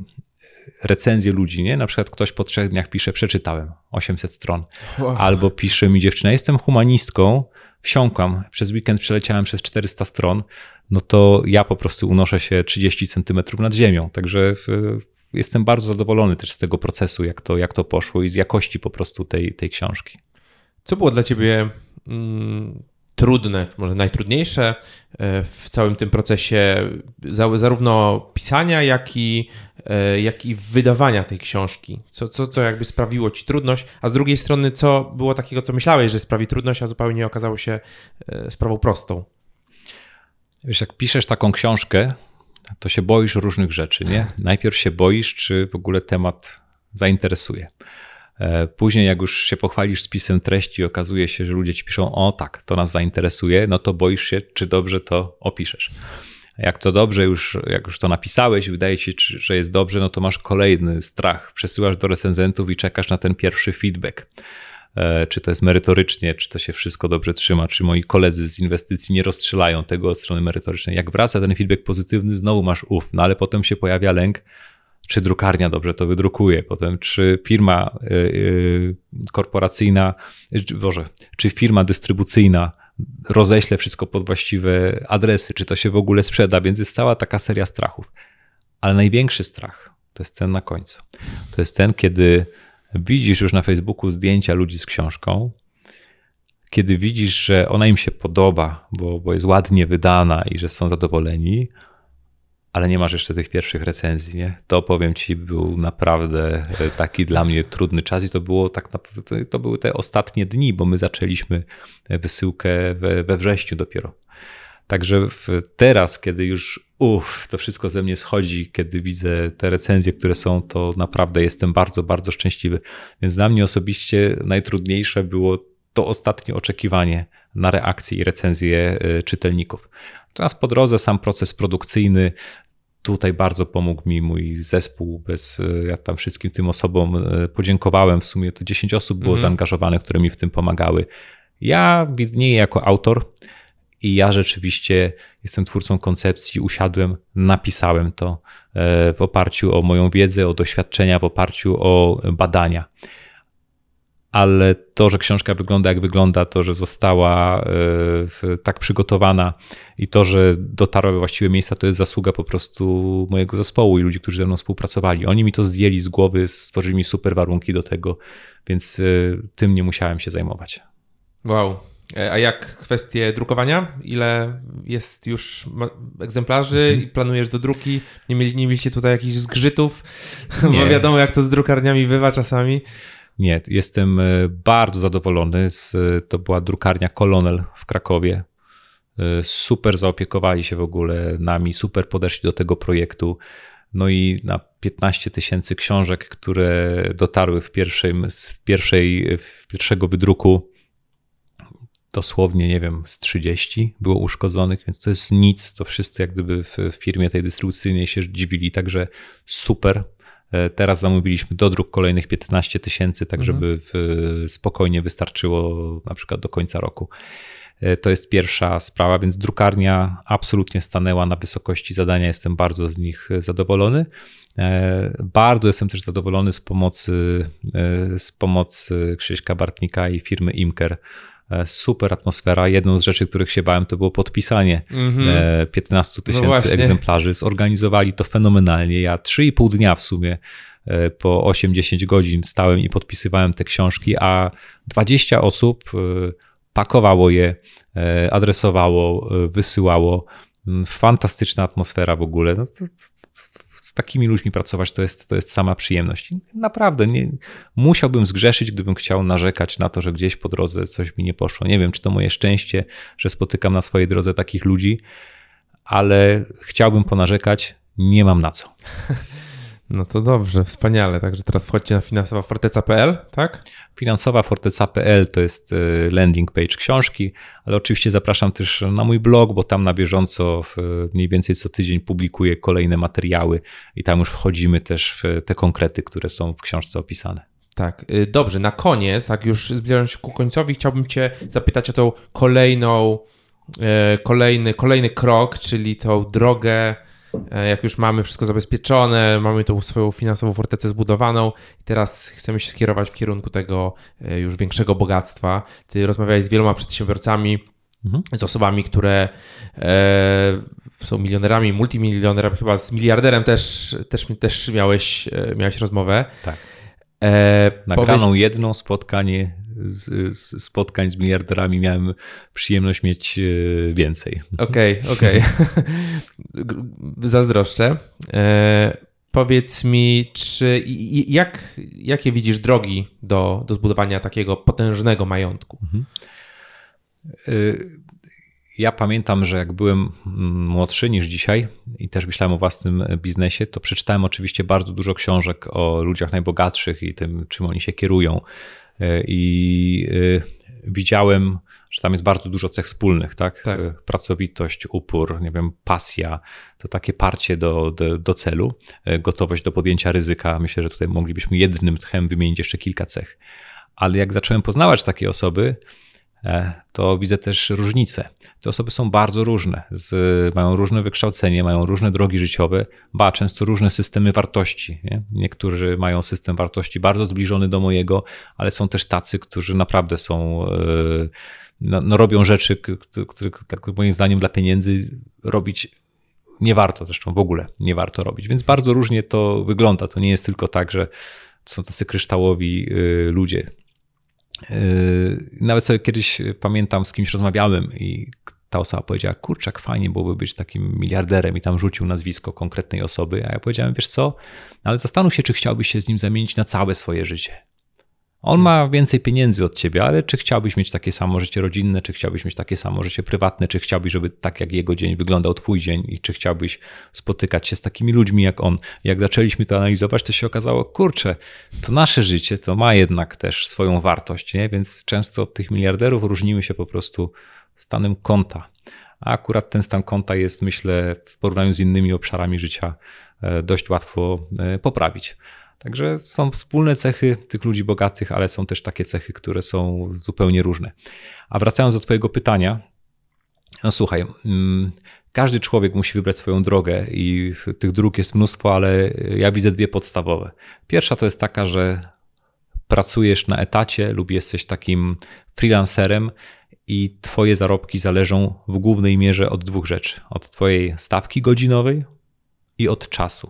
S2: recenzje ludzi, nie? Na przykład ktoś po trzech dniach pisze: przeczytałem osiemset stron. Wow. Albo pisze mi dziewczyna: jestem humanistką, wsiąkłam, przez weekend przeleciałem przez czterysta stron, no to ja po prostu unoszę się trzydzieści centymetrów nad ziemią. Także jestem bardzo zadowolony też z tego procesu, jak to, jak to poszło i z jakości po prostu tej, tej książki.
S1: Co było dla ciebie mm, trudne, może najtrudniejsze w całym tym procesie zarówno pisania, jak i, jak i wydawania tej książki? Co, co, co jakby sprawiło ci trudność, a z drugiej strony co było takiego, co myślałeś, że sprawi trudność, a zupełnie okazało się sprawą prostą?
S2: Wiesz, jak piszesz taką książkę, to się boisz różnych rzeczy, nie? Najpierw się boisz, czy w ogóle temat zainteresuje. Później jak już się pochwalisz spisem treści i okazuje się, że ludzie ci piszą: o tak, to nas zainteresuje, no to boisz się, czy dobrze to opiszesz. Jak to dobrze już, jak już to napisałeś, wydaje ci się, że jest dobrze, no to masz kolejny strach. Przesyłasz do recenzentów i czekasz na ten pierwszy feedback. Czy to jest merytorycznie, czy to się wszystko dobrze trzyma, czy moi koledzy z inwestycji nie rozstrzelają tego od strony merytorycznej. Jak wraca ten feedback pozytywny, znowu masz uf, no ale potem się pojawia lęk, czy drukarnia dobrze to wydrukuje, potem czy firma yy, korporacyjna, Boże, czy firma dystrybucyjna roześle wszystko pod właściwe adresy, czy to się w ogóle sprzeda, więc jest cała taka seria strachów. Ale największy strach to jest ten na końcu. To jest ten, kiedy widzisz już na Facebooku zdjęcia ludzi z książką, kiedy widzisz, że ona im się podoba, bo, bo jest ładnie wydana i że są zadowoleni, ale nie masz jeszcze tych pierwszych recenzji, nie? To powiem ci, był naprawdę taki dla mnie trudny czas i to było tak naprawdę, to były te ostatnie dni, bo my zaczęliśmy wysyłkę we, we wrześniu dopiero. Także teraz, kiedy już uff, to wszystko ze mnie schodzi, kiedy widzę te recenzje, które są, to naprawdę jestem bardzo, bardzo szczęśliwy. Więc dla mnie osobiście najtrudniejsze było to ostatnie oczekiwanie na reakcje i recenzje czytelników. Teraz po drodze sam proces produkcyjny, tutaj bardzo pomógł mi mój zespół, bez, ja tam wszystkim tym osobom podziękowałem, w sumie to dziesięć osób było mm. zaangażowanych, które mi w tym pomagały. Ja widnieję jako autor i ja rzeczywiście jestem twórcą koncepcji, usiadłem, napisałem to w oparciu o moją wiedzę, o doświadczenia, w oparciu o badania. Ale to, że książka wygląda jak wygląda, to, że została tak przygotowana i to, że dotarła we właściwe miejsca, to jest zasługa po prostu mojego zespołu i ludzi, którzy ze mną współpracowali. Oni mi to zdjęli z głowy, stworzyli mi super warunki do tego, więc tym nie musiałem się zajmować.
S1: Wow. A jak kwestie drukowania? Ile jest już egzemplarzy mhm. i planujesz do druki? Nie, mieli, nie mieliście tutaj jakichś zgrzytów? Nie. Bo wiadomo, jak to z drukarniami bywa czasami.
S2: Nie, jestem bardzo zadowolony. Z, to była drukarnia Kolonel w Krakowie. Super zaopiekowali się w ogóle nami, super podeszli do tego projektu. No i na piętnaście tysięcy książek, które dotarły w, pierwszej, w, pierwszej, w pierwszego wydruku, dosłownie, nie wiem, z trzydzieści było uszkodzonych, więc to jest nic. To wszyscy jak gdyby w firmie tej dystrybucyjnej się dziwili, także super. Teraz zamówiliśmy dodruk kolejnych piętnaście tysięcy, tak żeby w, spokojnie wystarczyło na przykład do końca roku. To jest pierwsza sprawa, więc drukarnia absolutnie stanęła na wysokości zadania. Jestem bardzo z nich zadowolony. Bardzo jestem też zadowolony z pomocy, z pomocy Krzyśka Bartnika i firmy Imker. Super atmosfera. Jedną z rzeczy, których się bałem, to było podpisanie mm-hmm. piętnaście tysięcy no egzemplarzy. Zorganizowali to fenomenalnie. Ja trzy i pół dnia w sumie po osiem dziesięć godzin stałem i podpisywałem te książki, a dwadzieścia osób pakowało je, adresowało, wysyłało. Fantastyczna atmosfera w ogóle. No to, to, to, z takimi ludźmi pracować to jest, to jest sama przyjemność. Naprawdę nie, musiałbym zgrzeszyć, gdybym chciał narzekać na to, że gdzieś po drodze coś mi nie poszło. Nie wiem, czy to moje szczęście, że spotykam na swojej drodze takich ludzi, ale chciałbym ponarzekać, nie mam na co.
S1: No to dobrze, wspaniale. Także teraz wchodźcie na finansowa forteca kropka p l, tak?
S2: finansowa forteca kropka p l to jest landing page książki, ale oczywiście zapraszam też na mój blog, bo tam na bieżąco mniej więcej co tydzień publikuję kolejne materiały i tam już wchodzimy też w te konkrety, które są w książce opisane.
S1: Tak, dobrze. Na koniec, tak już zbliżając się ku końcowi, chciałbym Cię zapytać o tą kolejną, kolejny, kolejny krok, czyli tą drogę, jak już mamy wszystko zabezpieczone, mamy tą swoją finansową fortecę zbudowaną i teraz chcemy się skierować w kierunku tego już większego bogactwa. Ty rozmawiałeś z wieloma przedsiębiorcami, mhm. z osobami, które e, są milionerami, multimilionerami, chyba z miliarderem też, też, też miałeś, miałeś rozmowę.
S2: Tak. E, Nagraną powiedz... jedno spotkanie Z, z spotkań z miliarderami miałem przyjemność mieć więcej.
S1: Okej, okay, okej. Okay. Zazdroszczę. E, powiedz mi, czy jak, jakie widzisz drogi do, do zbudowania takiego potężnego majątku? Mhm.
S2: Ja pamiętam, że jak byłem młodszy niż dzisiaj i też myślałem o własnym biznesie, to przeczytałem oczywiście bardzo dużo książek o ludziach najbogatszych i tym, czym oni się kierują. I widziałem, że tam jest bardzo dużo cech wspólnych, tak?
S1: tak.
S2: Pracowitość, upór, nie wiem, pasja, to takie parcie do, do, do celu, gotowość do podjęcia ryzyka. Myślę, że tutaj moglibyśmy jednym tchem wymienić jeszcze kilka cech. Ale jak zacząłem poznawać takie osoby, to widzę też różnice. Te osoby są bardzo różne, z, mają różne wykształcenie, mają różne drogi życiowe, ba, często różne systemy wartości. Nie? Niektórzy mają system wartości bardzo zbliżony do mojego, ale są też tacy, którzy naprawdę są, no, no robią rzeczy, które tak moim zdaniem dla pieniędzy robić nie warto, zresztą w ogóle nie warto robić. Więc bardzo różnie to wygląda. To nie jest tylko tak, że są tacy kryształowi ludzie. Nawet sobie kiedyś pamiętam, z kimś rozmawiałem i ta osoba powiedziała, kurczak, fajnie byłoby być takim miliarderem i tam rzucił nazwisko konkretnej osoby, a ja powiedziałem, wiesz co, ale zastanów się, czy chciałbyś się z nim zamienić na całe swoje życie. On ma więcej pieniędzy od ciebie, ale czy chciałbyś mieć takie samo życie rodzinne, czy chciałbyś mieć takie samo życie prywatne, czy chciałbyś, żeby tak jak jego dzień wyglądał twój dzień i czy chciałbyś spotykać się z takimi ludźmi jak on. Jak zaczęliśmy to analizować, to się okazało, kurczę, to nasze życie to ma jednak też swoją wartość, nie? Więc często od tych miliarderów różnimy się po prostu stanem konta. A akurat ten stan konta jest, myślę, w porównaniu z innymi obszarami życia dość łatwo poprawić. Także są wspólne cechy tych ludzi bogatych, ale są też takie cechy, które są zupełnie różne. A wracając do twojego pytania, no słuchaj, każdy człowiek musi wybrać swoją drogę i tych dróg jest mnóstwo, ale ja widzę dwie podstawowe. Pierwsza to jest taka, że pracujesz na etacie lub jesteś takim freelancerem i twoje zarobki zależą w głównej mierze od dwóch rzeczy. Od twojej stawki godzinowej i od czasu.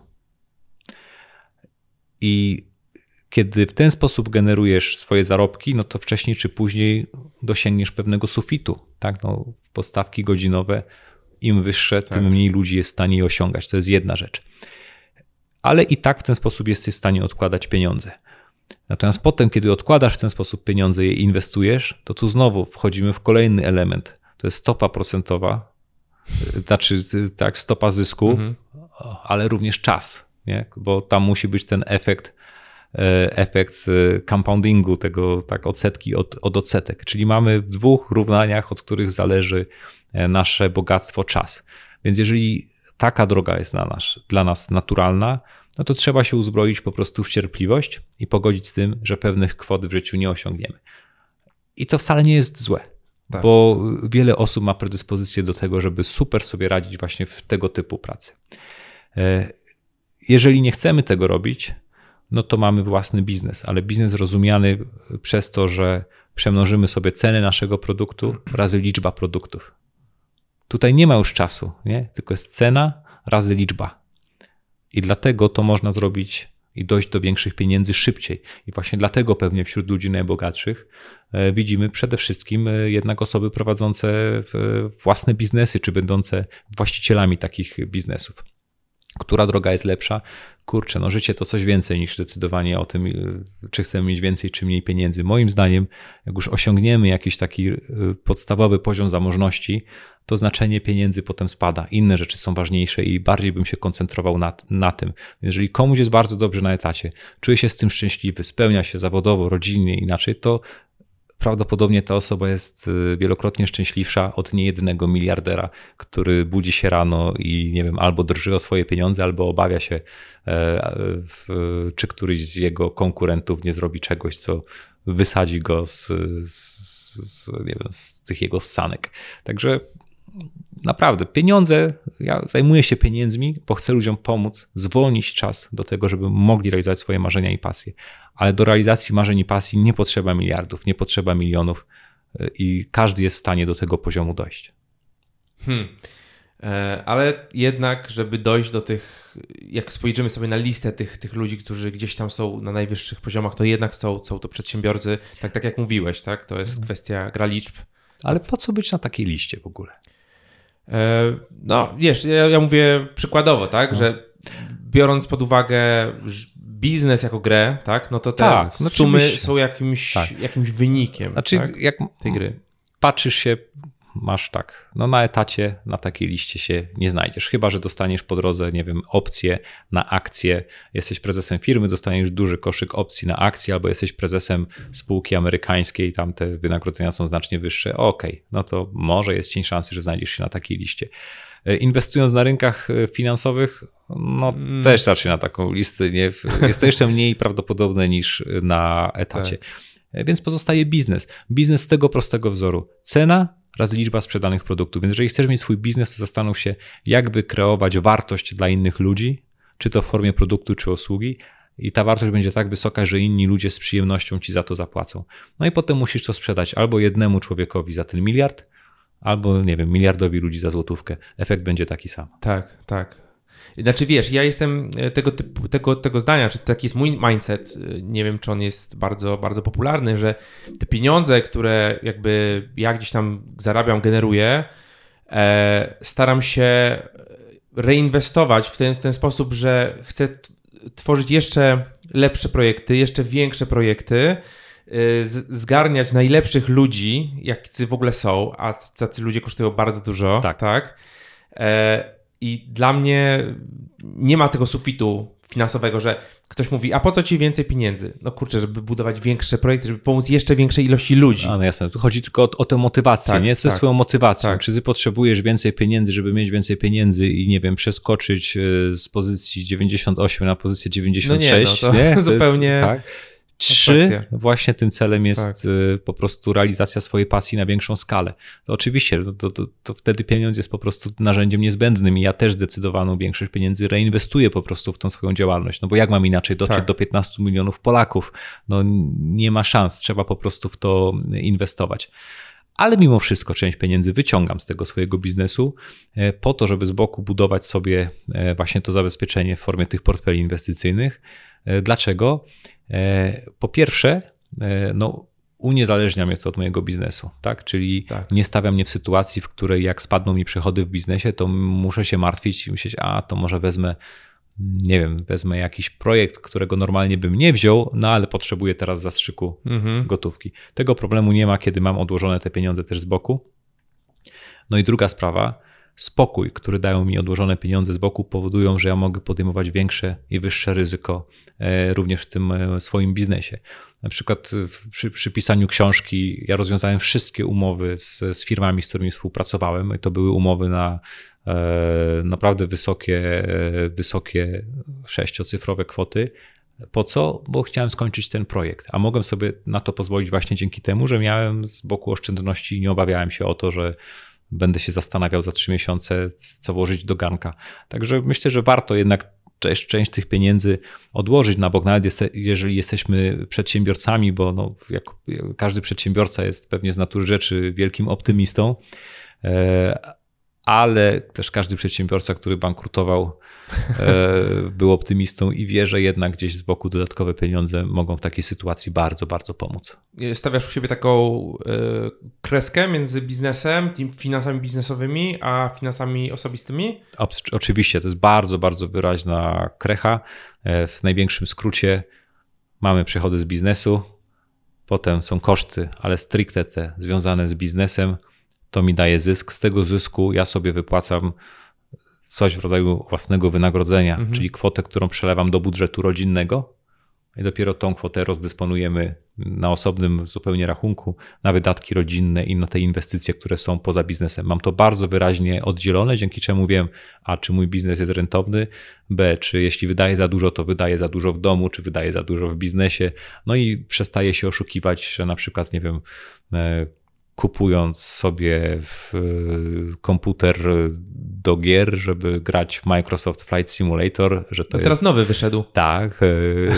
S2: I kiedy w ten sposób generujesz swoje zarobki, no to wcześniej czy później dosięgniesz pewnego sufitu. Tak? No, postawki godzinowe, im wyższe, tak. tym mniej ludzi jest w stanie je osiągać. To jest jedna rzecz. Ale i tak w ten sposób jesteś w stanie odkładać pieniądze. Natomiast potem, kiedy odkładasz w ten sposób pieniądze i inwestujesz, to tu znowu wchodzimy w kolejny element. To jest stopa procentowa, znaczy tak, stopa zysku, mhm. ale również czas. Nie? Bo tam musi być ten efekt, efekt compoundingu, tego tak odsetki od, od odsetek. Czyli mamy w dwóch równaniach, od których zależy nasze bogactwo, czas. Więc jeżeli taka droga jest dla nas, dla nas naturalna, no to trzeba się uzbroić po prostu w cierpliwość i pogodzić z tym, że pewnych kwot w życiu nie osiągniemy. I to wcale nie jest złe, tak. bo wiele osób ma predyspozycję do tego, żeby super sobie radzić właśnie w tego typu pracy. Jeżeli nie chcemy tego robić, no to mamy własny biznes, ale biznes rozumiany przez to, że przemnożymy sobie cenę naszego produktu razy liczba produktów. Tutaj nie ma już czasu, nie? Tylko jest cena razy liczba. I dlatego to można zrobić i dojść do większych pieniędzy szybciej. I właśnie dlatego pewnie wśród ludzi najbogatszych widzimy przede wszystkim jednak osoby prowadzące własne biznesy, czy będące właścicielami takich biznesów. Która droga jest lepsza? Kurczę, no życie to coś więcej niż decydowanie o tym, czy chcemy mieć więcej, czy mniej pieniędzy. Moim zdaniem, jak już osiągniemy jakiś taki podstawowy poziom zamożności, to znaczenie pieniędzy potem spada. Inne rzeczy są ważniejsze i bardziej bym się koncentrował na, na tym. Jeżeli komuś jest bardzo dobrze na etacie, czuje się z tym szczęśliwy, spełnia się zawodowo, rodzinnie, inaczej, to prawdopodobnie ta osoba jest wielokrotnie szczęśliwsza od niejednego miliardera, który budzi się rano i nie wiem, albo drży o swoje pieniądze, albo obawia się, czy któryś z jego konkurentów nie zrobi czegoś, co wysadzi go z, z, z, nie wiem, z tych jego ssanek. Także naprawdę pieniądze, ja zajmuję się pieniędzmi, bo chcę ludziom pomóc, zwolnić czas do tego, żeby mogli realizować swoje marzenia i pasje. Ale do realizacji marzeń i pasji nie potrzeba miliardów, nie potrzeba milionów i każdy jest w stanie do tego poziomu dojść.
S1: Hmm. Ale jednak, żeby dojść do tych, jak spojrzymy sobie na listę tych, tych ludzi, którzy gdzieś tam są na najwyższych poziomach, to jednak są, są to przedsiębiorcy, tak, tak jak mówiłeś, tak? To jest hmm. kwestia gra liczb.
S2: Ale po co być na takiej liście w ogóle?
S1: No wiesz, ja, ja mówię przykładowo, tak, no. że biorąc pod uwagę biznes jako grę, tak, no to te tak, no sumy oczywiście. są jakimś, tak. jakimś wynikiem
S2: znaczy,
S1: tak,
S2: jak
S1: tej gry.
S2: Patrzysz się, masz tak, no na etacie na takiej liście się nie znajdziesz, chyba że dostaniesz po drodze, nie wiem, opcje na akcje, jesteś prezesem firmy, dostaniesz duży koszyk opcji na akcje, albo jesteś prezesem spółki amerykańskiej, tam te wynagrodzenia są znacznie wyższe, okej, okay, no to może jest cień szansy, że znajdziesz się na takiej liście. Inwestując na rynkach finansowych, no mm. też raczej na taką listę nie, jest to jeszcze mniej prawdopodobne niż na etacie. Tak. Więc pozostaje biznes. Biznes z tego prostego wzoru. Cena razy liczba sprzedanych produktów. Więc jeżeli chcesz mieć swój biznes, to zastanów się, jakby kreować wartość dla innych ludzi, czy to w formie produktu, czy usługi. I ta wartość będzie tak wysoka, że inni ludzie z przyjemnością ci za to zapłacą. No i potem musisz to sprzedać albo jednemu człowiekowi za ten miliard, albo nie wiem, miliardowi ludzi za złotówkę. Efekt będzie taki sam.
S1: Tak, tak. Znaczy wiesz, ja jestem tego typu, tego, tego zdania, czy taki jest mój mindset, nie wiem, czy on jest bardzo, bardzo popularny, że te pieniądze, które jakby ja gdzieś tam zarabiam, generuję, e, staram się reinwestować w ten, w ten sposób, że chcę t- tworzyć jeszcze lepsze projekty, jeszcze większe projekty, y, z- zgarniać najlepszych ludzi, jacy w ogóle są, a tacy ludzie kosztują bardzo dużo.
S2: Tak.
S1: tak? E, I dla mnie nie ma tego sufitu finansowego, że ktoś mówi, a po co ci więcej pieniędzy? No kurczę, żeby budować większe projekty, żeby pomóc jeszcze większej ilości ludzi.
S2: A no jasne, tu chodzi tylko o, o tę motywację,
S1: Tak,
S2: nie? Co
S1: tak,
S2: jest twoją motywacją?
S1: tak.
S2: Czy ty potrzebujesz więcej pieniędzy, żeby mieć więcej pieniędzy i nie wiem, przeskoczyć y, z pozycji dziewięćdziesiąt osiem na pozycję dziewięćdziesiąt sześć?
S1: No nie, no to
S2: nie?
S1: zupełnie
S2: jest, tak? Trzy,
S1: abstrakcja.
S2: właśnie tym celem jest
S1: Tak.
S2: y, po prostu realizacja swojej pasji na większą skalę. To oczywiście, to, to, to wtedy pieniądz jest po prostu narzędziem niezbędnym i ja też zdecydowaną większość pieniędzy reinwestuję po prostu w tą swoją działalność. No bo jak mam inaczej dotrzeć
S1: Tak.
S2: do piętnastu milionów Polaków? No nie ma szans, trzeba po prostu w to inwestować. Ale mimo wszystko część pieniędzy wyciągam z tego swojego biznesu e, po to, żeby z boku budować sobie e, właśnie to zabezpieczenie w formie tych portfeli inwestycyjnych. E, Dlaczego? E, Po pierwsze, e, no, uniezależnia mnie to od mojego biznesu, tak? Czyli
S1: Tak.
S2: nie stawia mnie w sytuacji, w której jak spadną mi przychody w biznesie, to muszę się martwić i myśleć, a to może wezmę, nie wiem, wezmę jakiś projekt, którego normalnie bym nie wziął, no ale potrzebuję teraz zastrzyku
S1: Mhm.
S2: gotówki. Tego problemu nie ma, kiedy mam odłożone te pieniądze też z boku. No i druga sprawa, spokój, który dają mi odłożone pieniądze z boku, powodują, że ja mogę podejmować większe i wyższe ryzyko e, również w tym e, swoim biznesie. Na przykład w- przy, przy pisaniu książki ja rozwiązałem wszystkie umowy z, z firmami, z którymi współpracowałem i to były umowy na e, naprawdę wysokie, e, wysokie sześciocyfrowe kwoty. Po co? Bo chciałem skończyć ten projekt, a mogłem sobie na to pozwolić właśnie dzięki temu, że miałem z boku oszczędności i nie obawiałem się o to, że będę się zastanawiał za trzy miesiące, co włożyć do garnka. Także myślę, że warto jednak część, część tych pieniędzy odłożyć na bok, nawet jest, jeżeli jesteśmy przedsiębiorcami, bo no, jak każdy przedsiębiorca jest pewnie z natury rzeczy wielkim optymistą, e, ale też każdy przedsiębiorca, który bankrutował, e, był optymistą i wie, że jednak gdzieś z boku dodatkowe pieniądze mogą w takiej sytuacji bardzo, bardzo pomóc.
S1: Stawiasz u siebie taką y, kreskę między biznesem, tymi finansami biznesowymi, a finansami osobistymi?
S2: Obs- Oczywiście, to jest bardzo, bardzo wyraźna krecha. E, W największym skrócie mamy przychody z biznesu, potem są koszty, ale stricte te związane z biznesem, to mi daje zysk. Z tego zysku ja sobie wypłacam coś w rodzaju własnego wynagrodzenia,
S1: Mhm.
S2: czyli kwotę, którą przelewam do budżetu rodzinnego i dopiero tą kwotę rozdysponujemy na osobnym zupełnie rachunku na wydatki rodzinne i na te inwestycje, które są poza biznesem. Mam to bardzo wyraźnie oddzielone, dzięki czemu wiem, a czy mój biznes jest rentowny, b, czy jeśli wydaję za dużo, to wydaję za dużo w domu, czy wydaję za dużo w biznesie, no i przestaję się oszukiwać, że na przykład, nie wiem, e, kupując sobie w komputer do gier, żeby grać w Microsoft Flight Simulator, że to
S1: No teraz
S2: jest...
S1: nowy wyszedł.
S2: Tak, e,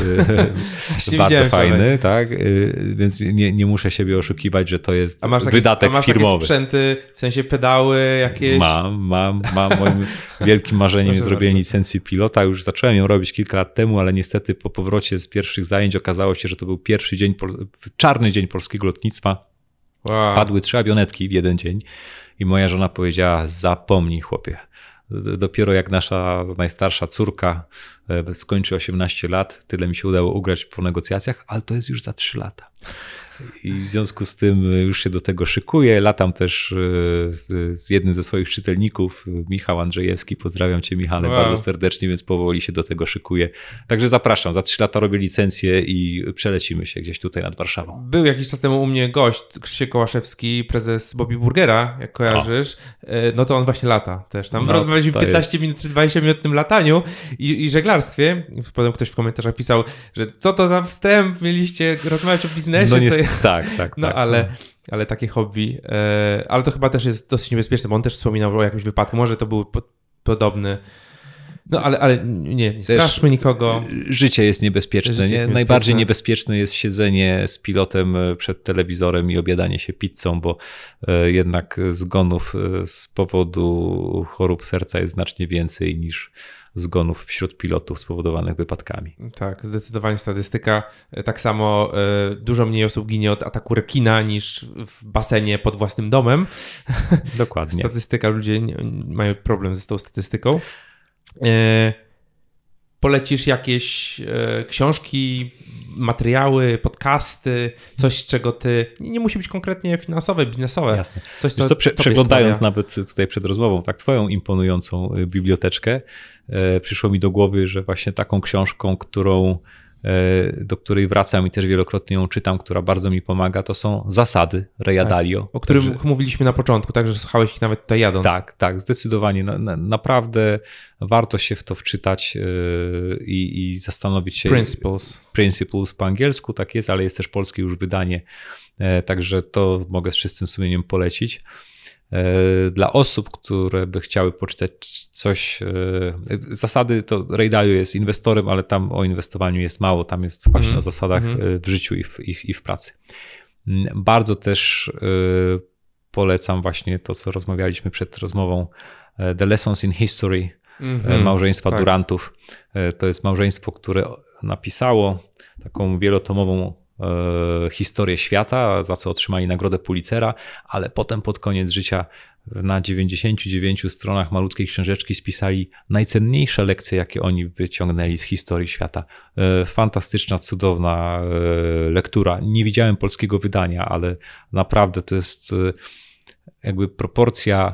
S1: Właśnie
S2: bardzo
S1: widziałem
S2: fajny,
S1: wczoraj.
S2: tak, e, więc nie, nie muszę siebie oszukiwać, że to jest
S1: A masz takie,
S2: wydatek
S1: a masz
S2: firmowy.
S1: takie sprzęty, w sensie pedały jakieś?
S2: Mam, mam, mam. Moim wielkim marzeniem
S1: Proszę
S2: jest zrobienie
S1: bardzo.
S2: licencji pilota. Już zacząłem ją robić kilka lat temu, ale niestety po powrocie z pierwszych zajęć okazało się, że to był pierwszy dzień, pol- czarny dzień polskiego lotnictwa.
S1: Wow.
S2: Spadły trzy awionetki w jeden dzień i moja żona powiedziała: zapomnij, chłopie. D- Dopiero jak nasza najstarsza córka e, skończy osiemnaście lat, tyle mi się udało ugrać po negocjacjach, ale to jest już za trzy lata. I w związku z tym już się do tego szykuję. Latam też e, z, z jednym ze swoich czytelników, Michał Andrzejewski. Pozdrawiam cię, Michale,
S1: Wow.
S2: bardzo serdecznie, więc powoli się do tego szykuję. Także zapraszam. Za trzy lata robię licencję i przelecimy się gdzieś tutaj nad Warszawą.
S1: Był jakiś czas temu u mnie gość, Krzysiek Kołaszewski, prezes Bobby Burgera, jak kojarzysz, e, no to on właśnie lata też. Tam
S2: No,
S1: rozmawialiśmy
S2: to
S1: piętnaście minut czy dwadzieścia minut o tym lataniu i, i żeglarstwie. Potem ktoś w komentarzach pisał, że co to za wstęp, mieliście rozmawiać o biznesie.
S2: No
S1: co
S2: niestety,
S1: ja-
S2: tak, tak,
S1: No
S2: tak.
S1: ale, ale takie hobby. E, ale to chyba też jest dosyć niebezpieczne, bo on też wspominał o jakimś wypadku. Może to był po, podobny, No ale, ale nie, nie straszmy nikogo.
S2: Życie jest niebezpieczne.
S1: Życie
S2: nie?
S1: jest
S2: Najbardziej
S1: niebezpieczne.
S2: niebezpieczne jest siedzenie z pilotem przed telewizorem i obiadanie się pizzą, bo jednak zgonów z powodu chorób serca jest znacznie więcej niż zgonów wśród pilotów spowodowanych wypadkami.
S1: Tak, zdecydowanie statystyka. Tak samo y, dużo mniej osób ginie od ataku rekina niż w basenie pod własnym domem.
S2: Dokładnie.
S1: Statystyka, ludzie nie, mają problem ze tą statystyką. Y, polecisz jakieś y, książki, materiały, podcasty, coś, z czego ty, nie, nie musi być konkretnie finansowe, biznesowe.
S2: Jasne.
S1: Coś, co
S2: to prze,
S1: tobie
S2: przeglądając
S1: sprawia.
S2: nawet tutaj przed rozmową tak twoją imponującą biblioteczkę, e, przyszło mi do głowy, że właśnie taką książką, którą, e, do której wracam i też wielokrotnie ją czytam, która bardzo mi pomaga, to są Zasady Raya
S1: Tak,
S2: Dalio.
S1: o którym
S2: Także,
S1: mówiliśmy na początku, także słuchałeś ich nawet tutaj jadąc.
S2: tak, tak, zdecydowanie. Na, na, naprawdę warto się w to wczytać e, i, i zastanowić się.
S1: Principles.
S2: Principles po angielsku, tak jest, ale jest też polskie już wydanie, e, także to mogę z czystym sumieniem polecić. Dla osób, które by chciały poczytać coś, zasady, to Ray Dalio jest inwestorem, ale tam o inwestowaniu jest mało, tam jest właśnie mm. o zasadach mm. w życiu i w, i, i w pracy. Bardzo też polecam właśnie to, co rozmawialiśmy przed rozmową, The Lessons in History, mm-hmm. małżeństwa tak. Durantów. To jest małżeństwo, które napisało taką wielotomową historię świata, za co otrzymali nagrodę Pulitzera, ale potem pod koniec życia na dziewięćdziesięciu dziewięciu stronach malutkiej książeczki spisali najcenniejsze lekcje, jakie oni wyciągnęli z historii świata. Fantastyczna, cudowna lektura. Nie widziałem polskiego wydania, ale naprawdę to jest jakby proporcja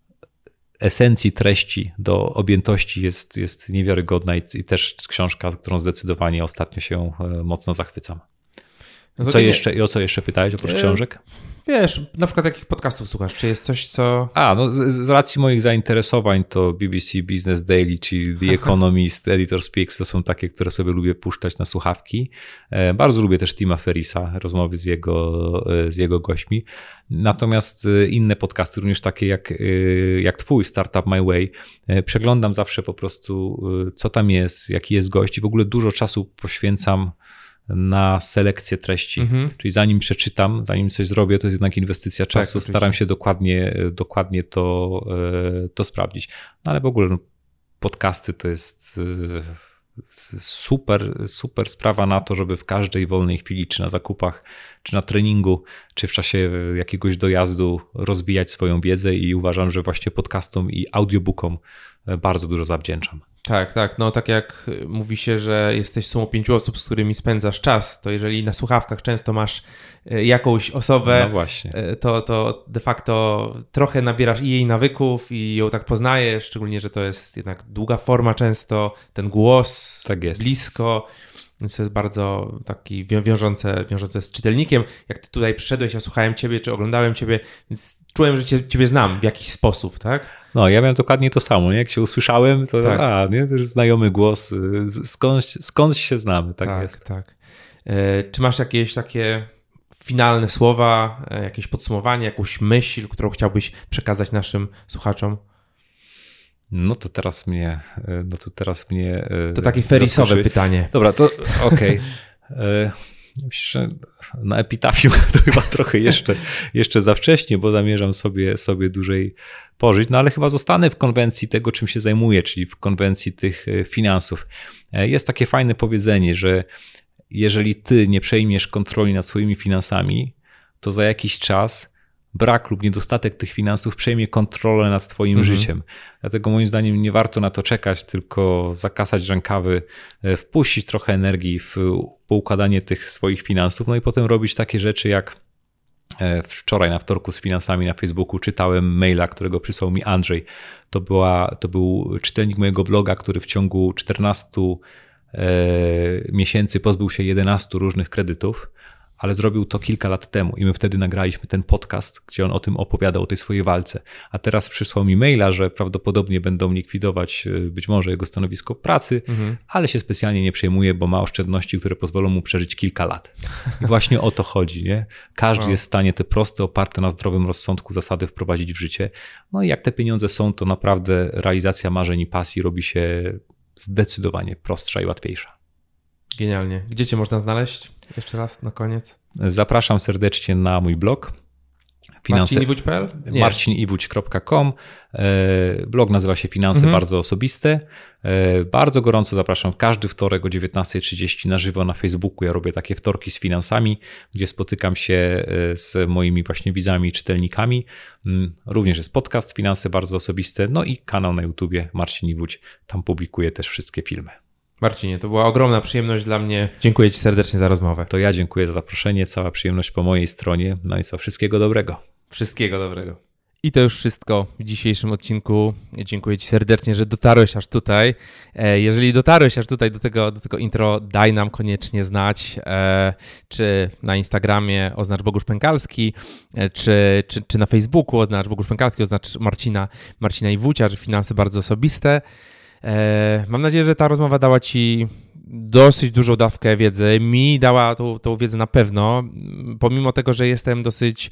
S2: esencji treści do objętości jest, jest niewiarygodna i, i też książka, którą zdecydowanie ostatnio się mocno zachwycam. No co jeszcze, I o co jeszcze pytałeś oprócz książek?
S1: Wiesz, na przykład jakich podcastów słuchasz? Czy jest coś, co...
S2: A, no z, z racji moich zainteresowań to B B C Business Daily, czy The Economist, Editor Speaks, to są takie, które sobie lubię puszczać na słuchawki. Bardzo lubię też Tima Ferrissa, rozmowy z jego, z jego gośćmi. Natomiast inne podcasty, również takie jak, jak twój Startup My Way, przeglądam zawsze po prostu, co tam jest, jaki jest gość i w ogóle dużo czasu poświęcam na selekcję treści. Mhm. Czyli zanim przeczytam, zanim coś zrobię, to jest jednak inwestycja czasu. Tak, staram się dokładnie, dokładnie to, to sprawdzić. No ale w ogóle no, podcasty to jest super, super sprawa na to, żeby w każdej wolnej chwili, czy na zakupach, czy na treningu, czy w czasie jakiegoś dojazdu rozwijać swoją wiedzę i uważam, że właśnie podcastom i audiobookom bardzo dużo zawdzięczam.
S1: Tak, tak. No tak jak mówi się, że jesteś sumą pięciu osób, z którymi spędzasz czas, to jeżeli na słuchawkach często masz jakąś osobę,
S2: no właśnie.
S1: To, to de facto trochę nabierasz i jej nawyków i ją tak poznajesz, szczególnie, że to jest jednak długa forma często, ten głos
S2: tak jest.
S1: Blisko, więc to jest bardzo taki wiążące, wiążące z czytelnikiem. Jak ty tutaj przyszedłeś, ja słuchałem ciebie, czy oglądałem ciebie, więc czułem, że cię, ciebie znam w jakiś sposób, tak?
S2: No, ja miałem dokładnie to samo, nie? Jak się usłyszałem, to tak. a, nie? To już znajomy głos, skądś, skądś się znamy, tak,
S1: tak
S2: jest.
S1: Tak, e, Czy masz jakieś takie finalne słowa, e, jakieś podsumowanie, jakąś myśl, którą chciałbyś przekazać naszym słuchaczom?
S2: No to teraz mnie, no to teraz mnie
S1: To takie Ferrisowe pytanie.
S2: Dobra, to okej. Okay. Myślę, że na epitafium to chyba trochę jeszcze, jeszcze za wcześnie, bo zamierzam sobie, sobie dłużej pożyć, no ale chyba zostanę w konwencji tego, czym się zajmuję, czyli w konwencji tych finansów. Jest takie fajne powiedzenie, że jeżeli ty nie przejmiesz kontroli nad swoimi finansami, to za jakiś czas brak lub niedostatek tych finansów przejmie kontrolę nad twoim mhm. życiem. Dlatego moim zdaniem nie warto na to czekać, tylko zakasać rękawy, wpuścić trochę energii w poukładanie tych swoich finansów, no i potem robić takie rzeczy jak wczoraj na wtorku z finansami na Facebooku czytałem maila, którego przysłał mi Andrzej. To, była, to był czytelnik mojego bloga, który w ciągu czternastu miesięcy pozbył się jedenastu różnych kredytów, ale zrobił to kilka lat temu i my wtedy nagraliśmy ten podcast, gdzie on o tym opowiadał, o tej swojej walce. A teraz przysłał mi maila, że prawdopodobnie będą likwidować być może jego stanowisko pracy, mhm. ale się specjalnie nie przejmuje, bo ma oszczędności, które pozwolą mu przeżyć kilka lat. I właśnie o to chodzi, nie? Każdy wow. jest w stanie te proste, oparte na zdrowym rozsądku zasady wprowadzić w życie. No i jak te pieniądze są, to naprawdę realizacja marzeń i pasji robi się zdecydowanie prostsza i łatwiejsza.
S1: Genialnie. Gdzie cię można znaleźć? Jeszcze raz na koniec.
S2: Zapraszam serdecznie na mój blog.
S1: Finanse... marcin iwódź kropka p l?
S2: marcin iwódź kropka com. Blog nazywa się Finanse mhm. bardzo osobiste. Bardzo gorąco zapraszam każdy wtorek o dziewiętnasta trzydzieści na żywo na Facebooku. Ja robię takie wtorki z finansami, gdzie spotykam się z moimi właśnie widzami i czytelnikami. Również jest podcast Finanse bardzo osobiste, no i kanał na YouTubie Marcin Iwódź. Tam publikuję też wszystkie filmy.
S1: Marcinie, to była ogromna przyjemność dla mnie. Dziękuję ci serdecznie za rozmowę.
S2: To ja dziękuję za zaproszenie, cała przyjemność po mojej stronie. No i co, wszystkiego dobrego.
S1: Wszystkiego dobrego. I to już wszystko w dzisiejszym odcinku. Dziękuję ci serdecznie, że dotarłeś aż tutaj. Jeżeli dotarłeś aż tutaj do tego, do tego intro, daj nam koniecznie znać, czy na Instagramie oznacz Bogusz Pękalski, czy, czy, czy na Facebooku oznacz Bogusz Pękalski, oznacz Marcina, Marcina Iwódzia, że Finanse bardzo osobiste. Mam nadzieję, że ta rozmowa dała ci dosyć dużą dawkę wiedzy. Mi dała tą, tą wiedzę na pewno, pomimo tego, że jestem dosyć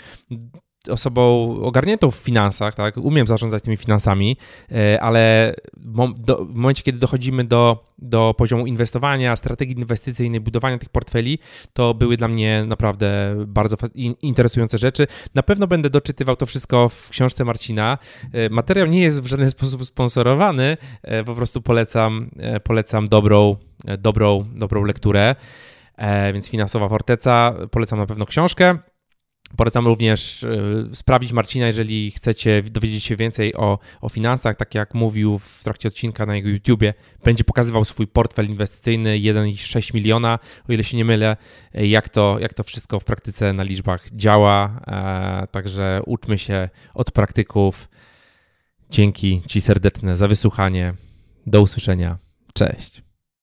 S1: osobą ogarniętą w finansach, tak, umiem zarządzać tymi finansami, ale w momencie, kiedy dochodzimy do, do poziomu inwestowania, strategii inwestycyjnej, budowania tych portfeli, to były dla mnie naprawdę bardzo interesujące rzeczy. Na pewno będę doczytywał to wszystko w książce Marcina. Materiał nie jest w żaden sposób sponsorowany, po prostu polecam, polecam dobrą, dobrą, dobrą lekturę, więc Finansowa Forteca, polecam na pewno książkę. Polecam również y, sprawdzić Marcina, jeżeli chcecie dowiedzieć się więcej o, o finansach, tak jak mówił w trakcie odcinka na jego YouTubie, będzie pokazywał swój portfel inwestycyjny jeden przecinek sześć miliona, o ile się nie mylę, jak to, jak to wszystko w praktyce na liczbach działa, e, także uczmy się od praktyków. Dzięki ci serdeczne za wysłuchanie, do usłyszenia, cześć.